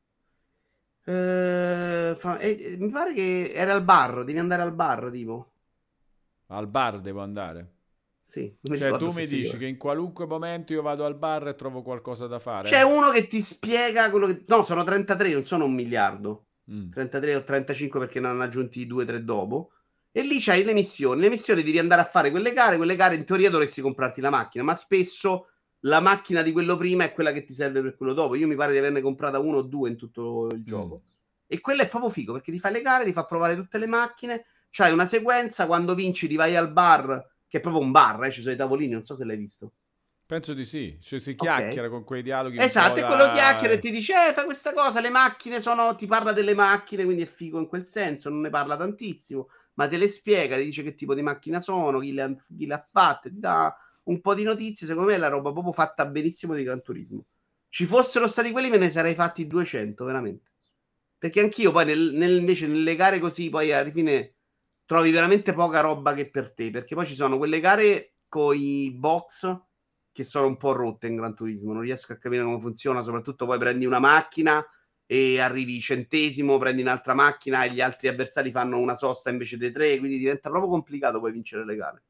mi pare che era al bar, devi andare al bar, tipo. Al bar devo andare? Sì, non mi Cioè ricordo tu se mi si dici che in qualunque momento io vado al bar e trovo qualcosa da C'è fare? uno che ti spiega quello che... No, sono 33, non sono 1 miliardo. 33 o 35 perché ne hanno aggiunti 2-3 dopo. E lì c'hai le missioni devi andare a fare quelle gare in teoria dovresti comprarti la macchina, ma spesso la macchina di quello prima è quella che ti serve per quello dopo. Io mi pare di averne comprata uno o due in tutto il gioco. E quello è proprio figo perché ti fai le gare, ti fa provare tutte le macchine. C'hai una sequenza, quando vinci ti vai al bar, che è proprio un bar, ci sono i tavolini, non so se l'hai visto. Penso di sì, cioè si Ok. chiacchiera con quei dialoghi un po' Esatto, e quello chiacchiera e da... ti dice, fai questa cosa, le macchine sono, ti parla delle macchine, quindi è figo in quel senso, non ne parla tantissimo, ma te le spiega, ti dice che tipo di macchina sono, chi le ha fatte, ti dà un po' di notizie, secondo me è la roba proprio fatta benissimo di Gran Turismo. Ci fossero stati quelli me ne sarei fatti 200, veramente. Perché anch'io poi invece nelle gare così, poi alla fine trovi veramente poca roba che per te, perché poi ci sono quelle gare con i box che sono un po' rotte in Gran Turismo, non riesco a capire come funziona, soprattutto poi prendi una macchina e arrivi centesimo, prendi un'altra macchina e gli altri avversari fanno una sosta invece dei tre, quindi diventa proprio complicato poi vincere le gare.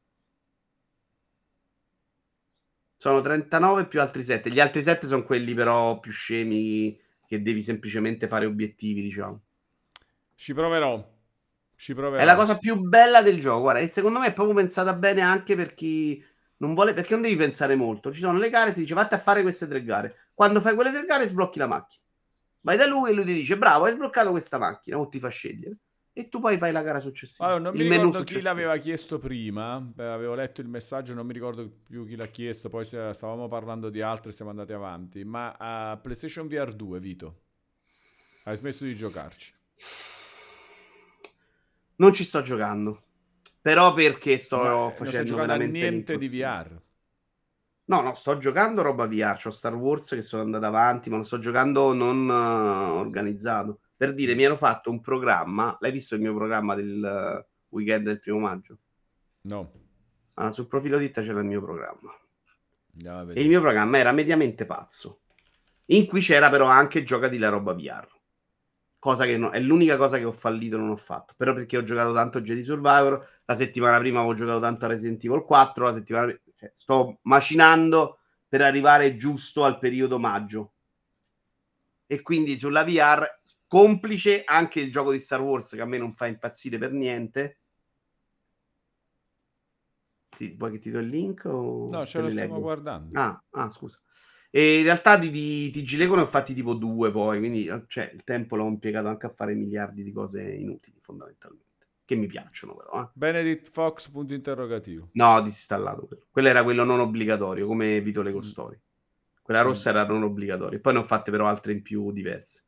Sono 39 più altri 7, gli altri 7 sono quelli però più scemi che devi semplicemente fare obiettivi, diciamo. Ci proverò, ci È la proverò. cosa più bella del gioco, guarda, e secondo me è proprio pensata bene anche per chi non vuole, perché non devi pensare molto. Ci sono le gare, ti dice vatti a fare queste 3 gare. Quando fai quelle 3 gare sblocchi la macchina. Vai da lui e lui ti dice bravo, hai sbloccato questa macchina, o ti fa scegliere. E tu poi fai la gara successiva, Allora, non mi il menu ricordo chi successivo. l'aveva chiesto prima, avevo letto il messaggio, non mi ricordo più chi l'ha chiesto, poi stavamo parlando di altro e siamo andati avanti, ma a PlayStation VR 2, Vito, hai smesso di giocarci? Non ci sto giocando, però perché Ma sto non stai facendo giocando a veramente niente di l'impossibile. VR? No, no, sto giocando roba VR. C'ho Star Wars che sono andato avanti, ma lo sto giocando non organizzato. Per dire, Mm. mi ero fatto un programma. L'hai visto il mio programma del weekend del 1 maggio? No, Ah, sul profilo Ditta c'era il mio programma. andiamo a E il vedere. mio programma era mediamente pazzo. In cui c'era però anche giocati la roba VR. Cosa che è l'unica cosa che ho fallito e non ho fatto. Però perché ho giocato tanto Jedi Survivor, la settimana prima avevo giocato tanto a Resident Evil 4, la settimana cioè, sto macinando per arrivare giusto al periodo maggio. E quindi sulla VR, complice anche il gioco di Star Wars che a me non fa impazzire per niente. Vuoi che ti do il link No, o ce te lo li stiamo leggo? guardando. Scusa. E in realtà di TG Lego ne ho fatti tipo 2 poi, quindi cioè, il tempo l'ho impiegato anche a fare miliardi di cose inutili fondamentalmente, che mi piacciono però. Benedict Fox, punto interrogativo. No, disinstallato quello. Quello era quello non obbligatorio, come Vito Lego Mm, Story. Quella mm. rossa era non obbligatoria. Poi ne ho fatte però altre in più diverse.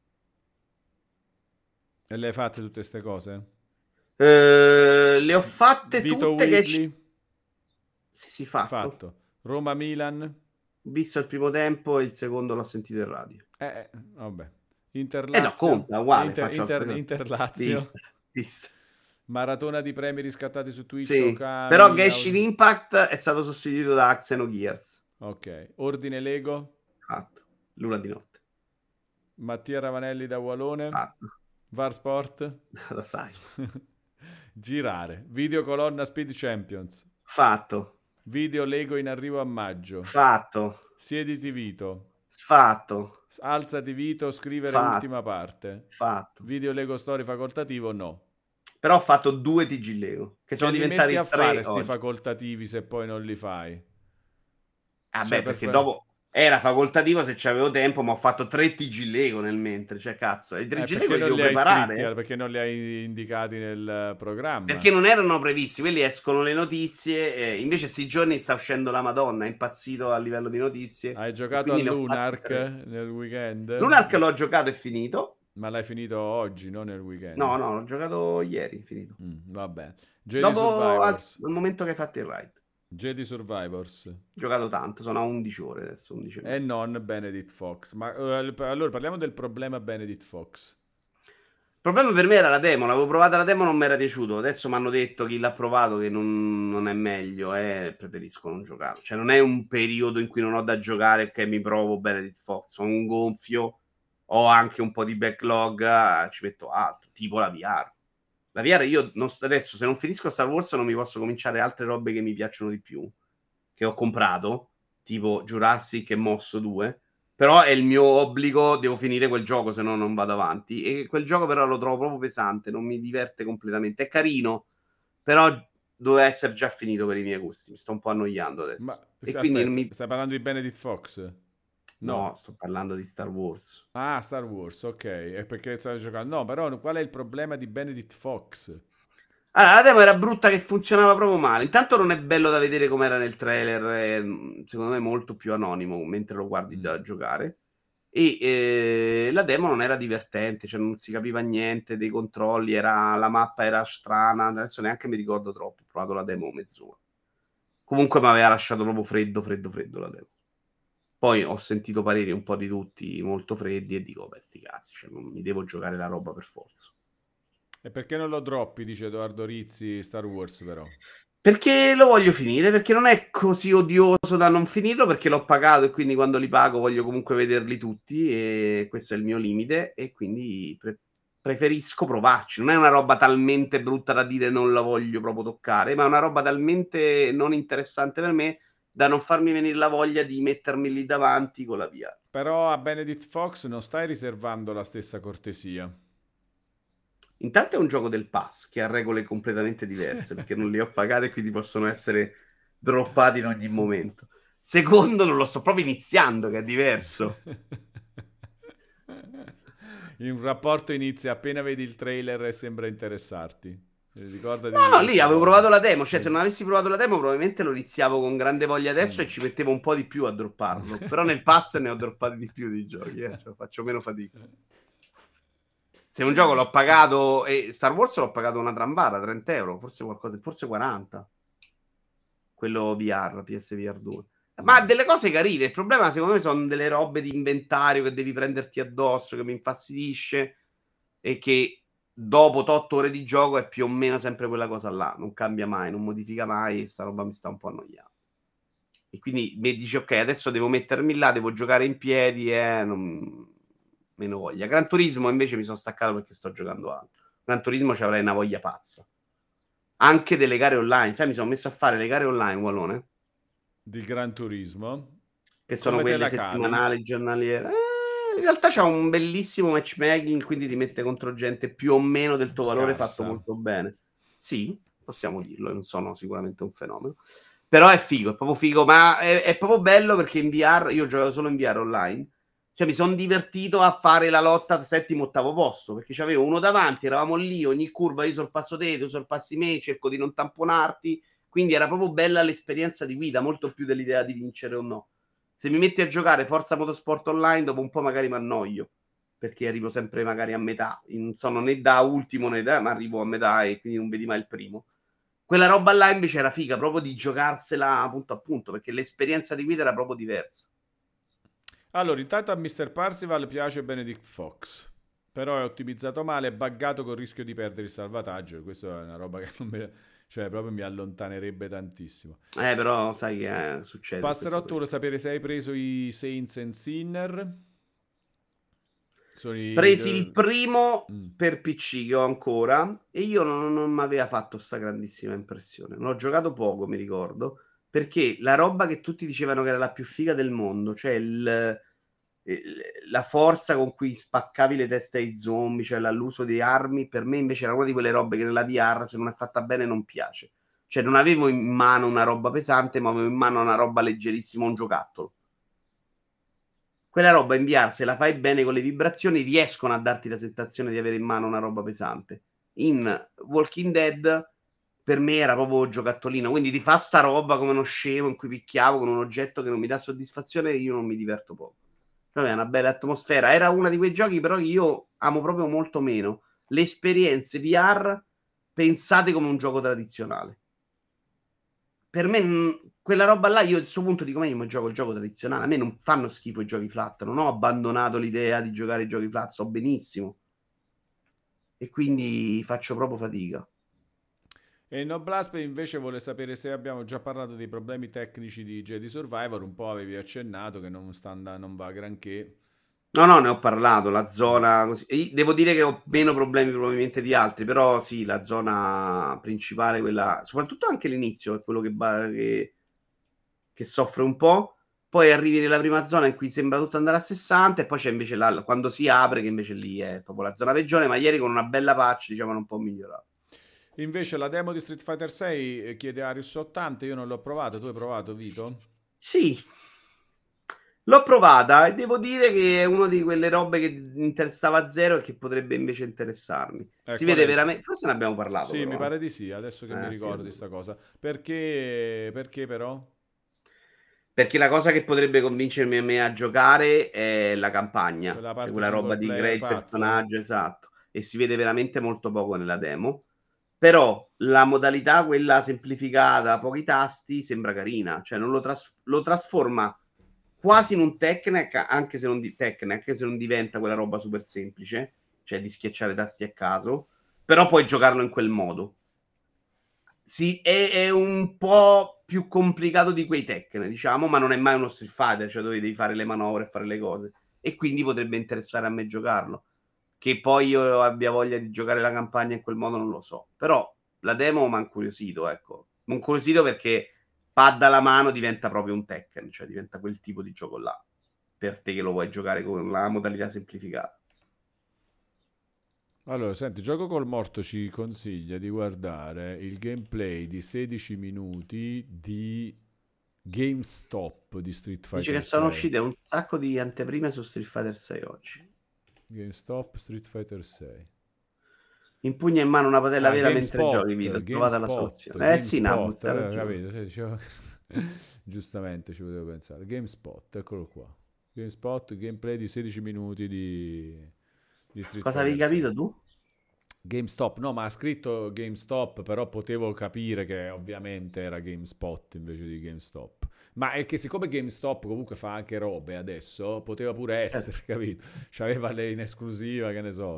E le hai fatte tutte queste cose? Le ho fatte Vito tutte che... Weekly, Sì, sì, fatto. fatto. Roma-Milan, Ho visto il primo tempo e il secondo l'ho sentito in radio. vabbè. Eh no, Interlazio, conta, uguale, faccio altre cose. Interlazio, Vista, vista. maratona di premi riscattati su Twitch, Sì, però Okami, Genshin Impact è stato sostituito da Xenogears. ok. Ordine Lego, Fatto. L'una di notte. Mattia Ravanelli da Walone, Fatto. Var Sport, Lo sai. girare, video colonna Speed Champions, Fatto. video Lego in arrivo a maggio, Fatto. siediti Vito, Fatto. alzati Vito, scrivere Fatto. ultima parte, Fatto. video Lego Story facoltativo no. Però ho fatto 2 TG Lego, che Che sono li metti a diventati fare 3 sti oggi. facoltativi se poi non li fai? Ah Cioè, beh, perché dopo era facoltativo se c'avevo tempo, ma ho fatto 3 TG Lego nel mentre, cioè cazzo, e i 3 TG Lego perché li non devo li hai preparare, iscritti? Perché non li hai indicati nel programma? perché non erano previsti, quelli escono le notizie, invece sti giorni sta uscendo la Madonna, è impazzito a livello di notizie, Hai e giocato a quindi ne ho fatti Lunark 3. nel weekend? L'Unark l'ho giocato e finito. Ma l'hai finito oggi, non nel weekend? No, no, l'ho giocato ieri, finito. Vabbè. Jedi Dopo Survivors. al momento che hai fatto il ride. Jedi Survivors. Ho giocato tanto, sono a 11 ore adesso, 11 e E mezzo. non Benedict Fox. Ma allora parliamo del problema Benedict Fox. Il problema per me era la demo, l'avevo provata la demo, non mi era piaciuto. Adesso mi hanno detto chi l'ha provato che non è meglio e preferisco non giocarlo. Cioè, non è un periodo in cui non ho da giocare e che mi provo Benedict Fox. Ho un gonfio, ho anche un po' di backlog, ci metto altro, tipo la VR. La VR io adesso, se non finisco Star Wars, non mi posso cominciare altre robe che mi piacciono di più, che ho comprato, tipo Jurassic e Mosso 2. Però è il mio obbligo, devo finire quel gioco, se no non vado avanti. E quel gioco però lo trovo proprio pesante, non mi diverte completamente. È carino, però doveva essere già finito per i miei gusti. Mi sto un po' annoiando Ma adesso. E quindi non aspetta, mi... stai parlando di Benedict Fox? No, No. sto parlando di Star Wars. Ah, Star Wars, ok. È perché stai giocando. No, però qual è il problema di Benedict Fox? Allora, la demo era brutta che funzionava proprio male. Intanto non è bello da vedere come era nel trailer, è, secondo me molto più anonimo mentre lo guardi Mm. da giocare. E la demo non era divertente, cioè non si capiva niente dei controlli, la mappa era strana, adesso neanche mi ricordo troppo, ho provato la demo mezz'ora. Comunque mi aveva lasciato proprio freddo, freddo, freddo la demo. Poi ho sentito pareri un po' di tutti molto freddi e dico, beh, sti cazzi, cioè, non mi devo giocare la roba per forza. E perché non lo droppi, dice Edoardo Rizzi, Star Wars però. Perché lo voglio finire, perché non è così odioso da non finirlo, perché l'ho pagato e quindi quando li pago voglio comunque vederli tutti e questo è il mio limite e quindi preferisco provarci. Non è una roba talmente brutta da dire non la voglio proprio toccare, ma è una roba talmente non interessante per me da non farmi venire la voglia di mettermi lì davanti con la via. Però a Benedict Fox non stai riservando la stessa cortesia. Intanto è un gioco del pass che ha regole completamente diverse perché non li ho pagate e quindi possono essere droppati in ogni momento. Secondo, non lo sto proprio iniziando, che è diverso. In un rapporto inizia appena vedi il trailer e sembra interessarti. No, Ricordati di no, lì questa avevo cosa. provato la demo. Cioè, se Mm. non avessi provato la demo, probabilmente lo iniziavo con grande voglia adesso Mm. e ci mettevo un po' di più a dropparlo. Però nel pass ne ho droppati di più di giochi, cioè, faccio meno fatica. Se un gioco l'ho pagato, e Star Wars l'ho pagato una trambata, 30 euro, forse qualcosa, forse 40. Quello VR, PSVR 2. Ma ha Mm. delle cose carine. Il problema, secondo me, sono delle robe di inventario che devi prenderti addosso, che mi infastidisce e che dopo 8 ore di gioco è più o meno sempre quella cosa là. Non cambia mai, non modifica mai. E sta roba mi sta un po' annoiando. E quindi mi dici, ok, adesso devo mettermi là, devo giocare in piedi e meno voglia. Gran Turismo invece mi sono staccato perché sto giocando altro. Gran Turismo ci avrei una voglia pazza. Anche delle gare online. Sai, mi sono messo a fare le gare online, Wallone, Di Gran Turismo. che sono Come te quelle la cavi? settimanali, giornaliere. In realtà c'è un bellissimo matchmaking, quindi ti mette contro gente più o meno del tuo valore fatto Scarsa. molto bene. Sì, possiamo dirlo, non sono sicuramente un fenomeno. Però è figo, è proprio figo, ma è proprio bello perché in VR, io gioco solo in VR online, cioè mi sono divertito a fare la lotta al settimo, ottavo posto, perché c'avevo uno davanti, eravamo lì, ogni curva io sorpasso te, tu sorpassi me, cerco di non tamponarti, quindi era proprio bella l'esperienza di guida, molto più dell'idea di vincere o no. Se mi metti a giocare Forza Motorsport Online, dopo un po' magari mi annoio, perché arrivo sempre magari a metà. Non sono né da ultimo né da, ma arrivo a metà e quindi non vedi mai il primo. Quella roba là invece era figa, proprio di giocarsela punto a punto, perché l'esperienza di guida era proprio diversa. Allora, intanto a Mr. Parzival piace Benedict Fox. Però è ottimizzato male, è buggato con il rischio di perdere il salvataggio. E questa è una roba che non mi, cioè, proprio mi allontanerebbe tantissimo. Però sai che succede questo Passerò tu periodo. a sapere se hai preso i Saints and Sinner. Sono Presi il primo Mm. per PC che ho ancora e io non mi aveva fatto sta grandissima impressione. L'ho giocato poco, mi ricordo, perché la roba che tutti dicevano che era la più figa del mondo, cioè la forza con cui spaccavi le teste ai zombie, cioè l'uso di armi, per me invece era una di quelle robe che nella VR, se non è fatta bene, non piace. Cioè non avevo in mano una roba pesante, ma avevo in mano una roba leggerissima, un giocattolo. Quella roba in VR, se la fai bene con le vibrazioni, riescono a darti la sensazione di avere in mano una roba pesante. In Walking Dead, per me era proprio giocattolino. Quindi di fa sta roba come uno scemo in cui picchiavo con un oggetto che non mi dà soddisfazione, io non mi diverto poco. Vabbè, è una bella atmosfera. Era uno di quei giochi, però, che io amo proprio molto meno. Le esperienze VR pensate come un gioco tradizionale. Per me, quella roba là, io a questo punto dico, ma io mi gioco il gioco tradizionale. A me non fanno schifo i giochi flat. Non ho abbandonato l'idea di giocare i giochi flat, so benissimo. E quindi faccio proprio fatica. E Noblaspe invece vuole sapere se abbiamo già parlato dei problemi tecnici di Jedi Survivor. Un po' avevi accennato che non sta andando, non va granché. No, no, ne ho parlato, la Mm. zona così. E devo dire che ho meno problemi probabilmente di altri, però sì, la zona principale, quella, soprattutto anche l'inizio, è quello che soffre un po'. poi arrivi nella prima zona in cui sembra tutto andare a 60 e poi c'è invece quando si apre che invece lì è proprio la zona peggiore, ma ieri con una bella patch diciamo hanno un po' migliorato. Invece la demo di Street Fighter 6 chiede Arius 80, io non l'ho provato, tu hai provato, Vito? Sì, l'ho provata e devo dire che è una di quelle robe che interessava a zero e che potrebbe invece interessarmi. Si Qual è vede il... veramente, forse ne abbiamo parlato Sì, mi però. pare di sì, adesso che mi Sì. ricordo di sta cosa. Perché però? Perché la cosa che potrebbe convincermi a me a giocare è la campagna, Quella cioè parte quella single roba di crea player il pazza? personaggio, esatto, e si vede veramente molto poco nella demo. Però la modalità, quella semplificata, pochi tasti, sembra carina, cioè non lo trasforma quasi in un Tekken, anche se non diventa quella roba super semplice, cioè di schiacciare tasti a caso, però puoi giocarlo in quel modo. Sì, è un po' più complicato di quei Tekken, diciamo, ma non è mai uno Street Fighter, cioè dove devi fare le manovre e fare le cose. E quindi potrebbe interessare a me giocarlo. Che poi io abbia voglia di giocare la campagna in quel modo non lo so. Però la demo mi ha incuriosito, ecco. Mi ha incuriosito perché pad alla mano diventa proprio un Tekken, cioè diventa quel tipo di gioco là. Per te che lo vuoi giocare con la modalità semplificata. Allora, senti, Gioco col Morto ci consiglia di guardare il gameplay di 16 minuti di GameStop di Street Dice che Fighter sono 6. uscite un sacco di anteprime su Street Fighter 6 oggi. GameStop Street Fighter 6. Impugna in mano una padella Ah, vera mentre giochi, GameSpot, Vito. Trovata la GameSpot, soluzione. Eh sì, Nabuz, GameSpot, hai ragione. capito? Sì, giustamente ci potevo pensare. GameSpot, eccolo qua. GameSpot, gameplay di 16 minuti di Street Cosa avevi Fighter 6. capito tu? GameStop, no, ma ha scritto GameStop, però potevo capire che ovviamente era GameSpot invece di GameStop. Ma è che siccome GameStop comunque fa anche robe adesso, poteva pure essere, Certo. capito? C'aveva le in esclusiva, che ne so,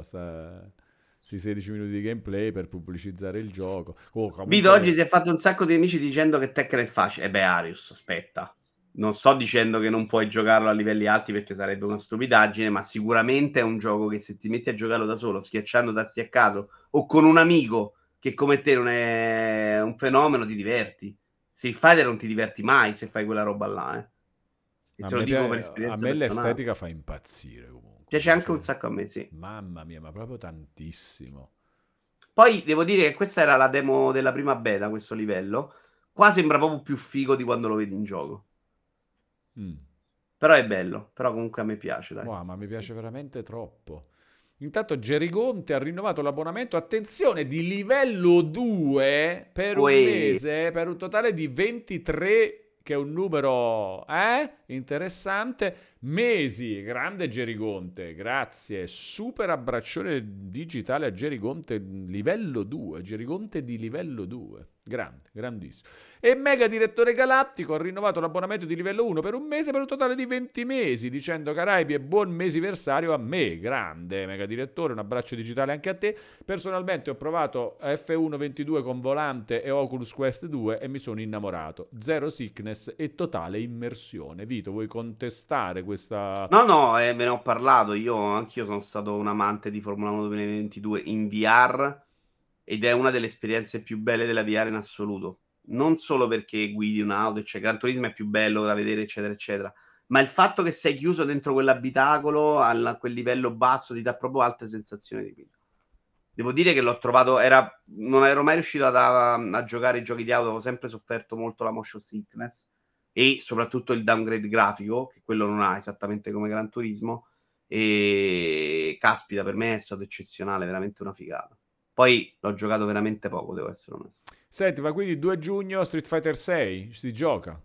sti 16 minuti di gameplay per pubblicizzare il gioco. Oh, Vito comunque oggi si è fatto un sacco di amici dicendo che Tekken è facile. E beh, Arius, aspetta. Non sto dicendo che non puoi giocarlo a livelli alti perché sarebbe una stupidaggine, ma sicuramente è un gioco che se ti metti a giocarlo da solo, schiacciando tasti a caso, o con un amico che come te non è un fenomeno, ti diverti. Street Fighter non ti diverti mai se fai quella roba là, eh. E a te lo me, dico per a esperienza me personale. l'estetica fa impazzire comunque, Piace anche un piace, sacco a me, sì. mamma mia, ma proprio tantissimo. Poi devo dire che questa era la demo della prima beta, questo livello. Qua sembra proprio più figo di quando lo vedi in gioco. Mm. Però è bello, però comunque a me piace, dai. Wow, ma mi piace veramente troppo. Intanto Gerigonte ha rinnovato l'abbonamento, attenzione, di livello 2 per un Uè. mese, per un totale di 23, che è un numero interessante, mesi. Grande Gerigonte, grazie. Super abbraccione digitale a Gerigonte, livello 2, Gerigonte di livello 2. Grande, grandissimo. E Mega Direttore Galattico ha rinnovato l'abbonamento di livello 1 per un mese per un totale di 20 mesi, dicendo Caraibi e buon mesiversario a me. Grande Mega Direttore, un abbraccio digitale anche a te. Personalmente ho provato F1 22 con volante e Oculus Quest 2 e mi sono innamorato. Zero sickness e totale immersione. Vito, vuoi contestare questa... No, no, ve ne ho parlato. Anch'io sono stato un amante di Formula 1 2022 in VR ed è una delle esperienze più belle della VR in assoluto. Non solo perché guidi un'auto, eccetera. Gran Turismo è più bello da vedere, eccetera, eccetera. Ma il fatto che sei chiuso dentro quell'abitacolo a quel livello basso ti dà proprio altre sensazioni di guida. Devo dire che l'ho trovato, non ero mai riuscito a giocare i giochi di auto, avevo sempre sofferto molto la motion sickness e soprattutto il downgrade grafico, che quello non ha esattamente come Gran Turismo. E caspita, per me è stato eccezionale, veramente una figata. Poi l'ho giocato veramente poco, devo essere onesto. Senti, ma quindi 2 giugno Street Fighter 6 si gioca?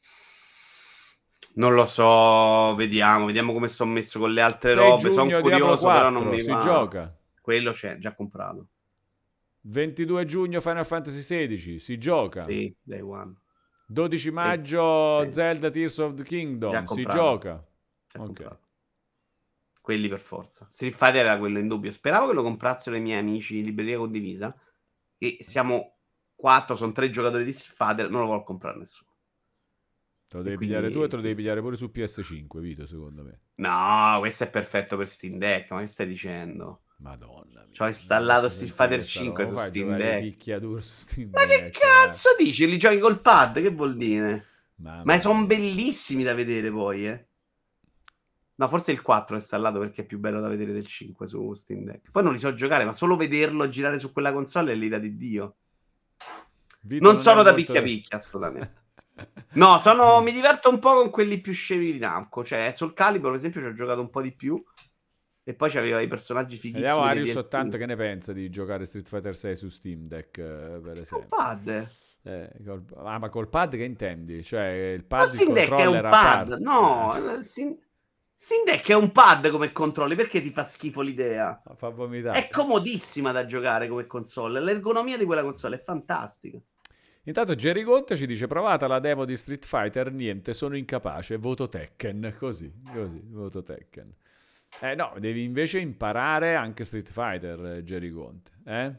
Non lo so, vediamo come sto messo con le altre 6 robe. Sono giugno Diablo curioso, però non 4 mi si va. gioca? Quello c'è, già comprato. 22 giugno Final Fantasy 16 si gioca? Sì, Day One. 12 E, maggio sì, Zelda Tears of the già Kingdom si comprato. gioca? Già Ok. comprato. Quelli per forza. Street Fighter era quello in dubbio. Speravo che lo comprassero i miei amici in libreria condivisa. Che siamo 4, sono 3 giocatori di Street Fighter, non lo vuole comprare nessuno. Te lo E devi pigliare tu e quindi te lo devi pigliare pure su PS5, Vito, secondo me. no, questo è perfetto per Steam Deck. Ma che stai dicendo? Madonna Ci ho mia, non installato posso Street sentire Fighter sta roba. 5 Come su fai a Steam giocare i Deck. picchiaduro su Steam Ma che Deck? Dai. cazzo dici? Li giochi col pad? Che vuol dire? Ma sono mia. bellissimi da vedere poi, No, forse il 4 è installato perché è più bello da vedere del 5 su Steam Deck. Poi non li so giocare, ma solo vederlo girare su quella console è l'ira di Dio. Vito Non non è sono da molto... picchia assolutamente. No, mi diverto un po' con quelli più scemi di Namco. Cioè, sul Calibur, per esempio, ci ho giocato un po' di più. E poi c'aveva i personaggi Vediamo fighissimi dei Arius 80 DLC. che ne pensa di giocare Street Fighter 6 su Steam Deck, per È un esempio. pad. Ma col pad che intendi? Cioè il Ma pad, il Steam Deck è controller un a pad. parte? No, Steam Deck è un pad come controlli. Perché ti fa schifo l'idea? Fa È vomitare. comodissima da giocare come console. L'ergonomia di quella console è fantastica. Intanto Jerry Conte ci dice provata la demo di Street Fighter, niente, sono incapace, voto Tekken, così, voto Tekken. No, devi invece imparare anche Street Fighter, Jerry Conte,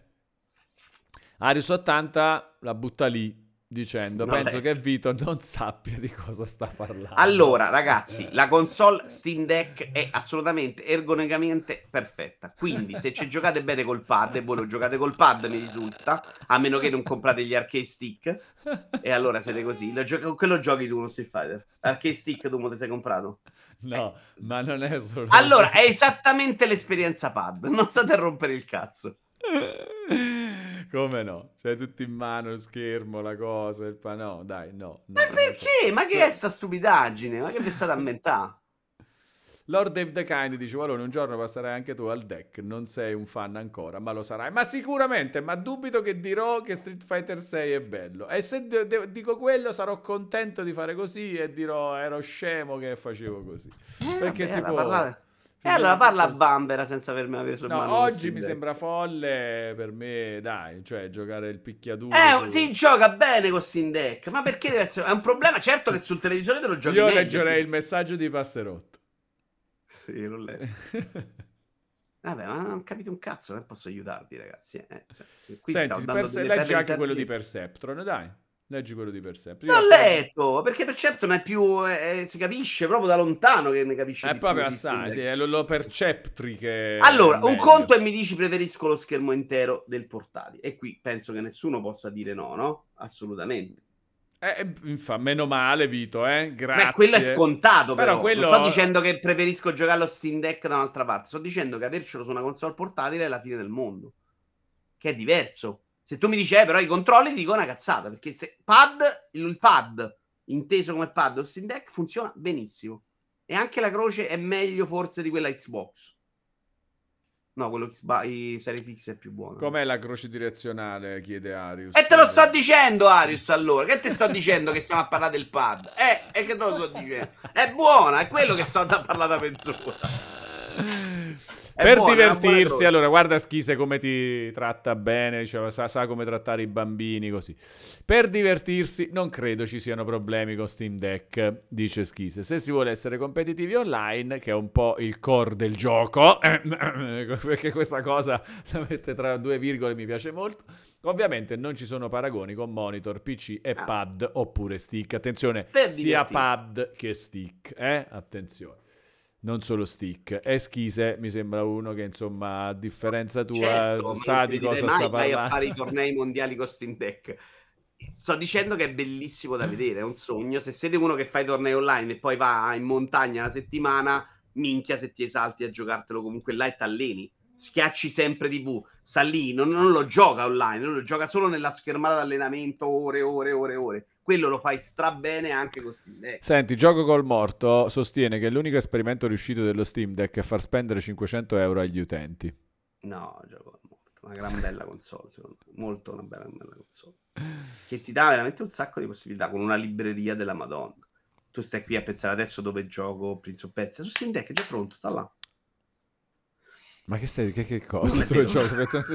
Arius 80 la butta lì dicendo Non penso che letto. Vito non sappia di cosa sta parlando. Allora, ragazzi, la console Steam Deck è assolutamente ergonomicamente perfetta. Quindi, se ci giocate bene col pad, e voi lo giocate col pad, mi risulta, a meno che non comprate gli arcade stick, e allora siete così. Con quello giochi tu uno Street Fighter. Arcade stick tu mo te sei comprato? No, ma non è solo... Allora, è esattamente l'esperienza pad. Non state a rompere il cazzo. Come no? Cioè tutto in mano, lo schermo, la cosa, no, dai, no, Ma non lo so. perché? Ma che Cioè, è sta stupidaggine? Ma che vi state a mentare? Lord Dave the Kind dice, Valone, un giorno passerai anche tu al deck, non sei un fan ancora, ma lo sarai. Ma sicuramente, ma dubito che dirò che Street Fighter 6 è bello. E se dico quello sarò contento di fare così e dirò ero scemo che facevo così. Perché Vabbè, si allora, può... allora Filosofi parla a così. Bambera senza avermi preso in No, mano uno oggi Steam mi Deck. sembra folle per me, dai, cioè giocare il picchiaduro Si su... gioca bene con Steam Deck, ma perché deve essere... È un problema, certo che sul televisore te lo giochi Io meglio. leggerei il messaggio di Passerotto. Sì, l'ho letto. Vabbè, ma non capite un cazzo, non posso aiutarti, ragazzi. Qui ti stavo Senti, dando delle leggi perle di anche quello di saggezza. Perceptron, dai. Leggi quello di Perceptron. L'ho letto, perché per certo non è più... si capisce proprio da lontano che ne capisce È di più proprio di Steam assai, sì, Deck. è lo Perceptri che è Allora, un meglio. conto e mi dici preferisco lo schermo intero del portatile. E qui penso che nessuno possa dire no, no? Assolutamente. Meno male, Vito, Beh, quello è grazie. scontato, Però però. Non sto quello... dicendo che preferisco giocare allo Steam Deck da un'altra parte. Sto dicendo che avercelo su una console portatile è la fine del mondo. Che è diverso. Se tu mi dici, però i controlli, ti dico una cazzata. Perché il pad, inteso come pad o Steam Deck, funziona benissimo. E anche la croce è meglio forse di quella Xbox. No, quello Series X è più buono. Com'è la croce direzionale, chiede Arius. E te lo sto dicendo, Arius, allora. Che te sto dicendo che stiamo a parlare del pad? È che te lo sto dicendo. È buona, è quello che sto a parlare da pensura. Per buona, divertirsi, allora guarda Schise come ti tratta bene, diceva, sa come trattare i bambini, così. Per divertirsi non credo ci siano problemi con Steam Deck, dice Schise. Se si vuole essere competitivi online, che è un po' il core del gioco, perché questa cosa la mette tra due virgole, mi piace molto. Ovviamente non ci sono paragoni con monitor, PC e pad oppure stick. Attenzione, sia pad che stick, attenzione. Non solo stick. E Schise mi sembra uno che, insomma, a differenza tua, certo, sa di cosa sta vai a fare i parlando. tornei mondiali con Steam Deck. Sto dicendo che è bellissimo da vedere, è un sogno. Se siete uno che fa i tornei online e poi va in montagna una settimana, minchia se ti esalti a giocartelo comunque là e t'alleni. Schiacci sempre TV, sta lì, non lo gioca online, lo gioca solo nella schermata d'allenamento, ore. Quello lo fai strabene anche con Steam Deck. Senti, Gioco col Morto sostiene che l'unico esperimento riuscito dello Steam Deck è far spendere 500 euro agli utenti. No, Gioco col Morto, una gran bella console, secondo me. Molto una bella console. Che ti dà veramente un sacco di possibilità con una libreria della Madonna. Tu stai qui a pensare adesso dove gioco Prince of Persia. Su Steam Deck è già pronto, sta là. Ma che cosa? Tu giochi?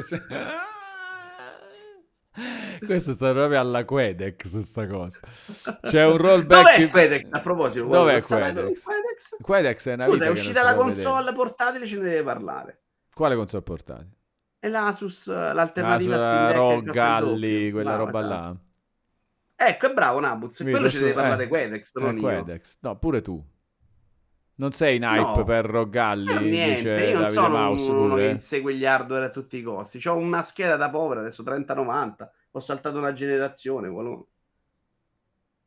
Questo sta proprio alla Quedex, sta cosa. C'è un rollback. Dov'è Quedex? A proposito, dov'è Quedex? Quedex è una Scusa, vita è che non uscita si la fa console vedere. portatile, ce ne deve parlare. Quale console portatile? È l'Asus, l'alternativa a Steam Deck ROG che costa il Galli, doppio. quella Bravo, roba esatto. là. Ecco, è bravo Nabuz, e quello ce ne deve parlare Quedex, non io. Quedex. No, pure tu. Non sei in hype No, per ROG Galli, per niente, dice io non Davide sono Mouse uno che pure. insegue gli hardware a tutti i costi. C'ho una scheda da povera, adesso 3090, ho saltato una generazione, qualunque.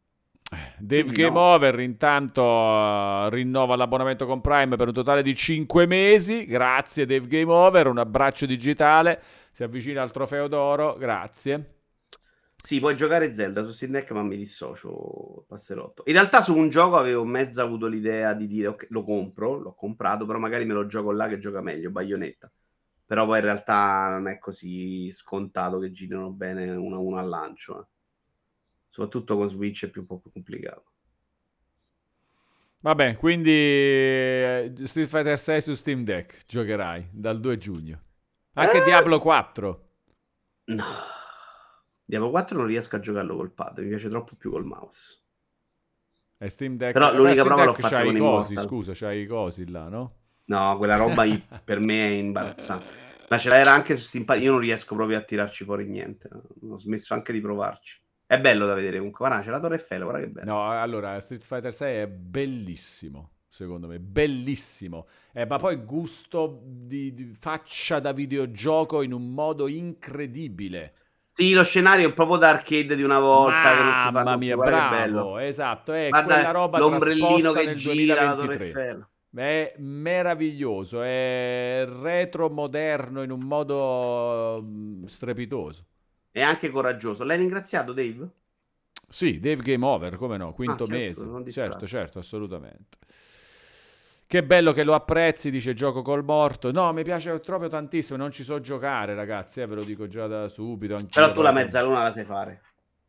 Dave Quindi Game no. Over intanto rinnova l'abbonamento con Prime per un totale di 5 mesi. Grazie Dave Game Over, un abbraccio digitale. Si avvicina al trofeo d'oro, grazie. Sì, puoi giocare Zelda su Steam Deck, ma mi dissocio, passerotto. In realtà su un gioco avevo mezzo avuto l'idea di dire, ok, lo compro, l'ho comprato, però magari me lo gioco là che gioca meglio, Bayonetta. Però poi in realtà non è così scontato che girino bene uno a uno al lancio. Soprattutto con Switch è più un po' più complicato. Vabbè, quindi Street Fighter 6 su Steam Deck giocherai dal 2 giugno. Anche Diablo Eh, 4. no. Diablo 4 non riesco a giocarlo col pad, mi piace troppo più col mouse. E Steam Deck. Però Beh, l'unica Steam prova l'ho Deck fatta c'hai i con cosi, Immortal. scusa, c'hai i cosi là, no? No, quella roba per me è imbarazzante. Ma ce l'era anche su Steam Pad. Io non riesco proprio a tirarci fuori niente. Ho smesso anche di provarci. È bello da vedere comunque. Guarda, c'è la Torre Eiffel, guarda che bello. No, allora, Street Fighter 6 è bellissimo, secondo me, bellissimo. Ma poi gusto di faccia da videogioco in un modo incredibile. Sì, lo scenario è proprio da arcade di una volta che non si Mamma fanno più. mia, Guarda che bravo, bello. esatto, è quella Guarda roba l'ombrellino trasposta che nel gira, la Torre 2023. Eiffel. È meraviglioso, è retro moderno in un modo strepitoso. È anche coraggioso. L'hai ringraziato, Dave? Sì, Dave Game Over, come no, Ah, quinto chiedo scusa, mese. non Certo, distratto. certo, assolutamente. Che bello che lo apprezzi, dice gioco col morto. No, mi piace proprio tantissimo, non ci so giocare, ragazzi, ve lo dico già da subito, Però anch'io tu la proprio. mezzaluna la sai fare.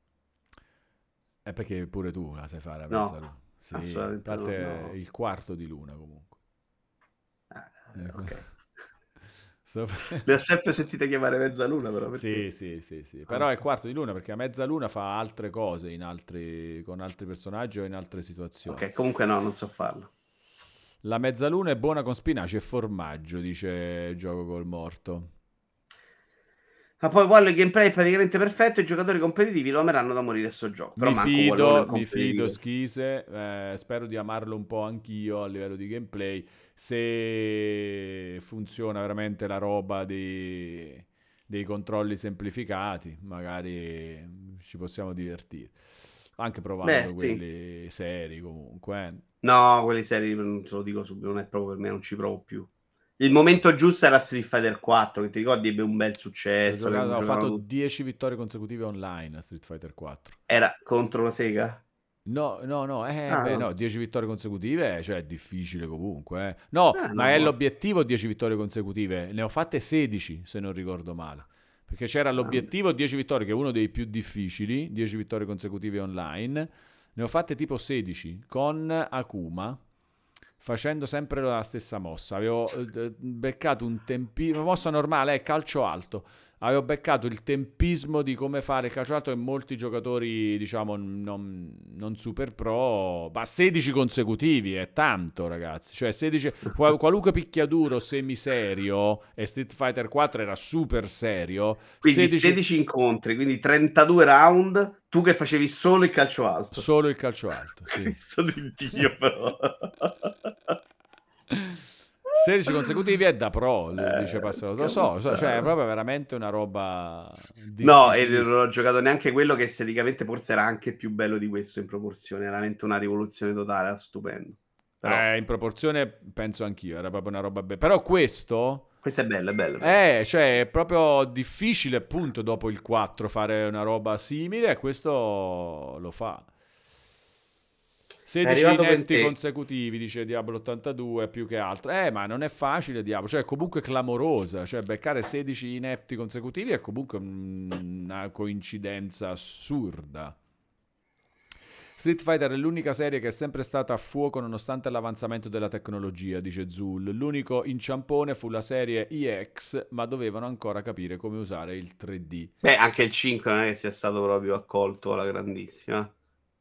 È perché pure tu la sai fare a No, mezzaluna. Sì, a assolutamente no. parte No. il quarto di luna comunque. Ok. So- Le ho sempre sentite chiamare mezzaluna, però Sì, perché? sì, sì, sì. Ah, Però è ok. quarto di luna perché a mezzaluna fa altre cose con altri personaggi o in altre situazioni. Ok, comunque no, non so farlo. La mezzaluna è buona con spinaci e formaggio, dice Gioco col morto. Ma poi quello il gameplay è praticamente perfetto. I giocatori competitivi lo ameranno da morire sto gioco. Però manco Wallone il Mi fido, competitivo. Schise, spero di amarlo un po' anch'io a livello di gameplay, se funziona veramente la roba dei controlli semplificati, magari ci possiamo divertire, anche Beh, provando sì. quelli seri comunque. No, quelli seri, non te lo dico subito, non è proprio per me, non ci provo più. Il momento giusto era Street Fighter 4, che ti ricordi ebbe un bel successo, che Ho giocavano fatto tutti. 10 vittorie consecutive online a Street Fighter 4. Era contro la Sega? No, no, no, Ah, beh, no, no. 10 vittorie consecutive, cioè è difficile comunque. No, ma No, è buono. l'obiettivo 10 vittorie consecutive. Ne ho fatte 16, se non ricordo male. Perché c'era Grande. l'obiettivo 10 vittorie, che è uno dei più difficili, 10 vittorie consecutive online. Ne ho fatte tipo 16 con Akuma, facendo sempre la stessa mossa. Avevo beccato un tempismo, mossa normale, è calcio alto. Avevo beccato il tempismo di come fare il calcio alto che molti giocatori, diciamo, non super pro, ma 16 consecutivi è tanto, ragazzi. Cioè, 16, qualunque picchiaduro semiserio, e Street Fighter 4 era super serio, Quindi 16 16 incontri, quindi 32 round, tu che facevi solo il calcio alto. solo il calcio alto, sì. Cristo di Dio, però. 16 consecutivi è da pro, dice Passaro. Lo so, cioè è Puttana. proprio veramente una roba No, e non difficilissima. ho giocato neanche quello che esteticamente forse era anche più bello di questo in proporzione. Era veramente una rivoluzione totale, era stupendo. Però In proporzione penso anch'io, era proprio una roba bella. Però questo, questo è bello, è bello, è bello. cioè, è proprio difficile appunto dopo il 4 fare una roba simile e questo lo fa. È 16 arrivato per inetti te. consecutivi, dice Diablo 82, più che altro. Ma non è facile Diablo, cioè è comunque clamorosa, cioè beccare 16 inepti consecutivi è comunque una coincidenza assurda. Street Fighter è l'unica serie che è sempre stata a fuoco nonostante l'avanzamento della tecnologia, dice Zul. L'unico inciampone fu la serie EX, ma dovevano ancora capire come usare il 3D. Beh, anche il 5 non è che sia stato proprio accolto alla grandissima.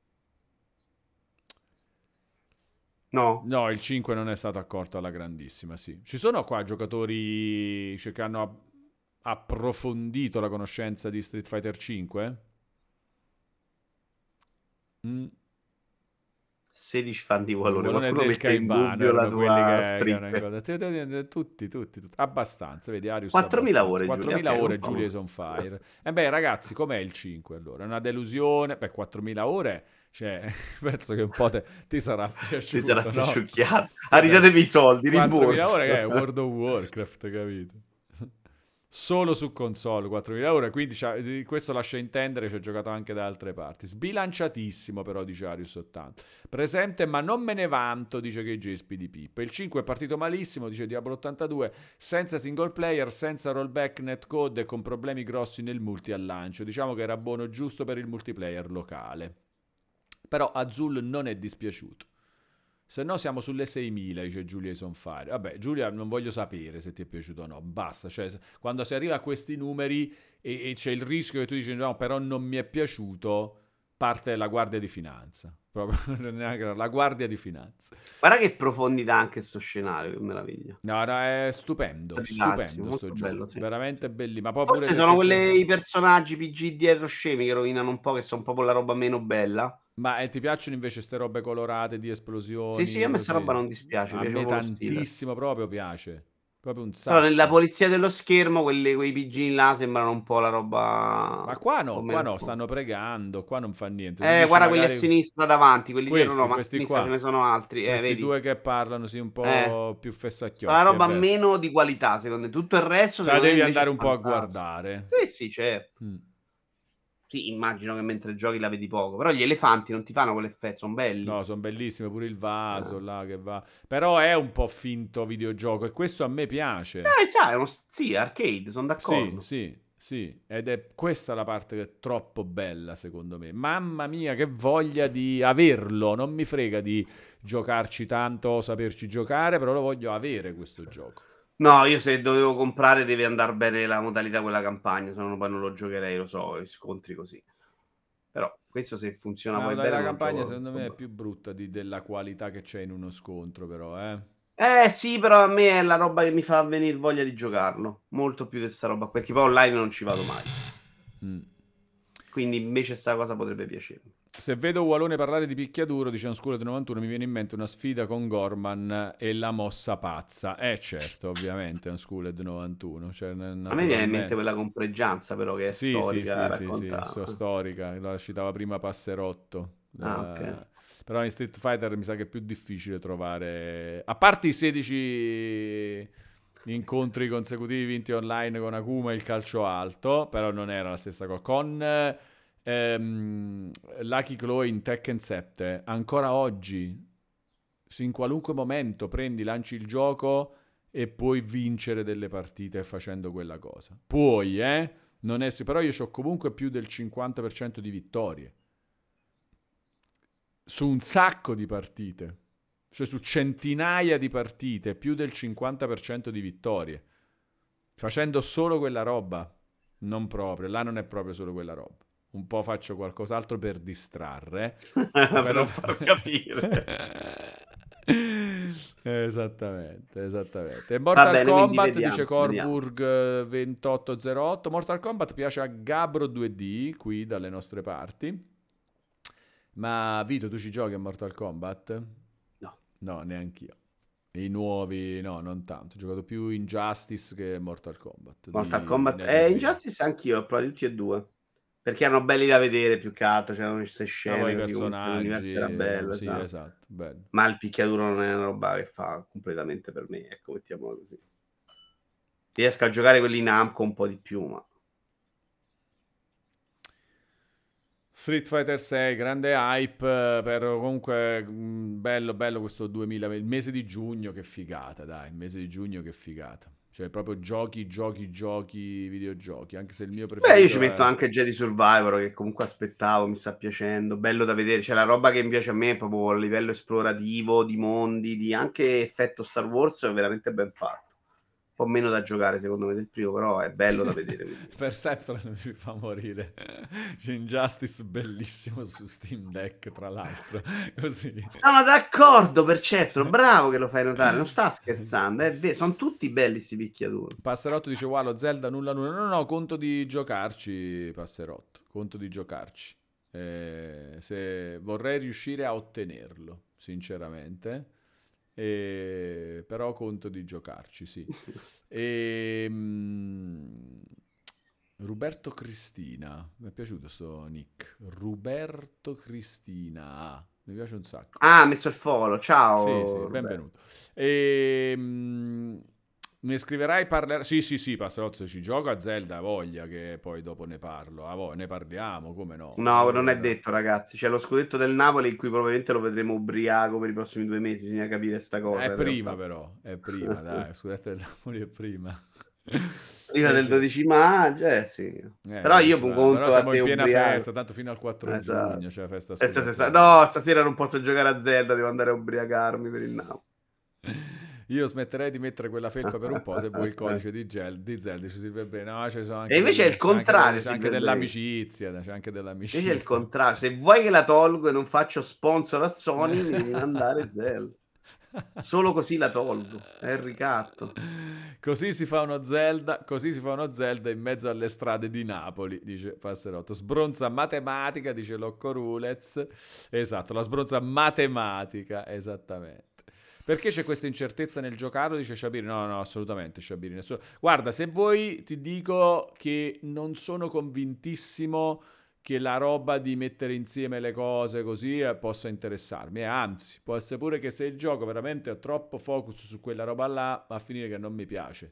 No? No, il 5 non è stato accolto alla grandissima, sì. Ci sono qua giocatori cioè, che hanno approfondito la conoscenza di Street Fighter 5? Mm. 16 fan di Wallone. Wallone Qualcuno del mette in Caivano dubbio la erano quelli tua che erano in streak. coda. Tutti. Abbastanza, vedi, Arius 4.000 abbastanza. ore, Giulia. 4.000 Ok, non ore fa Julius male. on Fire. E beh, ragazzi, com'è il 5 allora? È una delusione? Beh, 4.000 ore, cioè, penso che un po' ti sarà Ti sarà piaciuto, no? piaciucchiato. Ah, Vabbè, ridatemi i soldi, 4.000 ore rimborso. che è World of Warcraft, capito? Solo su console 4.000 ore, quindi questo lascia intendere che ci ha giocato anche da altre parti. Sbilanciatissimo però, dice Arius 80. Presente ma non me ne vanto, dice KJSP di Pippa. Il 5 è partito malissimo, dice Diablo 82, senza single player, senza rollback netcode e con problemi grossi nel multi al lancio. Diciamo che era buono giusto per il multiplayer locale. Però Azul non è dispiaciuto. Se no siamo sulle 6.000, dice Giulia is on fire. Vabbè, Giulia, non voglio sapere se ti è piaciuto o no, basta. Cioè, quando si arriva a questi numeri e c'è il rischio che tu dici no, però non mi è piaciuto, parte la Guardia di Finanza. Proprio neanche la Guardia di Finanza. Guarda che profondità anche sto scenario, che meraviglia. No, è stupendo, stupendo Molto sto bello, gioco. sì. Veramente bellissimo. Ma poi pure Forse se sono ti... i personaggi PG dietro scemi che rovinano un po', che sono proprio la roba meno bella. Ma ti piacciono invece ste robe colorate di Sì, a esplosioni, me sta roba così? non dispiace, mi A piace me proprio lo stile. tantissimo proprio piace. Proprio un Però nella sacco. polizia dello schermo, quei PG là sembrano un po' la roba Ma un po' qua meno. no, stanno pregando, qua non fa niente. Tu dici Guarda quelli a magari sinistra davanti, quelli dietro no, ma a questi sinistra ce qua, ne sono altri. questi Vedi? due che parlano, sì, un Eh, po' più Sono una fessacchiocchi, è roba vero. meno di qualità, secondo me. Tutto il resto, Te la secondo me, devi invece andare è un po' a fantastico. guardare. Sì, sì, certo. Mm. Sì, immagino che mentre giochi la vedi poco. Però gli elefanti non ti fanno quell'effetto, sono belli. No, sono bellissime, pure il vaso Eh. là che va. Però è un po' finto videogioco e questo a me piace. Sai, sì, arcade, sono Sì, d'accordo. sì, sì, ed è questa la parte che è troppo bella secondo me. Mamma mia, che voglia di averlo, non mi frega di giocarci tanto o saperci giocare, però lo voglio avere questo gioco. No, io se dovevo comprare deve andare bene la modalità quella campagna, se no poi non lo giocherei, lo so, gli scontri così. Però questo se funziona Ma la poi bene modalità me lo campagna gioco. secondo me è più brutta della qualità che c'è in uno scontro, però, eh. Sì, però a me è la roba che mi fa venire voglia di giocarlo. Molto più di sta roba, perché poi online non ci vado mai. Mm. Quindi invece sta cosa potrebbe piacermi. Se vedo Walone parlare di picchiaduro, dice Unschooled 91, mi viene in mente una sfida con Gorman e la mossa pazza. Certo, ovviamente, Unschooled 91. Cioè, A me viene in mente naturalmente. quella con Pregianza, però, che è Sì, sì, storica, sì, sì, sì, so raccontata. storica, la citava prima Passerotto. Ah, ok. Però in Street Fighter mi sa che è più difficile trovare... A parte i 16 incontri consecutivi vinti online con Akuma e il calcio alto, però non era la stessa cosa. Con Lucky Chloe in Tekken 7, ancora oggi, in qualunque momento prendi, lanci il gioco e puoi vincere delle partite facendo quella cosa. Puoi, Non è, però io ho comunque più del 50% di vittorie. Su un sacco di partite. Cioè su centinaia di partite, più del 50% di vittorie. Facendo solo quella roba. Non proprio, là non è proprio solo quella roba. Un po' faccio qualcos'altro per distrarre. Per Però... non far capire. Esattamente. E Va Mortal bene, quindi Kombat, dice vediamo. Corburg 2808. Mortal Kombat piace a Gabro 2D, qui dalle nostre parti. Ma Vito, tu ci giochi a Mortal Kombat? No. No, neanch'io. E i nuovi, no, non tanto. Ho giocato più Injustice che Mortal Kombat. Mortal Di Kombat NetherRealm. Injustice anch'io, ho provato tutti e due. Perché erano belli da vedere più che altro, c'erano queste Ah, poi scene i così, comunque l'universo personaggi, era bello, sì, esatto. esatto, bello. Ma il picchiaduro non è una roba che fa completamente per me, ecco, mettiamola così. Riesco a giocare quelli in Namco un po' di più, ma... Street Fighter 6, grande hype, per comunque bello questo 2000, il mese di giugno, che figata, dai, il mese di giugno che figata. Cioè proprio giochi, videogiochi, anche se il mio Beh, io ci preferito metto è... anche Jedi Survivor, che comunque aspettavo, mi sta piacendo, bello da vedere. Cioè, la roba che mi piace a me è proprio a livello esplorativo, di mondi, di anche effetto Star Wars, è veramente ben fatto. Un po' meno da giocare, secondo me, del primo, però è bello da vedere. Quindi. Persephone mi fa morire. C'è Injustice bellissimo su Steam Deck, tra l'altro. Così. Sono d'accordo, Perceptro, bravo che lo fai notare, non sta scherzando, è vero, sono tutti belli sti picchiaduri. Passerotto dice, wow, lo Zelda nulla. No, conto di giocarci, Passerotto. Conto di giocarci. Se vorrei riuscire a ottenerlo, sinceramente. Però conto di giocarci, sì. E, Roberto Cristina, mi è piaciuto sto nick. Roberto Cristina, mi piace un sacco. Ah, ha messo il follow. Sì, Ciao, sì, Roberto. benvenuto. Ne scriverai, parlerai. Sì, sì, sì, Passerotto, se ci gioco a Zelda, voglia che poi dopo ne parlo. Ne parliamo, come no? No, non è detto, ragazzi. C'è lo scudetto del Napoli in cui probabilmente lo vedremo ubriaco per i prossimi 2 mesi. Bisogna capire sta È cosa in prima realtà. però, è prima, dai, scusate il Napoli è prima. Prima Eh del sì, 12 maggio, sì. Però io 12 maggio. Però conto a siamo te in piena ubriaco. festa, tanto fino al 4 giugno Esatto. c'è la festa scudetto del No, Napoli. stasera non posso giocare a Zelda, devo andare a ubriacarmi per il Napoli. Io smetterei di mettere quella felpa per un po' se vuoi il codice di Zelda ci serve bene. No, E invece è il contrario, c'è anche Silver Brain. dell'amicizia, c'è anche Invece è il dell'amicizia. contrario. Se vuoi che la tolgo e non faccio sponsor a Sony, mi devi mandare Zelda. Solo così la tolgo. È il ricatto. Così si fa uno Zelda in mezzo alle strade di Napoli, dice Passerotto. Sbronza matematica, dice Locco Rulez. Esatto, la sbronza matematica, esattamente. Perché c'è questa incertezza nel giocarlo? Dice Sciabiri. No, no, assolutamente Sciabiri. Guarda, se vuoi ti dico che non sono convintissimo che la roba di mettere insieme le cose così possa interessarmi. Anzi, può essere pure che se il gioco veramente ha troppo focus su quella roba là, va a finire che non mi piace.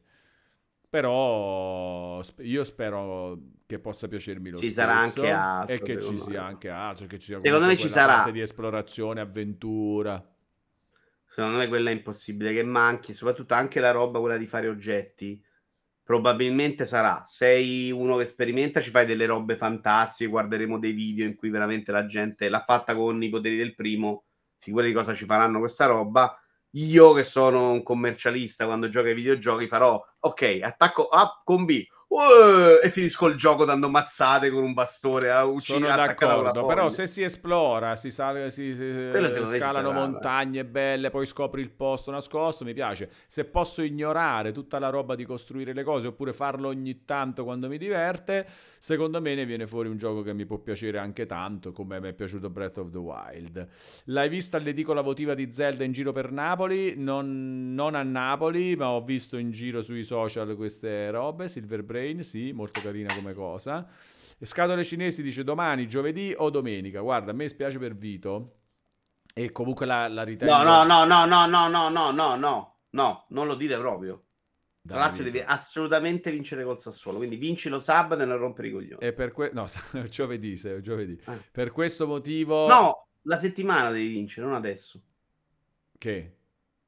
Però io spero che possa piacermi lo Ci sarà anche stesso e altro, che ci secondo sia me. anche altro, che ci sia Secondo comunque me ci quella parte sarà. di esplorazione, avventura. Secondo me quella è impossibile che manchi, soprattutto anche la roba, quella di fare oggetti. Probabilmente sarà. Sei uno che sperimenta, ci fai delle robe fantastiche, guarderemo dei video in cui veramente la gente l'ha fatta con i poteri del primo, figura di cosa ci faranno questa roba. Io che sono un commercialista quando gioco ai videogiochi farò, ok, attacco A con B, e finisco il gioco dando mazzate con un bastone Sono attaccata con la d'accordo, però foglia. se si esplora, Quello secondo me ci scalano sarà, dai. montagne belle, poi scopri il posto nascosto, mi piace. Se posso ignorare tutta la roba di costruire le cose oppure farlo ogni tanto quando mi diverte, secondo me ne viene fuori un gioco che mi può piacere anche tanto, come mi è piaciuto Breath of the Wild. L'hai vista all'edicola votiva di Zelda in giro per Napoli? Non a Napoli, ma ho visto in giro sui social queste robe. Silver Brain, sì, molto carina come cosa. E Scatole Cinesi dice domani, giovedì o domenica. Guarda, a me spiace per Vito e comunque la No, no, ritengo no, no, no, no, no, no, no, no, no, non lo dire proprio. La dai Lazio deve Vito. assolutamente vincere col Sassuolo, quindi vincilo sabato e non rompere i coglioni. E per no, giovedì, giovedì. Eh. Per questo motivo No, la settimana devi vincere, non adesso. che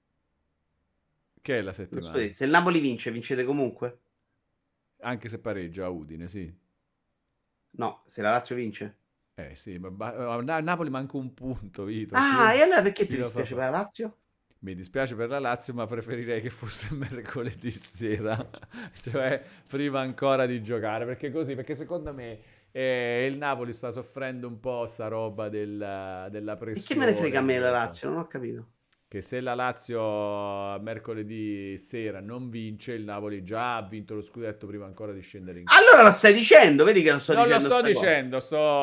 è la Lo settimana, scudetto. Se il Napoli vince, vincete comunque? anche se pareggia a Udine, sì. No, se la Lazio vince. Eh sì, ma a Napoli manca un punto, Vito. Ah, e allora perché Chi ti lo fa dispiace per fare? la Lazio? Mi dispiace per la Lazio, ma preferirei che fosse mercoledì sera, cioè prima ancora di giocare, perché secondo me il Napoli sta soffrendo un po' sta roba della E che me ne frega a pressione che me la deve fare. Lazio? Non ho capito. Che se la Lazio mercoledì sera non vince, il Napoli già ha vinto lo scudetto prima ancora di scendere in campo. Allora lo stai dicendo, vedi che lo sto Non lo dicendo sto sta cosa. dicendo,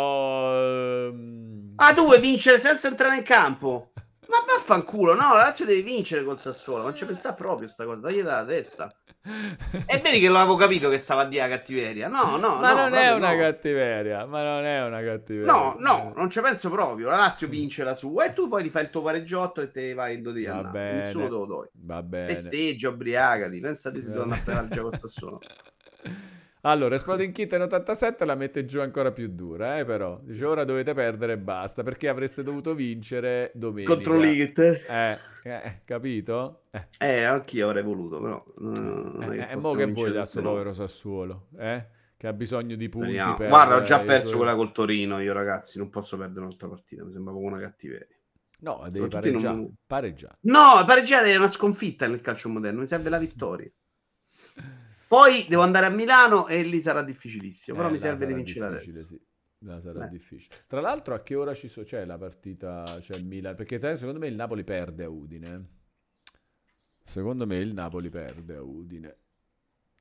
Ah, tu vuoi vincere senza entrare in campo? Ma vaffanculo, no, la Lazio deve vincere col Sassuolo, non ci pensa proprio sta cosa, togli dalla testa. E vedi che non avevo capito che stava a dire la cattiveria. No, no, Ma no, non è proprio una no. cattiveria, ma non è una No, cattiveria. no, non ci penso proprio. La Lazio vince la sua e tu poi ti fai il tuo pareggiotto e te vai in 12 a Va Napoli. Nessuno te bene, lo toglie. va bene. Festeggia, ubriacati. Pensate se Va devono a prendere il bene. gioco al Sassuolo. Allora, Exploding Kitten 87 la mette giù ancora più dura, però. Dice, ora dovete perdere e basta, perché avreste dovuto vincere Contro domenica. l'Inter. Capito? Anch'io avrei voluto, però non è che Mo che possiamo vincere voglia a tutte sto noi. povero Sassuolo, che ha bisogno di punti Speriamo. per Guarda, ho già i perso suoi... quella col Torino, io ragazzi, non posso perdere un'altra partita, mi sembra proprio una cattiveria. No, devi Soprattutto in pareggiare, un... pareggiare. No, pareggiare è una sconfitta nel calcio moderno, mi serve la vittoria. Poi devo andare a Milano e lì sarà difficilissimo, però mi Là serve di sarà vincere difficile, adesso. sì. Là sarà difficile. Tra l'altro, a che ora c'è la partita? C'è il Milan? Perché secondo me il Napoli perde a Udine. Secondo me il Napoli perde a Udine.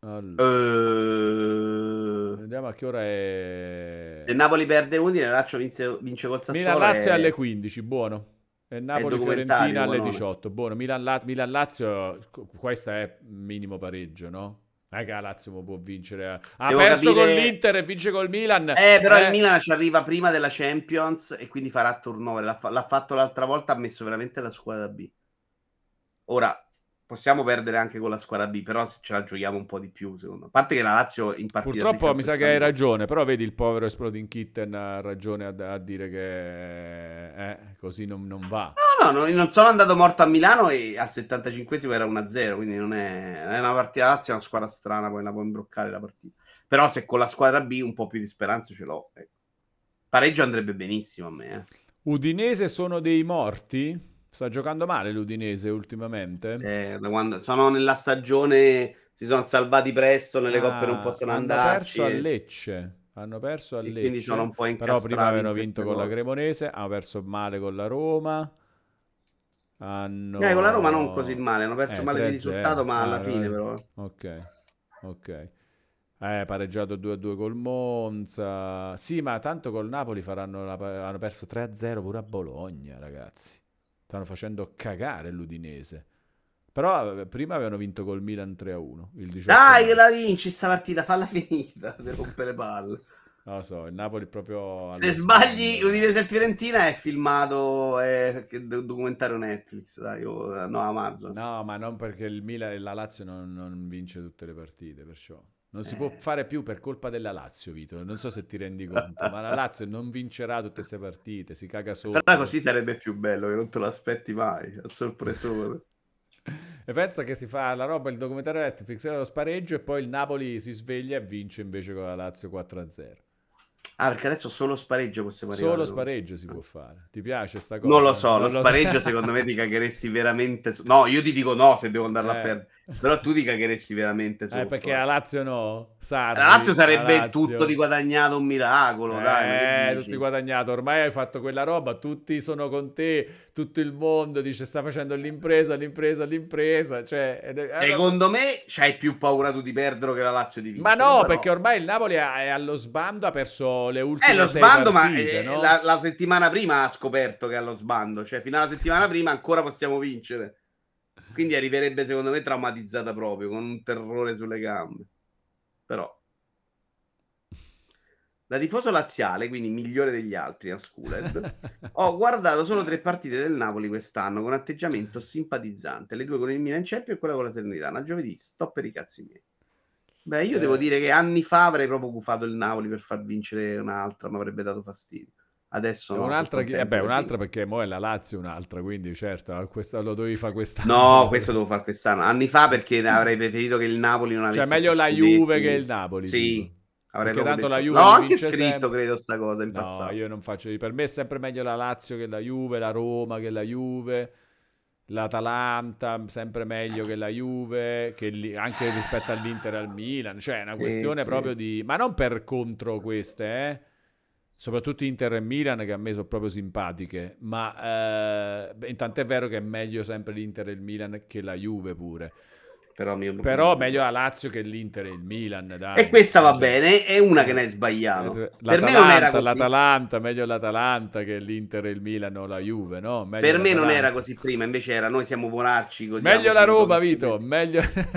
Allora, vediamo a che ora è. Se Napoli perde 11, la Lazio vince col Sassuolo. Milan-Lazio è alle 15, buono. E documentario, Napoli-Fiorentina alle buonone. 18, buono. Milan-Lazio, questo è minimo pareggio, no? Non è che la Lazio può vincere. Ha Devo perso con capire- l'Inter e vince col Milan. Però il Milan ci arriva prima della Champions e quindi farà turnover. L'ha fatto l'altra volta, ha messo veramente la squadra B. Ora, possiamo perdere anche con la squadra B, però se ce la giochiamo un po' di più, secondo me. A parte che la Lazio in partita Purtroppo secca mi sa che hai quest'anno- ragione, però vedi il povero Exploding Kitten ha ragione a dire che così non va. No, non sono andato morto a Milano e al 75esimo era 1-0, quindi non è una partita. La Lazio è una squadra strana, poi la può imbroccare la partita. Però se con la squadra B un po' più di speranza ce l'ho. Ecco. Pareggio andrebbe benissimo a me. Udinese sono dei morti? Sta giocando male l'Udinese ultimamente? Da quando sono nella stagione si sono salvati presto, nelle coppe non possono Hanno andarci. perso a Lecce. Hanno perso a E quindi sono Lecce. un po' Però prima incastrati avevano in vinto queste con la cose. Cremonese. Hanno perso male con la Roma. Con la Roma non così male, hanno perso male di 3-0. risultato, ma alla fine però. Ok. Pareggiato 2-2 col Monza. Sì, ma tanto col Napoli hanno perso 3-0 pure a Bologna, ragazzi. Stanno facendo cagare l'Udinese. Però prima avevano vinto col Milan 3-1. Il 18 Dai, che la marzo. vinci sta partita, falla finita, ti rompe le palle. Non lo so, il Napoli è proprio Se allo sbagli, sbando. Udinese e Fiorentina è filmato, è un documentario Netflix, dai, no, Amazon. No, ma non perché il Milan e la Lazio non vince tutte le partite, perciò. Non si può fare più per colpa della Lazio, Vito. Non so se ti rendi conto, ma la Lazio non vincerà tutte queste partite, si caga sotto. Però così sarebbe più bello, che non te lo aspetti mai, al sorpresone. E pensa che si fa la roba, il documentario Netflix era lo spareggio e poi il Napoli si sveglia e vince invece con la Lazio 4-0. Ah, perché adesso solo spareggio possiamo Solo arrivare. spareggio si può fare. Ti piace sta cosa? Non lo so, Non lo spareggio secondo me ti cagheresti veramente. No, io ti dico no se devo andarla a perdere. Però tu ti cagheresti veramente sotto. Perché la Lazio no? Sarri, La Lazio sarebbe la Lazio. tutto di guadagnato, un miracolo, dai, ma che dici? Tutti guadagnato, ormai hai fatto quella roba, tutti sono con te, tutto il mondo dice sta facendo l'impresa, cioè, Secondo me c'hai più paura tu di perdere che la Lazio di ma vincere. no, però. perché ormai il Napoli è allo sbando, ha perso le ultime Lo 6 sbando, partite, ma no? la settimana prima ha scoperto che è allo sbando. Cioè, fino alla settimana prima ancora possiamo vincere. Quindi arriverebbe, secondo me, traumatizzata proprio, con un terrore sulle gambe. Però. Da tifoso laziale, quindi migliore degli altri a Sculed, ho guardato solo 3 partite del Napoli quest'anno con atteggiamento simpatizzante. Le 2 con il Milan Champions e quella con la Salernitana. Giovedì, sto per i cazzi miei. Beh, io devo dire che anni fa avrei proprio gufato il Napoli per far vincere un'altra, mi avrebbe dato fastidio. Adesso no, Un'altra, sono contento un'altra perché mo è la Lazio, un'altra, quindi certo, questa lo dovevi fare quest'anno. No, questo devo fare quest'anno. Anni fa perché avrei preferito che il Napoli non avesse Cioè, meglio più la scudetti. Juve che il Napoli. Sì, Tipo. avrei Perché proprio tanto la detto. Juve No, li anche vince scritto, sempre. credo, sta cosa in No, passato. io non faccio. Per me è sempre meglio la Lazio che la Juve, la Roma che la Juve, l'Atalanta sempre meglio che la Juve, anche rispetto all'Inter e al Milan. Cioè, è una questione proprio di. Ma non per contro queste, soprattutto Inter e Milan che a me sono proprio simpatiche, ma intanto è vero che è meglio sempre l'Inter e il Milan che la Juve pure. Però meglio la Lazio che l'Inter e il Milan, dai. E questa va bene, è una che ne hai sbagliato. Per me non era così. L'Atalanta, meglio l'Atalanta che l'Inter e il Milan o la Juve, no? Meglio per me non l'Atalanta. era così prima, invece era noi siamo monarci. Meglio la Roma, Vito, meglio.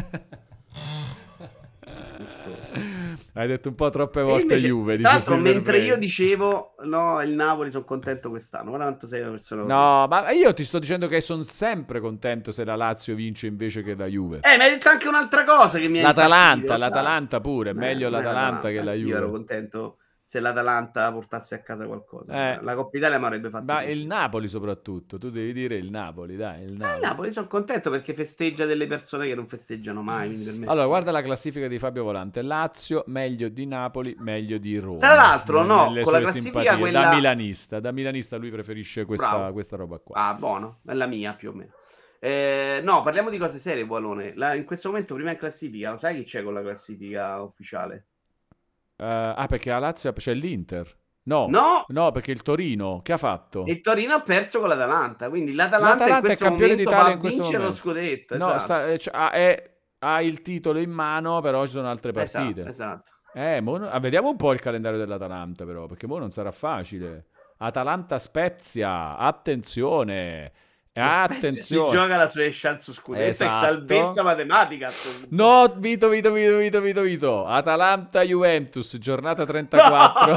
Hai detto un po' troppe volte invece, Juve. tra l'altro, mentre io dicevo no, il Napoli sono contento quest'anno. Guarda quanto sei una persona. No, ma io ti sto dicendo che sono sempre contento se la Lazio vince invece che la Juve. Mi hai detto anche un'altra cosa che mi ha L'Atalanta pure, meglio l'Atalanta che la Juve. Io ero contento se l'Atalanta portasse a casa qualcosa. La Coppa Italia mi avrebbe fatto. Ma il Napoli soprattutto, tu devi dire il Napoli, dai. Il Napoli sono contento perché festeggia delle persone che non festeggiano mai. Per me allora, guarda la classifica di Fabio Volante. Lazio, meglio di Napoli, meglio di Roma. Tra l'altro, no, con la classifica quella... Da milanista lui preferisce questa roba qua. Ah, buono, è la mia più o meno. No, parliamo di cose serie, Bualone. In questo momento prima in classifica, lo sai chi c'è con la classifica ufficiale? Perché a Lazio c'è l'Inter. No, perché il Torino, che ha fatto? Il Torino ha perso con l'Atalanta, quindi l'Atalanta in questo è campione momento d'Italia va in questo vincere momento. lo scudetto. No, esatto. ha il titolo in mano, però ci sono altre partite. Esatto. Vediamo un po' il calendario dell'Atalanta, però, perché mo non sarà facile. Atalanta-Spezia, attenzione. Lo Spezia si Attenzione. gioca la sua chance su scudetto Esatto. e salvezza matematica. No, Vito. Atalanta-Juventus, giornata 34.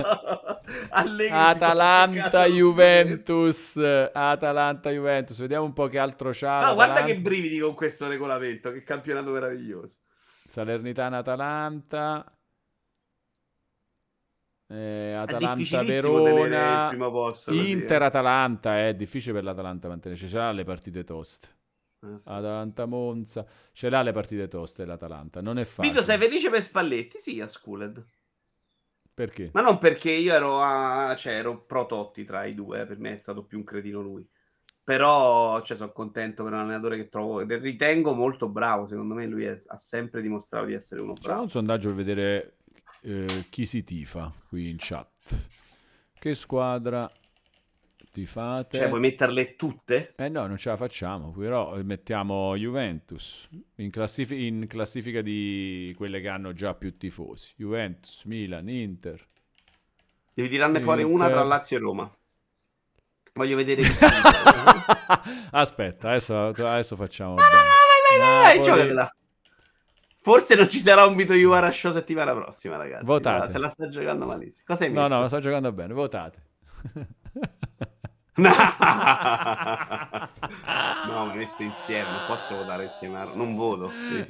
Atalanta-Juventus. Vediamo un po' che altro c'ha. No, guarda che brividi con questo regolamento, che campionato meraviglioso. Salernitana-Atalanta. difficilissimo tenere il Atalanta-Verona. primo posto così, Inter-Atalanta. È difficile per l'Atalanta mantenerci. Ce l'ha le partite toste. Sì. Atalanta-Monza. Ce l'ha le partite toste l'Atalanta. Non è facile. Vito, sei felice per Spalletti? Sì, a Sculed. Perché? Ma non perché io ero pro Totti tra i due, per me è stato più un cretino lui. Però sono contento per un allenatore che ritengo molto bravo. Secondo me lui ha sempre dimostrato di essere uno Facciamo bravo. un sondaggio per vedere chi si tifa qui in chat. Che squadra tifate? Cioè, vuoi metterle tutte? No, non ce la facciamo, però mettiamo Juventus in classifica di quelle che hanno già più tifosi. Juventus, Milan, Inter. Devi tirarne fuori una tra Lazio e Roma. Voglio vedere chi Aspetta, adesso facciamo vai, giocatela. Forse non ci sarà un Vito Juvara Show settimana prossima, ragazzi. Votate. Se la sta giocando malissimo. Cosa hai messo? No, sta giocando bene, votate. No, ma messo insieme, non posso votare insieme. Non voto.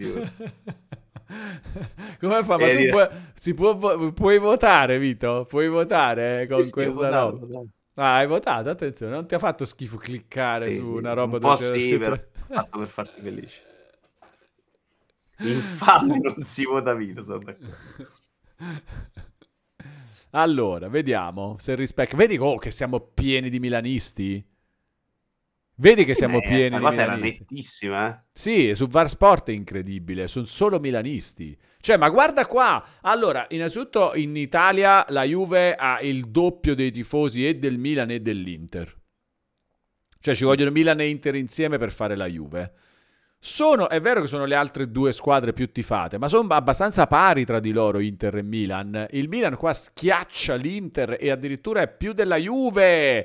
Come fa? Ma tu puoi votare, Vito? Puoi votare con questa roba? Hai votato, attenzione, non ti ha fatto schifo cliccare su una roba dove c'era scritto... fatto per farti felice. Infame non si vota Vito, sono d'accordo. Allora, vediamo se rispecchia. Vedi che siamo pieni di milanisti? Vedi che siamo pieni di milanisti? Era nettissima, Sì, su VAR Sport è incredibile, sono solo milanisti. Cioè, ma guarda qua. Allora, innanzitutto in Italia la Juve ha il doppio dei tifosi e del Milan e dell'Inter. Cioè, ci vogliono Milan e Inter insieme per fare la Juve. È vero che sono le altre due squadre più tifate, ma sono abbastanza pari tra di loro Inter e Milan. Il Milan qua schiaccia l'Inter e addirittura è più della Juve.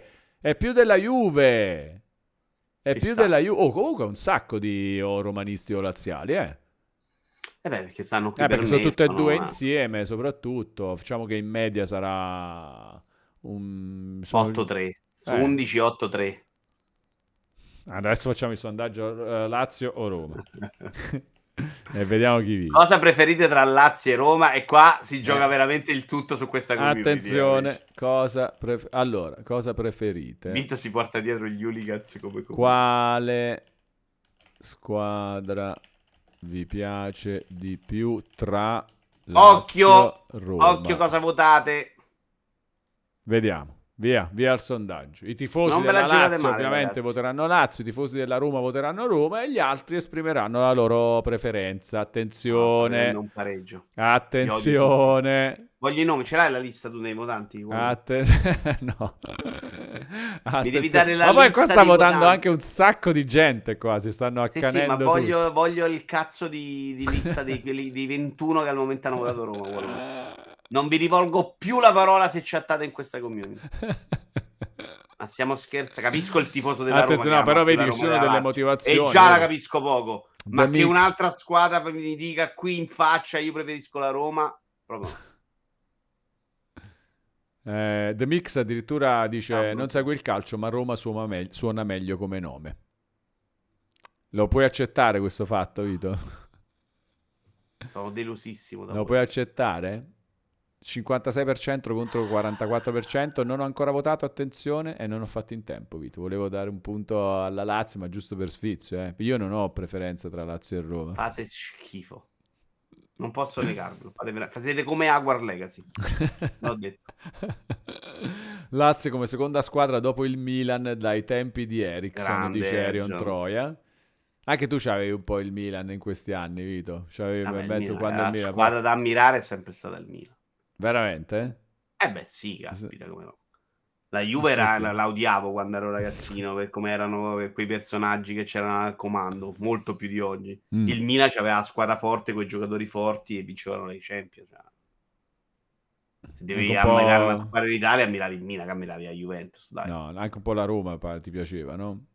Oh, comunque un sacco di romanisti o laziali, perché stanno qui perché sono tutte e due insieme, soprattutto. Facciamo che in media sarà 8-3. Su 11, 8-3. Adesso facciamo il sondaggio Lazio o Roma. E vediamo chi vince. Cosa preferite tra Lazio e Roma? E qua si gioca veramente il tutto su questa community. Attenzione, cosa preferite? Vito si porta dietro gli hooligans come Quale squadra vi piace di più tra Lazio e Roma? Occhio cosa votate. Vediamo. Via il sondaggio. I tifosi della Lazio ovviamente voteranno Lazio, i tifosi della Roma voteranno Roma e gli altri esprimeranno la loro preferenza. Attenzione. Un pareggio. Attenzione. Voglio i nomi, ce l'hai la lista tu dei votanti? No. Mi devi dare la lista. Ma poi qua sta votando votanti. anche un sacco di gente qua, si stanno accanendo sì, ma voglio il cazzo di lista dei 21 che al momento hanno votato Roma. Non vi rivolgo più la parola se chattate in questa community. Ma stiamo scherzando. Capisco il tifoso della Roma. No, però vedi che ci sono delle motivazioni. E già la capisco poco. Ma che un'altra squadra mi dica qui in faccia io preferisco la Roma, proprio no. The Mix addirittura dice non segui il calcio, ma Roma suona meglio come nome. Lo puoi accettare questo fatto, Vito? Sono delusissimo. Lo puoi accettare? 56% contro 44%. Non ho ancora votato, attenzione, e non ho fatto in tempo, Vito. Volevo dare un punto alla Lazio, ma giusto per sfizio. Io non ho preferenza tra Lazio e Roma. Fate schifo. Non posso negarlo. Fate come Hogwarts Legacy. L'ho detto. Lazio come seconda squadra dopo il Milan dai tempi di Eriksson, dice Arion Troia. Anche tu c'avevi un po' il Milan in questi anni, Vito. C'avevi in mezzo quando il Milan. La squadra da ammirare è sempre stata il Milan. Veramente? Beh, sì, caspita, come no. La Juve Perché? la odiavo quando ero ragazzino per come erano quei personaggi che c'erano al comando, molto più di oggi. Mm. Il Milan aveva la squadra forte con i giocatori forti e vincevano le Champions. Cioè. Se Anche devi un ammirare una po'... squadra in Italia, ammiravi il Milan, che ammiravi la Juventus, dai. No, anche un po' la Roma ti piaceva, no?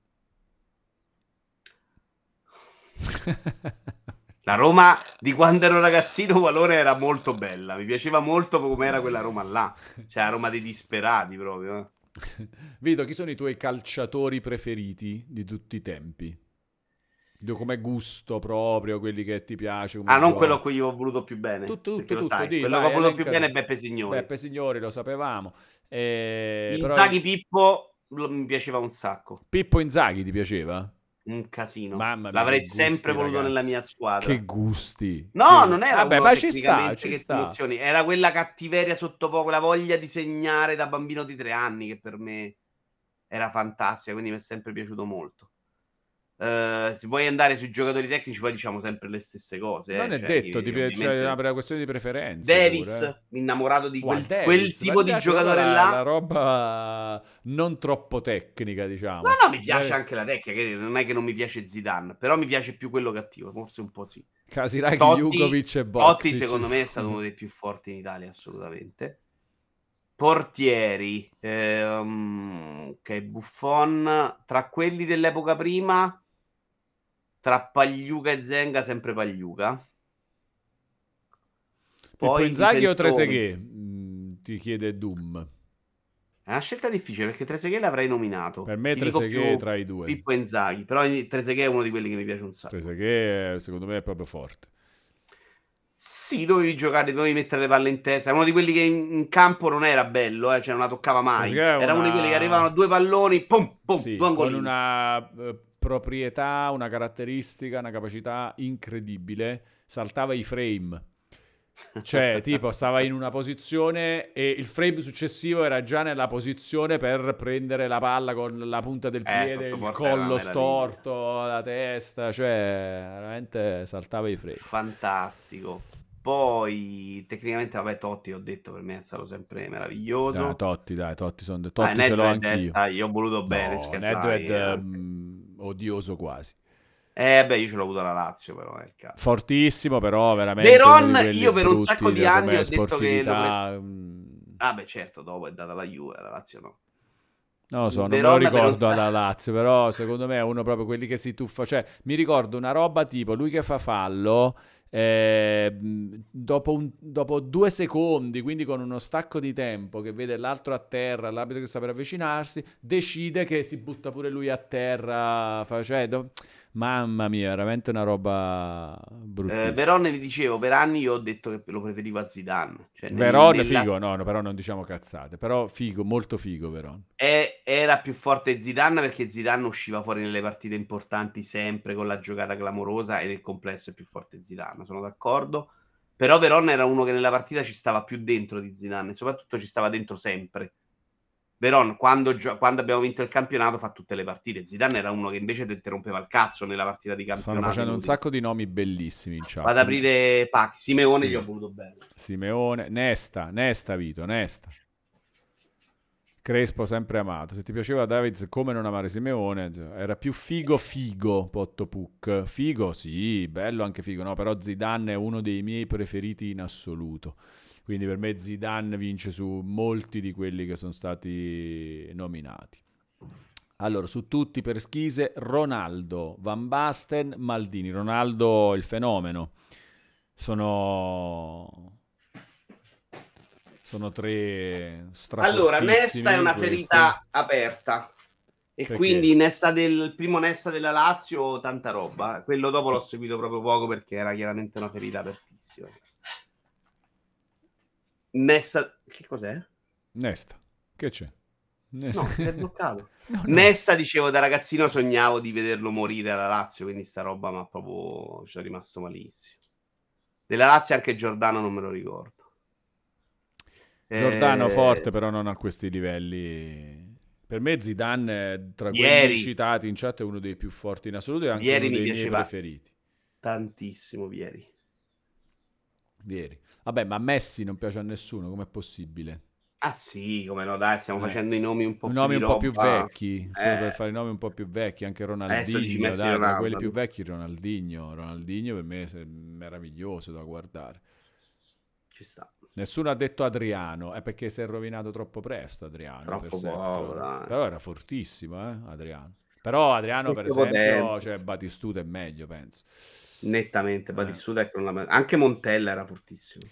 La Roma di quando ero ragazzino, Valore era molto bella. Mi piaceva molto come era quella Roma là. Cioè, la Roma dei disperati proprio. Vito, chi sono i tuoi calciatori preferiti di tutti i tempi? Come gusto proprio, quelli che ti piace Ah, come non quello gioco. a cui io ho voluto più bene. Tutto, Perché tutto, lo tutto, sai, di, quello che ho vai, voluto più bene è elencali. Beppe Signori. Beppe Signori, lo sapevamo. Però Inzaghi Pippo mi piaceva un sacco. Pippo Inzaghi ti piaceva? Un casino. Mamma mia, L'avrei che sempre gusti, voluto nella ragazzi. mia squadra. Che gusti. No, non era Vabbè, uno ma ci sta, tecnicamente ci che ti sta. emozioni, era quella cattiveria sotto poco, la voglia di segnare da bambino di 3 anni che per me era fantastica, quindi mi è sempre piaciuto molto. Se vuoi andare sui giocatori tecnici, poi diciamo sempre le stesse cose, Non è cioè, detto, cioè, è ovviamente una questione di preferenze pure. Davids, innamorato di quel Davids, ma ti tipo di piace proprio giocatore la là. roba non troppo tecnica, No, diciamo. no, mi piace anche la tecnica, che non è che non mi piace Zidane, però mi piace più quello cattivo, forse un po' sì. Casiraghi, Totti, Jugovic e Totti Boxic. secondo me è stato uno dei più forti in Italia, assolutamente. Portieri, ok, Buffon, tra quelli dell'epoca prima, tra Pagliuca e Zenga, sempre Pagliuca. Pippo Poi Inzaghi o difensori. Trezeguet? Ti chiede Doom. È una scelta difficile perché Trezeguet l'avrei Per nominato. me Ti dico Trezeguet più tra i due. Pippo Inzaghi, però Trezeguet è uno di quelli che mi piace un sacco. Trezeguet secondo me è proprio forte. Sì, dovevi giocare, dovevi mettere le palle in testa. È uno di quelli che in campo non era bello, cioè non la toccava mai. Trezeguet è Era uno di quelli che arrivavano a una... due palloni, pum, pum, due Sì, con angolini. una proprietà, una caratteristica, una capacità incredibile. Saltava i frame. Cioè, tipo, stava in una posizione e il frame successivo era già nella posizione per prendere la palla con la punta del piede, Sotto il porta era una collo meraviglia. storto, la testa, cioè, veramente saltava i frame. Fantastico. Poi, tecnicamente, vabbè, Totti, ho detto, per me è stato sempre meraviglioso. Dai, Totti ce l'ho Nedved, anch'io. sai, io ho voluto bene, No, Schiaffai. Nedved, odioso quasi. Beh, io ce l'ho avuto la Lazio, però, cazzo. Fortissimo, però veramente uno di Veron, quelli io per un sacco brutti di anni come ho detto che sportività. Ah, beh, certo, dopo è data la Juve, la Lazio no. Non lo so, non me lo Veron per un ricordo alla sacco... Lazio, però secondo me è uno proprio quelli che si tuffa. Cioè, mi ricordo una roba tipo lui che fa fallo dopo 2 secondi, quindi con uno stacco di tempo, che vede l'altro a terra, l'arbitro che sta per avvicinarsi, decide che si butta pure lui a terra. Mamma mia, veramente una roba bruttissima. Veron, vi dicevo, per anni io ho detto che lo preferivo a Zidane. Cioè, Veron, figo, no, no, però non diciamo cazzate, però figo, molto figo Veron. Era più forte Zidane perché Zidane usciva fuori nelle partite importanti sempre con la giocata clamorosa e nel complesso è più forte Zidane, sono d'accordo. Però Veron era uno che nella partita ci stava più dentro di Zidane e soprattutto ci stava dentro sempre. Veron, quando abbiamo vinto il campionato, fa tutte le partite. Zidane era uno che invece ti interrompeva il cazzo nella partita di Stanno campionato facendo un inutile. sacco di nomi bellissimi in Vado ad chat. aprire Pac. Simeone gli Sì. ho voluto bene. Simeone, Nesta Vito, Nesta. Crespo sempre amato. Se ti piaceva Davids, come non amare Simeone? Era più figo Pottopuc. Figo, sì, bello anche figo, no? Però Zidane è uno dei miei preferiti in assoluto. Quindi per me Zidane vince su molti di quelli che sono stati nominati. Allora, su tutti per schise, Ronaldo, Van Basten, Maldini. Ronaldo il fenomeno. Sono tre Allora, Nesta è strafortissimi una questi. ferita aperta. E Perché? quindi il primo Nesta della Lazio, tanta roba. Quello dopo l'ho seguito proprio poco perché era chiaramente una ferita apertissima. Nesta, che cos'è? Nesta. Che c'è? Nesta. No, si è bloccato. No, no. Nesta, dicevo, da ragazzino sognavo di vederlo morire alla Lazio, quindi sta roba ma proprio ci sono rimasto malissimo. Della Lazio anche Giordano non me lo ricordo. Giordano forte, Eh, però non a questi livelli. Per me Zidane, tra quelli Vieri, citati in chat, è uno dei più forti in assoluto e anche Vieri uno mi dei miei piaceva preferiti. tantissimo, Vieri. Vieri. Vabbè, ma Messi non piace a nessuno, com'è possibile? Ah sì, come no, dai, stiamo facendo i nomi un po' più Nomi di un po' più roba. vecchi, solo per fare i nomi un po' più vecchi, anche Adesso dici Ronaldinho, Messi e dai, tra quelli più Ronaldo. vecchi Ronaldinho per me è meraviglioso da guardare. Ci sta. Nessuno ha detto Adriano, è perché si è rovinato troppo presto Adriano per Troppo poco, Septron. dai. Però era fortissimo, Adriano. Però Adriano, per Troppo esempio, potente. cioè Batistuta è meglio, penso. Nettamente, Eh. Batistuta ecco, anche Montella era fortissimo.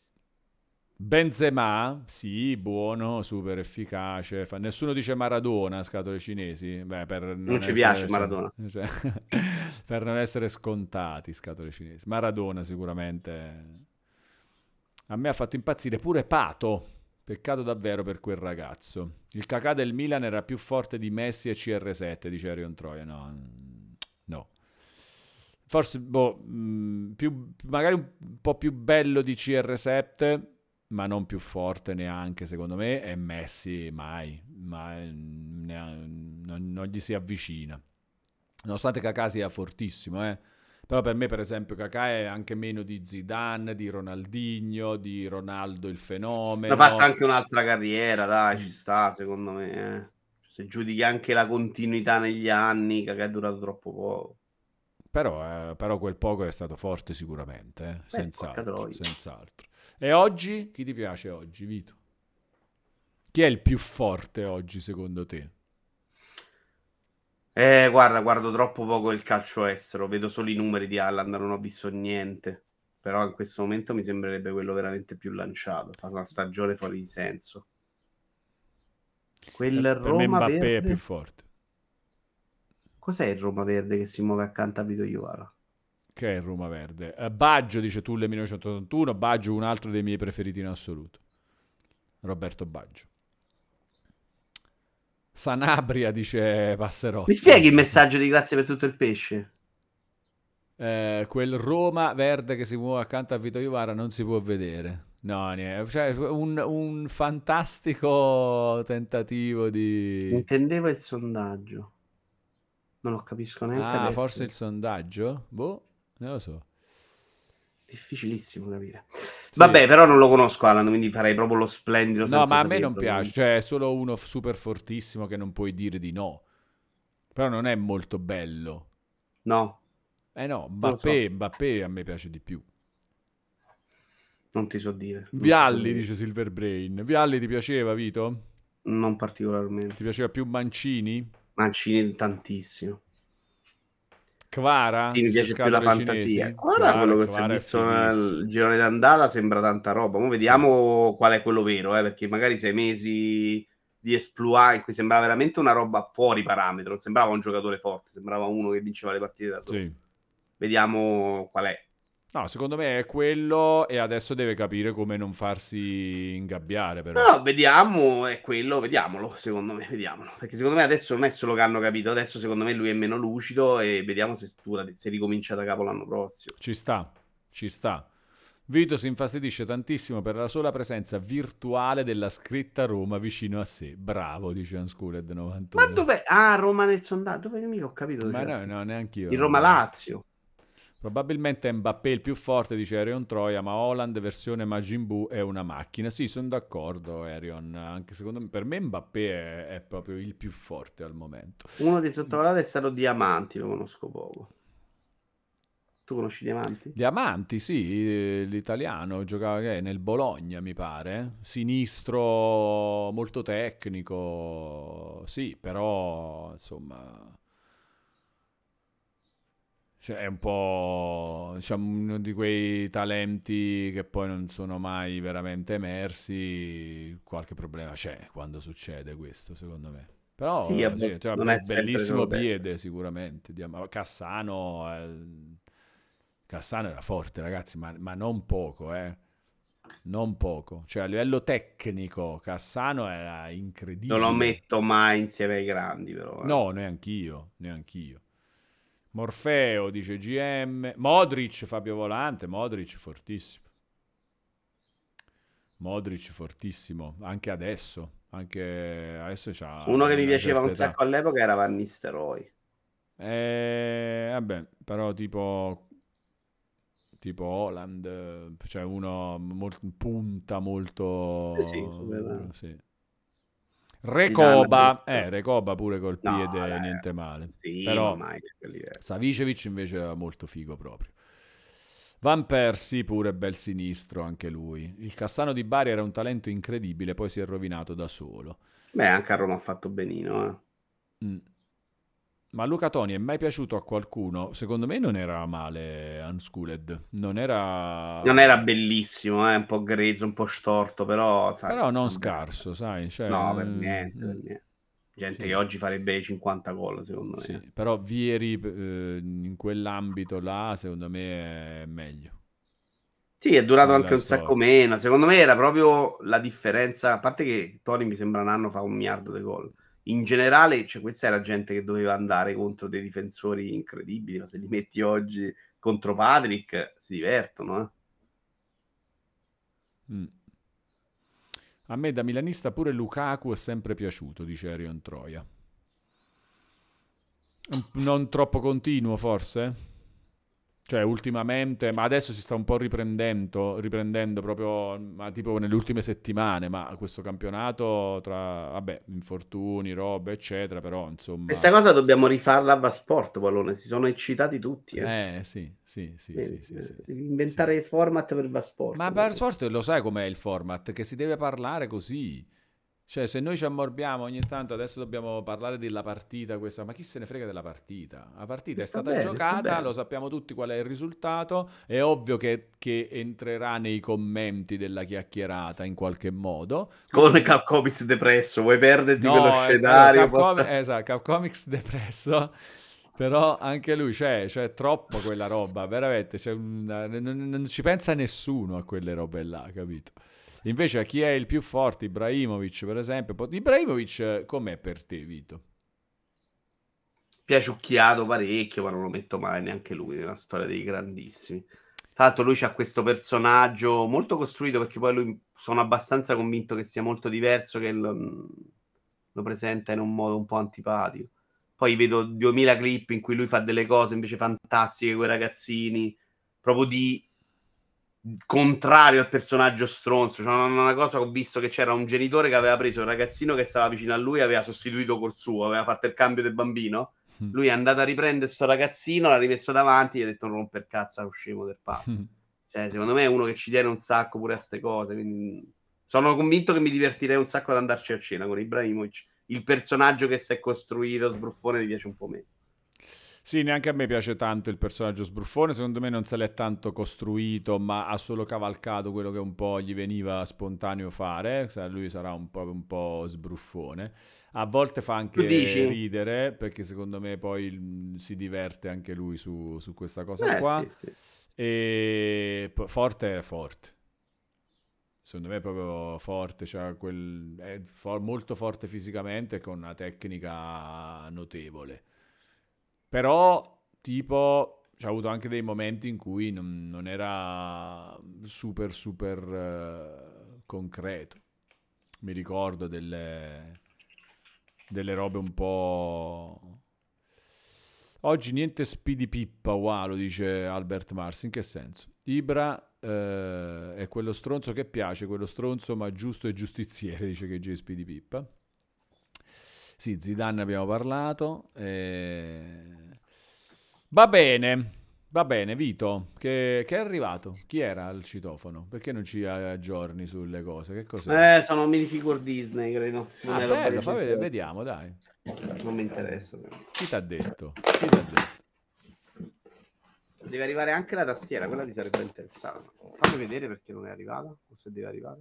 Benzema, sì, buono, super efficace. Nessuno dice Maradona, scatole cinesi. Beh, per Non non ci piace essere, Maradona. cioè, per non essere scontati, scatole cinesi. Maradona sicuramente. A me ha fatto impazzire pure Pato. Peccato davvero per quel ragazzo. Il cacà del Milan era più forte di Messi e CR7, dice Arion Troia. No, no. Forse, boh, magari un po' più bello di CR7, ma non più forte neanche, secondo me. E Messi mai non gli si avvicina. Nonostante Kakà sia fortissimo, eh. Però per me, per esempio, Kakà è anche meno di Zidane, di Ronaldinho, di Ronaldo il Hanno fatto fenomeno. anche un'altra carriera, dai, ci Mm. sta, secondo me. Se giudichi anche la continuità negli anni, che è durato troppo poco. Però quel poco è stato forte sicuramente, Porca senz'altro, troia. senz'altro. E oggi? Chi ti piace oggi, Vito? Chi è il più forte oggi, secondo te? Guarda, guardo troppo poco il calcio estero, vedo solo i numeri di Haaland, non ho visto niente. Però in questo momento mi sembrerebbe quello veramente più lanciato. Fa una stagione fuori di senso. Quel Per me Roma Mbappé è più verde? forte. Cos'è il Roma verde che si muove accanto a Vito Iuvara? Che è il Roma Verde? Baggio, dice Tulle 1981. Baggio, un altro dei miei preferiti in assoluto. Roberto Baggio. Sanabria, dice Mi Passerotti. spieghi il messaggio di grazie per tutto il pesce? Quel Roma verde che si muove accanto a Vito Iuvara non si può vedere. No, niente. Cioè, un fantastico tentativo di... Intendevo il sondaggio. Non lo capisco neanche Ah, adesso. forse il sondaggio? Boh, non lo so. Difficilissimo capire. Sì. Vabbè, però non lo conosco Alan, quindi farei proprio lo splendido No, senza ma a me non saperlo. piace. Cioè, è solo uno super fortissimo che non puoi dire di no. Però non è molto bello. No, Eh no, non lo so. Mbappé a me piace di più. Non ti so dire. Non ti so Vialli, dire. dice Silver Brain. Vialli ti piaceva, Vito? Non Ti particolarmente. piaceva più Mancini? Mancini tantissimo. Kvara, Sì, mi dice piace più la scatole fantasia. cinesi. Ora quello che si è Kvara è visto fighissimo. nel girone d'andata sembra tanta roba. Ora Sì, vediamo qual è quello vero, perché magari 6 mesi di esploit in cui sembrava veramente una roba fuori parametro. Non sembrava un giocatore forte, sembrava uno che vinceva le partite da solo. sì. Vediamo qual è. No, secondo me è quello e adesso deve capire come non farsi ingabbiare, No, però. no, vediamo, è quello, vediamolo, secondo me, vediamolo. Perché secondo me adesso non è solo che hanno capito, adesso secondo me lui è meno lucido e vediamo se ricomincia da capo l'anno prossimo. Ci sta, ci sta. Vito si infastidisce tantissimo per la sola presenza virtuale della scritta Roma vicino a sé. Bravo, dice Unschooled Ma 91. dov'è? Ah, Roma nel sondaggio. Dove mica ho capito dove Ma c'era no, scritto? no, neanche io. Il Roma-Lazio. Probabilmente Mbappé il più forte, dice Arion Troia, ma Holland versione Majin Buu è una macchina. Sì, sono d'accordo, Arion. Anche secondo me, per me Mbappé è proprio il più forte al momento. Uno dei sottovalutati è stato Diamanti, lo conosco poco. Tu conosci Diamanti? Diamanti, sì, l'italiano giocava nel Bologna, mi pare. Sinistro, molto tecnico, sì, però insomma, cioè, è un po', diciamo, uno di quei talenti che poi non sono mai veramente emersi. Qualche problema c'è quando succede questo, secondo me. Sì, Però, sì, cioè, non è sempre bellissimo solo tecnico. piede, sicuramente. Cassano era forte, ragazzi, ma non poco, eh. Non poco. Cioè, a livello tecnico, Cassano era Non lo incredibile. metto mai insieme ai grandi, però. No, neanch'io, neanch'io. Morfeo, dice GM. Modric, Fabio Volante. Modric, fortissimo. Modric, fortissimo. Anche adesso. Anche adesso Uno c'ha che mi una piaceva certa un età. sacco all'epoca era Van Nistelrooy. Vabbè, però tipo tipo Holland, cioè uno punta molto... Sì, sì. Zidane, Recoba pure col no, piede, dai, niente male. sì, ma Però mai a quel livello. Savicevic invece era molto figo proprio. Van Persie pure bel sinistro anche lui. Il Cassano di Bari era un talento incredibile, poi si è rovinato da solo. Beh, anche a Roma ha fatto benino, eh. Mm. Ma Luca Toni è mai piaciuto a qualcuno? Secondo me non era male Unschooled. Non Non era era... bellissimo, un po' grezzo, un po' storto, però, sai, Però non vabbè. scarso, sai? Cioè, No, per niente, per niente. Gente che sì. oggi farebbe 50 gol, secondo me. Sì, però Vieri in quell'ambito là, secondo me è meglio Sì, è durato anche nella un sacco storia. meno. Secondo me era proprio la differenza. A parte che Toni mi sembra un anno fa 1 miliardo di gol. In generale, cioè, questa era gente che doveva andare contro dei difensori incredibili. Ma se li metti oggi contro Patrick, si divertono, eh. Mm. A me da milanista pure Lukaku è sempre piaciuto, dice Arion Troia. Non troppo continuo, forse? Cioè, ultimamente, ma adesso si sta un po' riprendendo proprio, ma tipo nelle ultime settimane, ma questo campionato tra, vabbè, infortuni, robe, eccetera, però, insomma... Questa cosa dobbiamo rifarla a Vasport, Pallone. Si sono eccitati tutti, eh. Sì, sì, sì, Vedi? sì, sì, sì, Devi sì. inventare format per Vasport. Ma per forza lo sai com'è il format, che si deve parlare così. Cioè, se noi ci ammorbiamo ogni tanto, adesso dobbiamo parlare della partita, questa, ma chi se ne frega della partita? La partita è Sta stata bene, sta giocata, lo bene. sappiamo tutti qual è il risultato, è ovvio che entrerà nei commenti della chiacchierata in qualche modo. Con Quindi, Calcomis depresso, vuoi perderti quello no, allora, scenario? esatto, Capcomics depresso, però anche lui, c'è troppo quella roba, veramente, non ci pensa nessuno a quelle robe là, capito? Invece a chi è il più forte, Ibrahimovic per esempio, Ibrahimovic com'è per te, Vito? Piaciucchiato parecchio, ma non lo metto mai neanche lui nella storia dei grandissimi. Tra l'altro lui c'ha questo personaggio molto costruito perché poi lui sono abbastanza convinto che sia molto diverso, che lo presenta in un modo un po' antipatico. Poi vedo 2000 clip in cui lui fa delle cose invece fantastiche con i ragazzini, proprio di contrario al personaggio stronzo. Cioè, una cosa che ho visto che c'era un genitore che aveva preso il ragazzino che stava vicino a lui e aveva sostituito col suo, aveva fatto il cambio del bambino. Lui è andato a riprendere sto ragazzino, l'ha rimesso davanti e gli ha detto non romper cazzo, è scemo del padre. Cioè, secondo me è uno che ci tiene un sacco pure a ste cose. Quindi sono convinto che mi divertirei un sacco ad andarci a cena con Ibrahimovic. Il personaggio che si è costruito, sbruffone, mi piace un po' meno. Sì, neanche a me piace tanto il personaggio sbruffone, secondo me non se l'è tanto costruito, ma ha solo cavalcato quello che un po' gli veniva spontaneo fare, lui sarà un po' sbruffone. A volte fa Tu anche dici? ridere, perché secondo me poi si diverte anche lui su questa cosa Sì, qua. sì. E forte è forte. Secondo me è proprio forte, è molto forte fisicamente con una tecnica notevole. Però, tipo, c'ha avuto anche dei momenti in cui non era super concreto. Mi ricordo delle robe un po'... Oggi niente Speedy Pippa, wow, lo dice Albert Mars. In che senso? Ibra è quello stronzo che piace, quello stronzo ma giusto e giustiziere, dice che J Speedy Pippa. Sì, Zidane abbiamo parlato. Va bene, Vito, che è arrivato. Chi era al citofono? Perché non ci aggiorni sulle cose? Che cos'è? Sono minifigure Disney, credo. Non Ah, è roba bello, che fa ci vedere, interessa. vediamo, dai. Non mi interessa. Chi t'ha detto? Chi t'ha detto? Deve arrivare anche la tastiera, quella ti sarebbe interessata. Fammi vedere perché non è arrivata. O se deve arrivare.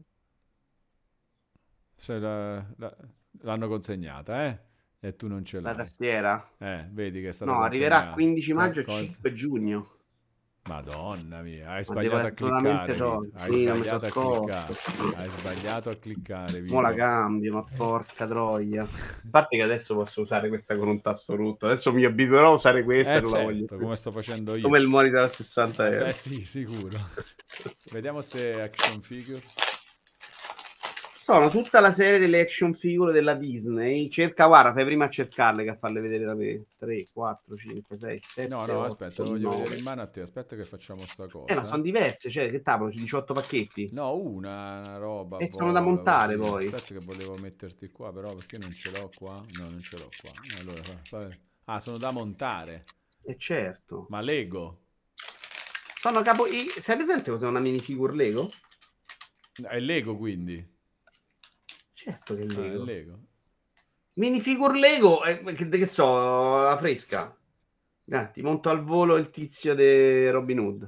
Se l'hanno consegnata, eh? E tu non ce La l'hai. tastiera? Vedi che è stata No, arriverà consegnata. 15 maggio e 5 giugno. Madonna mia, hai Ma devo sbagliato a assolutamente cliccare, Vito. togliere. Hai Sì, non mi sono sbagliato a scorto. cliccare. Hai sbagliato a cliccare, Mo la Vito. cambio, ma porca troia. A parte che adesso posso usare questa con un tasto rotto. Adesso mi abituerò a usare questa e non la voglio Certo, più. come sto facendo io. Come il monitor a 60 Eh euro. beh, sì, sicuro. Vediamo ste action figure. sono tutta la serie delle action figure della Disney. Cerca, guarda, fai prima a cercarle che a farle vedere da me. 3, 4, 5, 6, 7, No, 8, aspetta, lo voglio 9. vedere in mano a te. Aspetta che facciamo sta Ma cosa. sono diverse, cioè, che tapano? 18 pacchetti? No, una roba a E sono da volo, montare, così. poi. Aspetta che volevo metterti qua, però perché non ce l'ho qua? No, non ce l'ho qua. Allora, ah, sono da montare. E certo. Ma Lego? Sono capo... Sai presente cos'è una minifigure Lego? È Lego quindi? Certo che è Ah, è Lego. Lego. Minifigure Lego, che so, la fresca. Ti monto al volo il tizio di Robin Hood.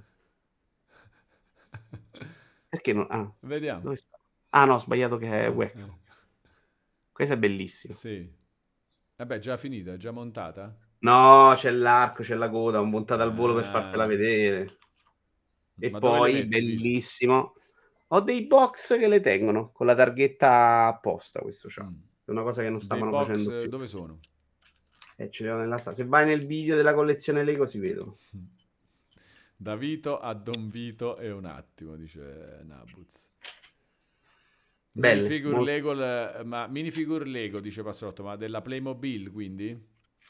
Perché non... Ah, Vediamo. dove sta? Ah no, ho sbagliato che è Eh, Wacom. Questa è bellissima. sì. Vabbè, già finita, è già montata? No, c'è l'arco, c'è la coda, ho montato al volo per fartela Ah. vedere. E Ma dove le poi, metti, visto? bellissimo, ho dei box che le tengono con la targhetta apposta, questo c'ha. È una cosa che non Dei stavano box facendo più. dove sono? Ce li ho nella Se vai nel video della collezione Lego si vedono. Da Vito a Don Vito e un attimo, dice Nabuz. Belle, Minifigure molto. Lego, ma minifigure Lego, dice Passerotto, ma della Playmobil quindi?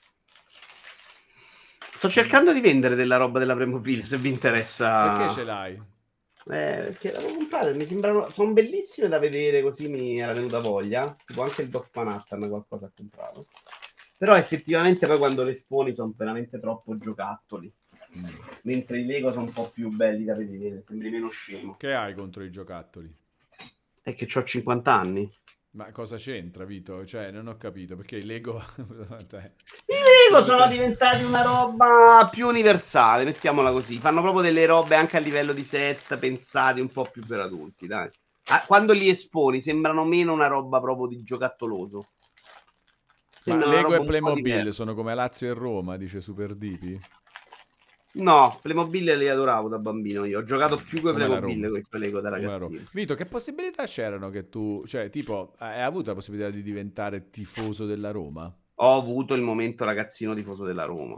Sto cercando di vendere della roba della Playmobil, se vi interessa. Perché ce l'hai? Perché l'avevo comprata e mi sembrano... Sono bellissime da vedere, così mi era venuta voglia. Tipo anche il Doc Manhattan qualcosa ha comprato. Però effettivamente poi quando le esponi sono veramente troppo giocattoli. Mentre i Lego sono un po' più belli da vedere, sembri meno scemo. Che hai contro i giocattoli? È che ho 50 anni. Ma cosa c'entra, Vito? Cioè, non ho capito, perché i Lego... I Lego sono diventati una roba più universale, mettiamola così. Fanno proprio delle robe anche a livello di set pensati un po' più per adulti, dai. Quando li esponi sembrano meno una roba proprio di giocattoloso. Ma Sembra una Lego roba e un po' Playmobil diversa. sono come Lazio e Roma, dice Super Dipi. No, Playmobil li adoravo da bambino io. Ho giocato più con i Come la Playmobil Roma. che con i Lego da Come la Roma. ragazzino. Vito, che possibilità c'erano che tu, cioè, tipo, hai avuto la possibilità di diventare tifoso della Roma? Ho avuto il momento ragazzino tifoso della Roma.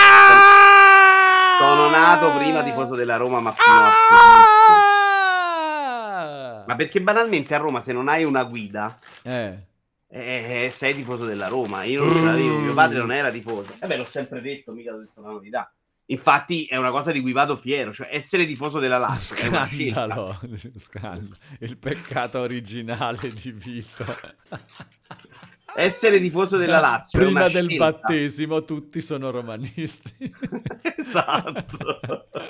Ah! Sono nato prima tifoso della Roma, ma fino a pochissimo. Ma perché banalmente a Roma se non hai una guida sei tifoso della Roma. Io non ce l'avevo, mio padre non era tifoso. L'ho sempre detto, mica l'ho detto una novità. Infatti è una cosa di cui vado fiero, cioè essere tifoso della Lazio è una scelta. Scandalo. Il peccato originale di Vito. Essere tifoso della Lazio Prima è una del scelta. battesimo tutti sono romanisti. Esatto.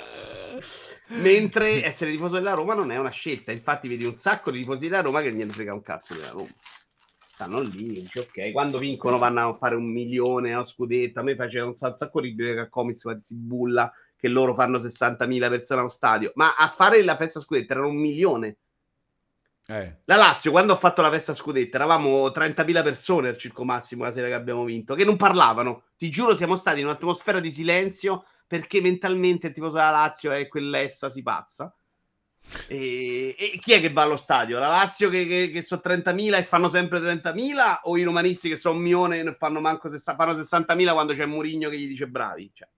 Mentre essere tifoso della Roma non è una scelta. Infatti vedi un sacco di tifosi della Roma che non gliene frega un cazzo della Roma. Stanno lì, dici, ok, quando vincono vanno a fare 1 milione a scudetto. A me faceva un sacco ridere che a Comics si bulla che loro fanno 60.000 persone allo stadio, ma a fare la festa scudetto erano 1 milione. La Lazio, quando ho fatto la festa scudetto, eravamo 30.000 persone al Circo Massimo la sera che abbiamo vinto, che non parlavano. Ti giuro, siamo stati in un'atmosfera di silenzio perché mentalmente il tifoso della Lazio è quell'estasi pazza. E chi è che va allo stadio? La Lazio che sono 30.000 e fanno sempre 30.000 o i romanisti che sono 1 milione e non fanno manco fanno 60.000 quando c'è Mourinho che gli dice bravi? Cioè,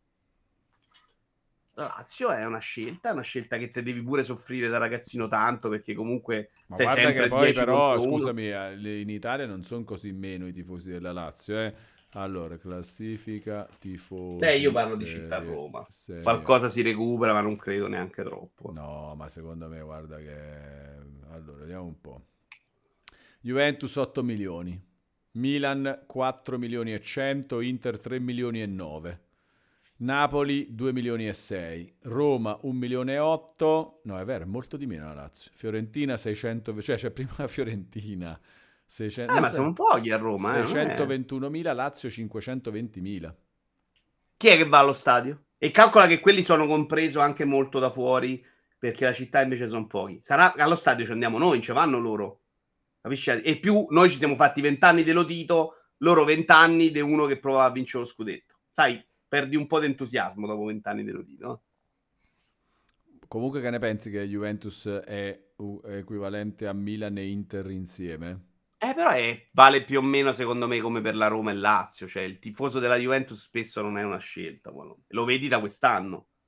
la Lazio è una scelta che te devi pure soffrire da ragazzino tanto perché comunque Ma sei guarda sempre che poi 10 però, contro 1. scusami, in Italia non sono così meno i tifosi della Lazio, Allora, classifica tifosi. Io parlo di città Roma. Serie. Qualcosa si recupera, ma non credo neanche troppo. No, ma secondo me, guarda che... Allora, vediamo un po'. Juventus 8 milioni. Milan 4 milioni e 100. Inter 3 milioni e 9. Napoli 2 milioni e 6. Roma 1 milione e 8. No, è vero, è molto di meno la Lazio. Fiorentina 600... Cioè, c'è prima la Fiorentina. 600... Ma sono pochi a Roma. 621.000, Lazio 520.000. Chi è che va allo stadio? E calcola che quelli sono compreso anche molto da fuori, perché la città invece sono pochi. Sarà allo stadio ci andiamo noi, ci vanno loro. Capisci? E più noi ci siamo fatti 20 anni dello Tito, loro 20 anni di uno che provava a vincere lo scudetto. Sai, perdi un po' di entusiasmo dopo 20 anni dello Tito. Comunque che ne pensi che Juventus è equivalente a Milan e Inter insieme? Però vale più o meno secondo me come per la Roma e Lazio, cioè il tifoso della Juventus spesso non è una scelta, lo vedi da quest'anno.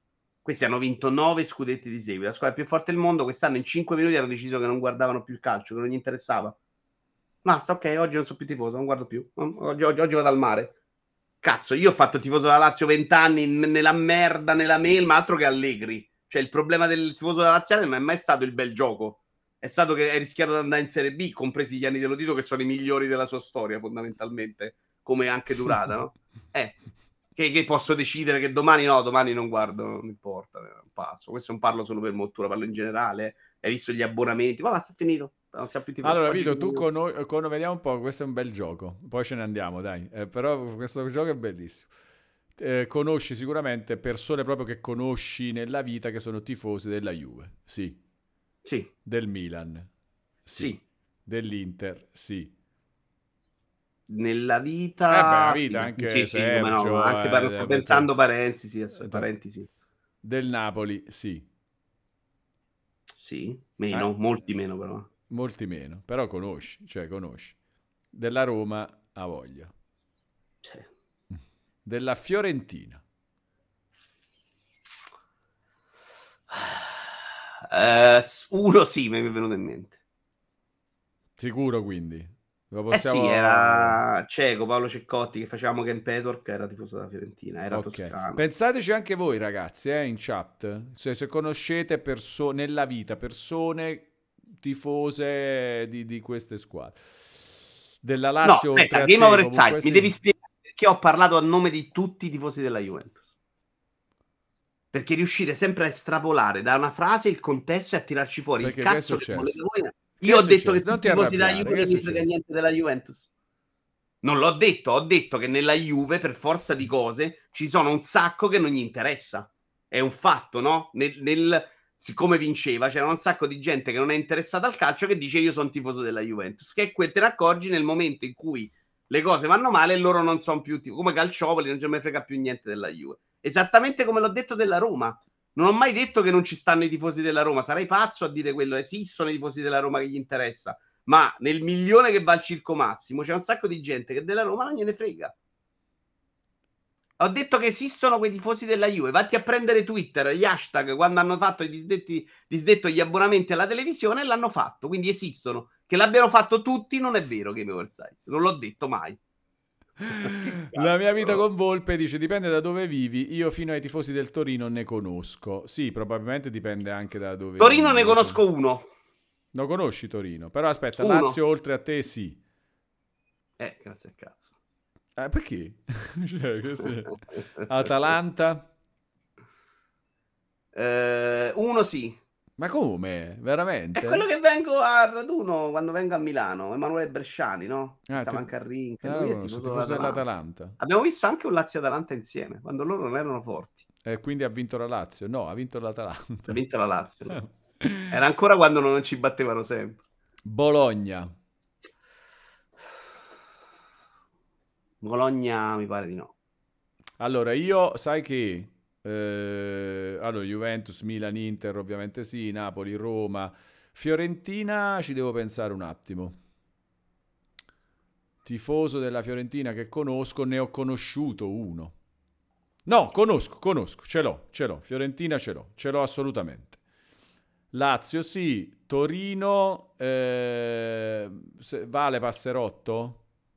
Questi hanno vinto 9 scudetti di seguito. La squadra più forte del mondo quest'anno in 5 minuti hanno deciso che non guardavano più il calcio, che non gli interessava. Basta, ok, oggi non sono più tifoso, non guardo più. Oggi vado al mare. Cazzo, io ho fatto tifoso della Lazio 20 anni nella merda, nella mail, ma altro che Allegri. Cioè, il problema del tifoso della Laziale non è mai stato il bel gioco. È stato che hai rischiato di andare in Serie B, compresi gli anni dello Tito, che sono i migliori della sua storia, fondamentalmente, come anche durata, no? Che posso decidere che domani non guardo, non importa, passo. Questo non parlo solo per Mottura, parlo in generale. Hai visto gli abbonamenti, ma basta, è finito. Non siamo più tifosi. Allora, Oggi Vito, tu chiudiamo. vediamo un po', questo è un bel gioco, poi ce ne andiamo, dai. Però questo gioco è bellissimo. Conosci sicuramente persone proprio che conosci nella vita che sono tifosi della Juve, sì. Sì, Del Milan, sì. sì. Dell'Inter, sì. Nella Beh, la vita, vita, sì, anche sì, sì, come no, Sergio, anche sto pensando parenti, sì, parenti, sì. del Napoli, sì. Sì, Eh? meno, molti meno però. Molti meno, però conosci, cioè conosci. Della Roma, a voglia. Cioè. Della Fiorentina. Uno sì, mi è venuto in mente. Sicuro, quindi. Lo Eh sì, possiamo... era Cieco, Paolo Ceccotti, che facevamo Game Petwork, era tifoso della Fiorentina, era Ok. toscano. Pensateci anche voi, ragazzi, in chat. Se conoscete nella vita persone tifose di queste squadre. Della No, Lazio, oltre aspetta, a Game te, Over comunque Insight, mi devi sì. spiegare perché ho parlato a nome di tutti i tifosi della Juventus. Perché riuscite sempre a estrapolare da una frase il contesto e a tirarci fuori il Perché che è cazzo che volete successo? voi. Che Io è ho detto che successo? Non tutti ti i tifosi della arrabbiare, Juve che è non mi frega successo? niente della Juventus. Non l'ho detto, ho detto che nella Juve, per forza di cose, ci sono un sacco che non gli interessa. È un fatto, no? Siccome vinceva, c'era un sacco di gente che non è interessata al calcio che dice io sono tifoso della Juventus. Che te ne accorgi nel momento in cui le cose vanno male e loro non sono più come Calciopoli, non ce ne frega più niente della Juve. Esattamente come l'ho detto della Roma. Non ho mai detto che non ci stanno i tifosi della Roma. Sarei pazzo a dire quello. Esistono i tifosi della Roma che gli interessa. Ma nel milione che va al Circo Massimo c'è un sacco di gente che della Roma non gliene frega. Ho detto che esistono quei tifosi della Juve. Vatti a prendere Twitter, gli hashtag quando hanno fatto disdetto gli abbonamenti alla televisione l'hanno fatto. Quindi esistono. Che l'abbiano fatto tutti non è vero Game Over Size. Non l'ho detto mai. Che La mia vita cazzo? con Volpe dice dipende da dove vivi, io fino ai tifosi del Torino ne conosco. Sì, probabilmente dipende anche da dove Torino ne vivi. conosco uno. Lo conosci Torino, però aspetta, Uno. Lazio oltre a te sì. Grazie al cazzo. Perché? Atalanta? Uno sì. Ma come? È quello Veramente? che vengo a raduno quando vengo a Milano, Emanuele Bresciani, no? Che Ah, stava anche a Rinc. lo Lui è conosco, tifoso tifoso dell'Atalanta. dell'Atalanta. Abbiamo visto anche un Lazio-Atalanta insieme, quando loro non erano forti. E quindi ha vinto la Lazio? No, ha vinto Ha l'Atalanta. vinto la Lazio. Lui. Era ancora quando non ci battevano sempre. Bologna. Bologna mi pare di no. Allora, io sai che allora, Juventus, Milan, Inter, ovviamente sì, Napoli, Roma, Fiorentina, ci devo pensare un attimo. Tifoso della Fiorentina che conosco, ne ho conosciuto uno. No, conosco, ce l'ho. Fiorentina ce l'ho assolutamente. Lazio sì, Torino, vale Passerotto?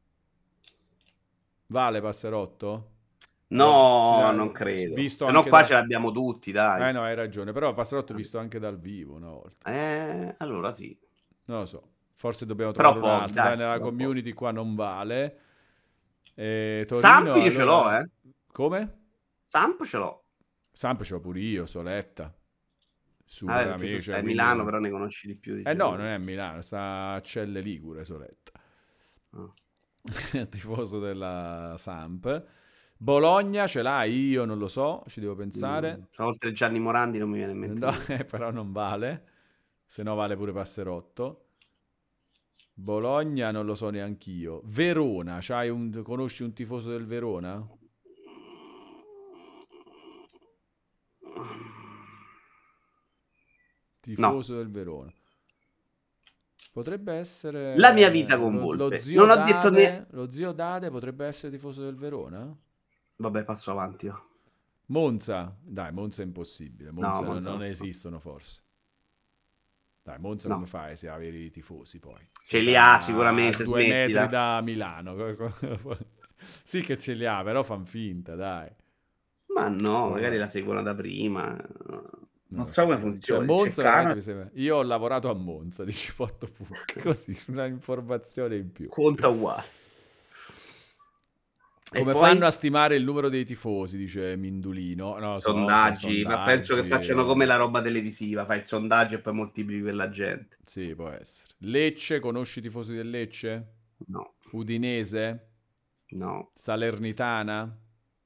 Vale Passerotto? No, non credo. Visto Se no anche qua da... ce l'abbiamo tutti, dai. no, hai ragione, però Passerotto visto anche dal vivo una volta. Allora sì. Non lo so, forse dobbiamo Però trovare un pochi, altro. Sai, dai. nella Però pochi. community qua non vale. Samp Torino, io ce l'ho, allora... eh. Come? Samp ce l'ho. Samp ce l'ho pure io, Soletta. Super Perché tu amico, stai cioè, a quindi... Milano, però ne conosci di più di gente No, non è a nostra. Milano, sta a Celle Ligure, Soletta. Ah. Tifoso della Samp. Bologna ce l'hai? Io non lo so, ci devo pensare. Oltre Gianni Morandi non mi viene in mente No, niente. però non vale. Se no vale pure Passerotto. Bologna non lo so neanch'io. Verona, conosci un tifoso del Verona? No, Tifoso del Verona. Potrebbe la mia vita essere con lo Volpe. zio Non ho detto Dade. ne... Lo zio Dade potrebbe essere tifoso del Verona? Vabbè, passo avanti. Io. Monza, dai, Monza è impossibile. Monza, No, Monza non no. esistono forse. Dai, Monza No. come fai se avere i tifosi poi? Ce Si li ha sta sicuramente, a 2 metri smettila. da Milano. Sì che ce li ha, però fan finta, dai. Ma no, magari Poi, la seguono da prima. non Non lo so so. come Cioè, funzioni. C'è Monza veramente Cano, mi sembra... Io ho lavorato a Monza, dici Pottopuc, così, una informazione in più. conta uguale. E Come poi fanno a stimare il numero dei tifosi, dice Mindulino. Non lo so, sono sondaggi, ma penso che sondaggi. facciano come la roba televisiva, fai il sondaggio e poi moltiplichi per la gente. Sì, può essere. Lecce, conosci i tifosi del Lecce? No, Udinese? no, Salernitana?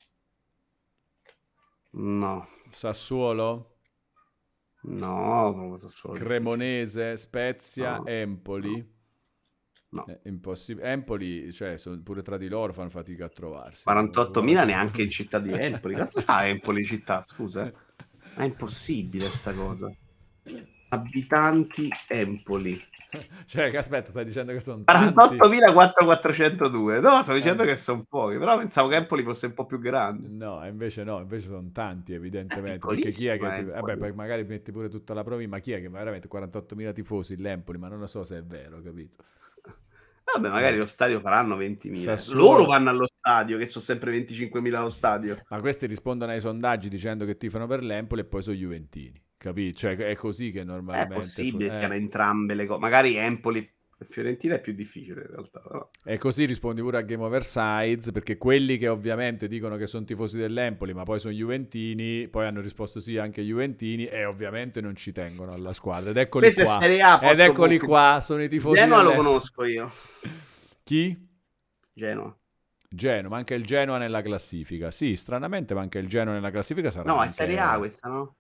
no, Sassuolo? no, come solo difficile. Cremonese? Spezia? No, no, Empoli? no. Impossibile. Empoli, cioè, pure tra di loro fanno fatica a trovarsi. 48.000 neanche in 48. città di Empoli. Quanto fa Empoli città, scusa? È impossibile sta cosa. Abitanti Empoli. Cioè, che aspetta, stai dicendo che sono tanti? 48.402. No, sto dicendo beh, che sono pochi, però pensavo che Empoli fosse un po' più grande. no, invece sono tanti, È evidentemente. Perché chi è che... piccolissima Vabbè, Empoli. poi magari metti pure tutta la provincia, ma chi è che veramente 48.000 tifosi l'Empoli? Ma non lo so se è vero, capito? Vabbè, magari Eh, lo stadio faranno 20.000. Loro Sassuolo... vanno allo stadio, che sono sempre 25.000 allo stadio. Ma questi rispondono ai sondaggi dicendo che tifano per l'Empoli e poi sono juventini, capito? Cioè, è così che È normalmente... possibile siano entrambe le cose. Magari Empoli e Fiorentina è più difficile in realtà. Però. E così rispondi pure a Game Over Sides, perché quelli che ovviamente dicono che sono tifosi dell'Empoli, ma poi sono juventini, poi hanno risposto sì anche juventini e ovviamente non ci tengono alla squadra. Ed eccoli Questa è qua. Serie A, Ed eccoli Pottobook. qua, sono i tifosi Genoa lo dell'Empoli. conosco io. Chi? Genoa. Genoa, manca il Genoa nella classifica. Sì, stranamente manca il Genoa nella classifica, sarà No, è Serie A anche... questa, no?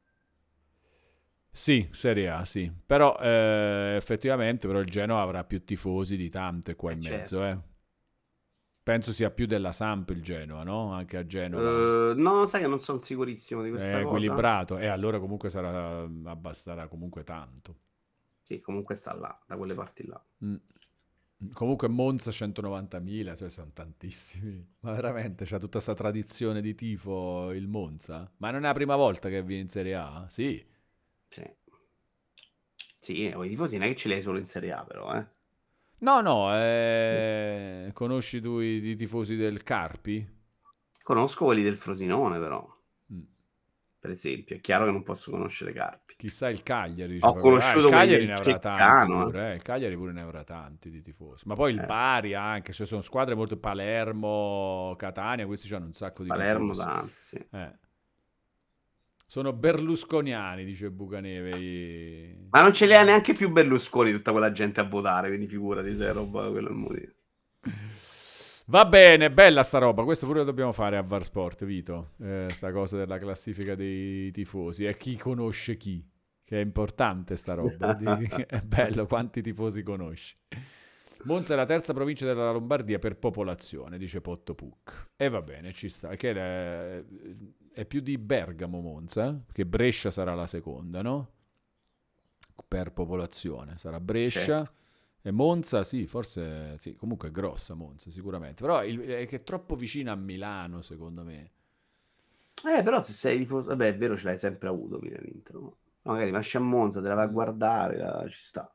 Sì, Serie A, sì. Però effettivamente però il Genoa avrà più tifosi di tante qua in Certo. mezzo, eh. Penso sia più della Samp il Genoa, no? Anche a Genova No, sai che non sono sicurissimo di è questa cosa. equilibrato e allora comunque sarà abbasterà comunque tanto. Sì, comunque sta là, da quelle parti là. Mm. Comunque Monza 190.000, cioè sono tantissimi. Ma veramente c'ha tutta questa tradizione di tifo il Monza? Ma non è la prima volta che viene in Serie A? Sì. Sì. Sì, i tifosi non è che ce li hai solo in Serie A, però, eh. No, conosci tu i tifosi del Carpi? Conosco quelli del Frosinone, però, Mm. per esempio. È chiaro che non posso conoscere Carpi. Chissà il Cagliari, Ho diceva quello. Il conosciuto quelli Cagliari del ne avrà tanti Ceccano, pure, Il Cagliari pure ne avrà tanti di tifosi. Ma poi il Sì. Bari anche, cioè sono squadre molto Palermo, Catania, questi hanno un sacco di Palermo, tifosi. tanti, sì. Sono berlusconiani, dice Bucaneve. Ma non ce li ha neanche più Berlusconi tutta quella gente a votare, quindi figurati se è roba, quello è il motivo. Va bene, bella sta roba. Questo pure lo dobbiamo fare a Varsport, Vito. Sta cosa della classifica dei tifosi. E chi conosce chi. Che è importante sta roba. È bello quanti tifosi conosci. Monza è la terza provincia della Lombardia per popolazione, dice Pottopuc. E va bene, ci sta. Che è più di Bergamo Monza, che Brescia sarà la seconda, no? Per popolazione. Sarà Brescia. Certo. E Monza, sì, forse sì, comunque è grossa Monza, sicuramente. Però è che è troppo vicina a Milano, secondo me. Però se sei tifoso... Vabbè, è vero, ce l'hai sempre avuto Milan Inter, no? Magari Masci a Monza, te la vai a guardare, ci sta.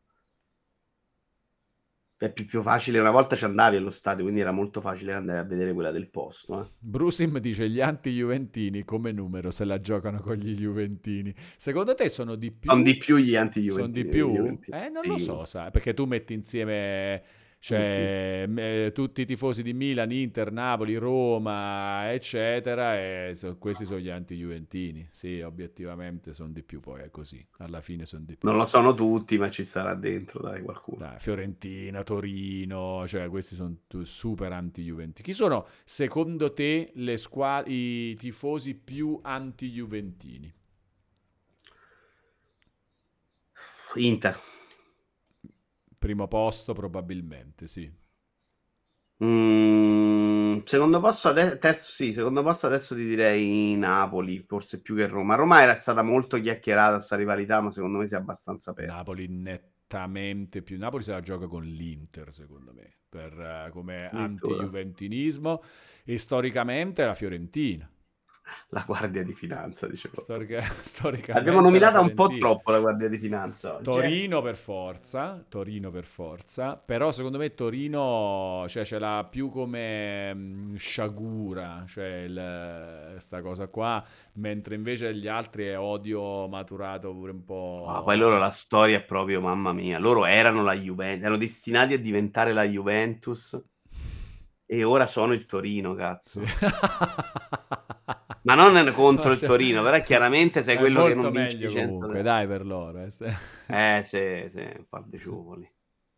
È più facile, una volta ci andavi allo stadio, quindi era molto facile andare a vedere quella del posto. Brusim dice gli anti-juventini come numero se la giocano con gli juventini. Secondo te sono di Sono più? di più gli Sono di anti-Juventini. più? Juventini. Non lo Sì, so, sai, perché tu metti insieme tutti. cioè, tutti i tifosi di Milan, Inter, Napoli, Roma, eccetera, e questi sono gli anti-juventini. Sì, obiettivamente sono di più, poi è così. Alla fine sono di più. Non lo sono tutti, ma ci sarà dentro, dai, qualcuno. Dai, Fiorentina, Torino, cioè questi sono super anti-juventini. Chi sono, secondo te, i tifosi più anti-juventini? Inter. Primo posto, probabilmente, sì. Secondo posto, terzo, sì, secondo posto adesso ti direi Napoli, forse più che Roma. Roma era stata molto chiacchierata sta rivalità, ma secondo me si è abbastanza persa. Napoli nettamente più. Napoli se la gioca con l'Inter, secondo me, per, come Addirittura. anti-juventinismo. E storicamente la Fiorentina. La Guardia di Finanza, dicevo. Storicamente Abbiamo la nominata un po' Fiorentina. troppo la Guardia di Finanza oggi. Torino per forza, però secondo me Torino, cioè, ce l'ha più come sciagura, cioè sta cosa qua, mentre invece gli altri è odio maturato pure un Poi loro po'. la storia è proprio, mamma mia, loro erano la Juventus, erano destinati a diventare la Juventus e ora sono il Torino, Sì. cazzo. Ma non contro il Torino, però chiaramente sei È quello che non molto vince i meglio 100. comunque, dai per loro. Sì, un par di ciuffoli.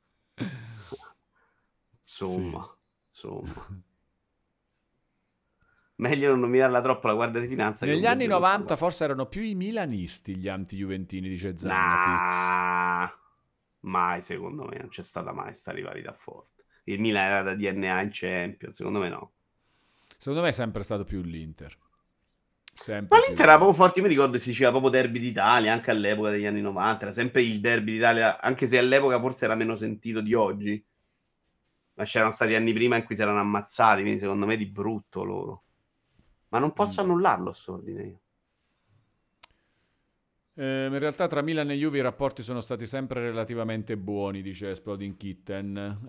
Sì. Insomma. Meglio non nominarla troppo la Guardia di Finanza che Negli un anni buon 90 giocatore. forse erano più i milanisti gli anti-juventini, dice Zannafix. Nah, mai secondo me, non c'è stata mai sta rivalità forte. Il Milan era da DNA in Champions, secondo me no. Secondo me è sempre stato più l'Inter. Ma Sempre più l'Inter era proprio l'Inter. forte, io mi ricordo si diceva proprio derby d'Italia, anche all'epoca degli anni 90, era sempre il derby d'Italia, anche se all'epoca forse era meno sentito di oggi, ma c'erano stati anni prima in cui si erano ammazzati, quindi secondo me di brutto loro. Ma non Mm. posso annullarlo sto ordine io. In realtà tra Milan e Juve i rapporti sono stati sempre relativamente buoni, dice Exploding Kitten.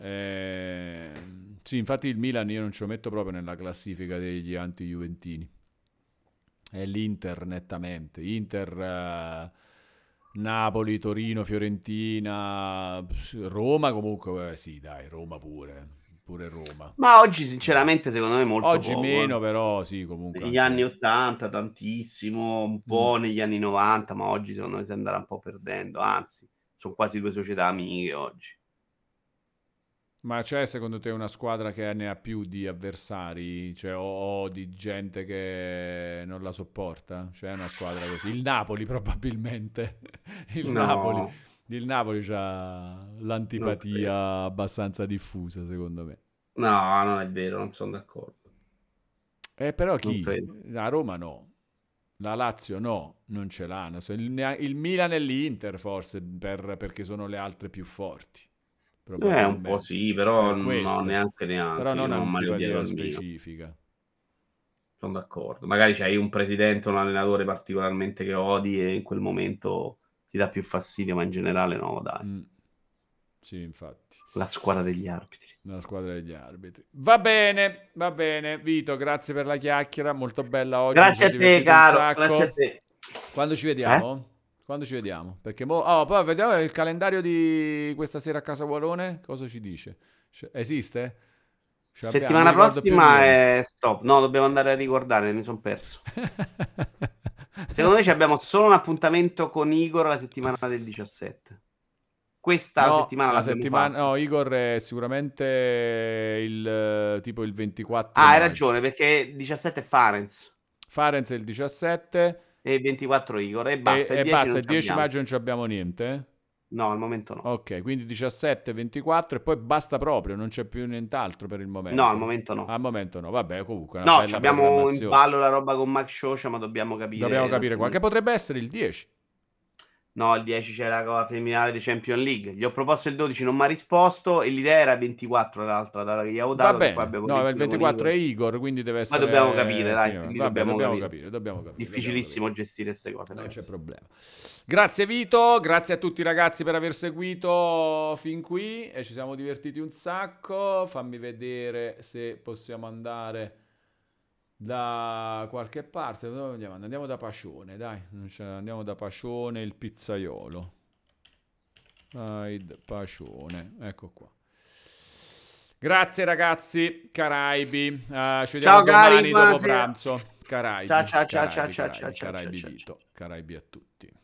Sì, infatti il Milan io non ci lo metto proprio nella classifica degli anti-juventini. È l'Inter nettamente. Inter, Napoli, Torino, Fiorentina, Roma comunque, sì dai, Roma pure Roma. Ma oggi sinceramente secondo me molto Oggi poco. meno però, sì, comunque Negli anni anche. 80 tantissimo, un Mm. po' negli anni 90, ma oggi secondo me si andrà un po' perdendo, anzi, sono quasi due società amiche oggi. Ma c'è secondo te una squadra che ne ha più di avversari? Cioè, o di gente che non la sopporta? C'è una squadra così? Il Napoli probabilmente. Il Napoli, No, il Napoli ha non credo. l'antipatia abbastanza diffusa, secondo me. No, non è vero, non sono d'accordo. Però Non chi? credo. La Roma no. La Lazio no, non ce l'hanno. Il Milan e l'Inter forse perché sono le altre più forti, Un po' probabilmente. sì, però Per no, questo. Però neanche. Io non non ho mai odiato antipatia il Milan. specifica. Sono d'accordo. Magari c'hai un presidente o un allenatore particolarmente che odi e in quel momento ti dà più fastidio, ma in generale no, dai. Mm, sì, infatti. La squadra degli arbitri. La squadra degli arbitri. Va bene. Vito, grazie per la chiacchiera, molto bella oggi, mi Grazie sono a te, divertito un caro. Grazie a sacco. te. Quando ci Eh? vediamo? Quando ci vediamo? Perché oh, poi vediamo il calendario di questa sera a Casa Vuolone, cosa ci dice? Esiste? Non mi Settimana ricordo più prossima niente. è stop. No, dobbiamo andare a riguardare, mi sono perso. Secondo me ci abbiamo solo un appuntamento con Igor la settimana del 17. Questa No, settimana la l'abbiamo settimana... fatta. No, Igor è sicuramente tipo il 24 Ah, hai maggio. ragione, perché il 17 è Farenz Farenz è il 17 e il 24 Igor. E basta, il 10 basta, non il ci 10 abbiamo. maggio non ci abbiamo niente. No, al momento no. Ok, quindi 17, 24 e poi basta proprio, non c'è più nient'altro per il No, al momento. momento no. Al momento no, vabbè, comunque è una No, bella abbiamo in programmazione. ballo la roba con Max Scioscia, ma dobbiamo Dobbiamo capire un capire qua, che attimino. potrebbe essere il 10. No, il 10 c'era la femminale di Champions League. Gli ho proposto il 12, non mi ha risposto. E l'idea era il 24, l'altra data che gli avevo Va dato, che poi bene, abbiamo no, il riempito con 24 è Igor. Igor, quindi deve Ma dobbiamo capire, essere... dai, lì Vabbè, dobbiamo capire. dobbiamo capire. Difficilissimo gestire queste cose, Non c'è ragazzi. problema. Grazie Vito, grazie a tutti i ragazzi per aver seguito fin qui e ci siamo divertiti un sacco. Fammi vedere se possiamo andare da qualche parte. Dove andiamo? Andiamo da Pacione, dai. Andiamo da Pacione, il pizzaiolo. Pacione, ecco qua. Grazie ragazzi, Caraibi. Ci vediamo Ciao cari, domani dopo buonasera. pranzo. Ciao Caraibi, ciao ciao ciao Caraibi, ciao Caraibi, ciao ciao Caraibi ciao. Vito, Caraibi a tutti.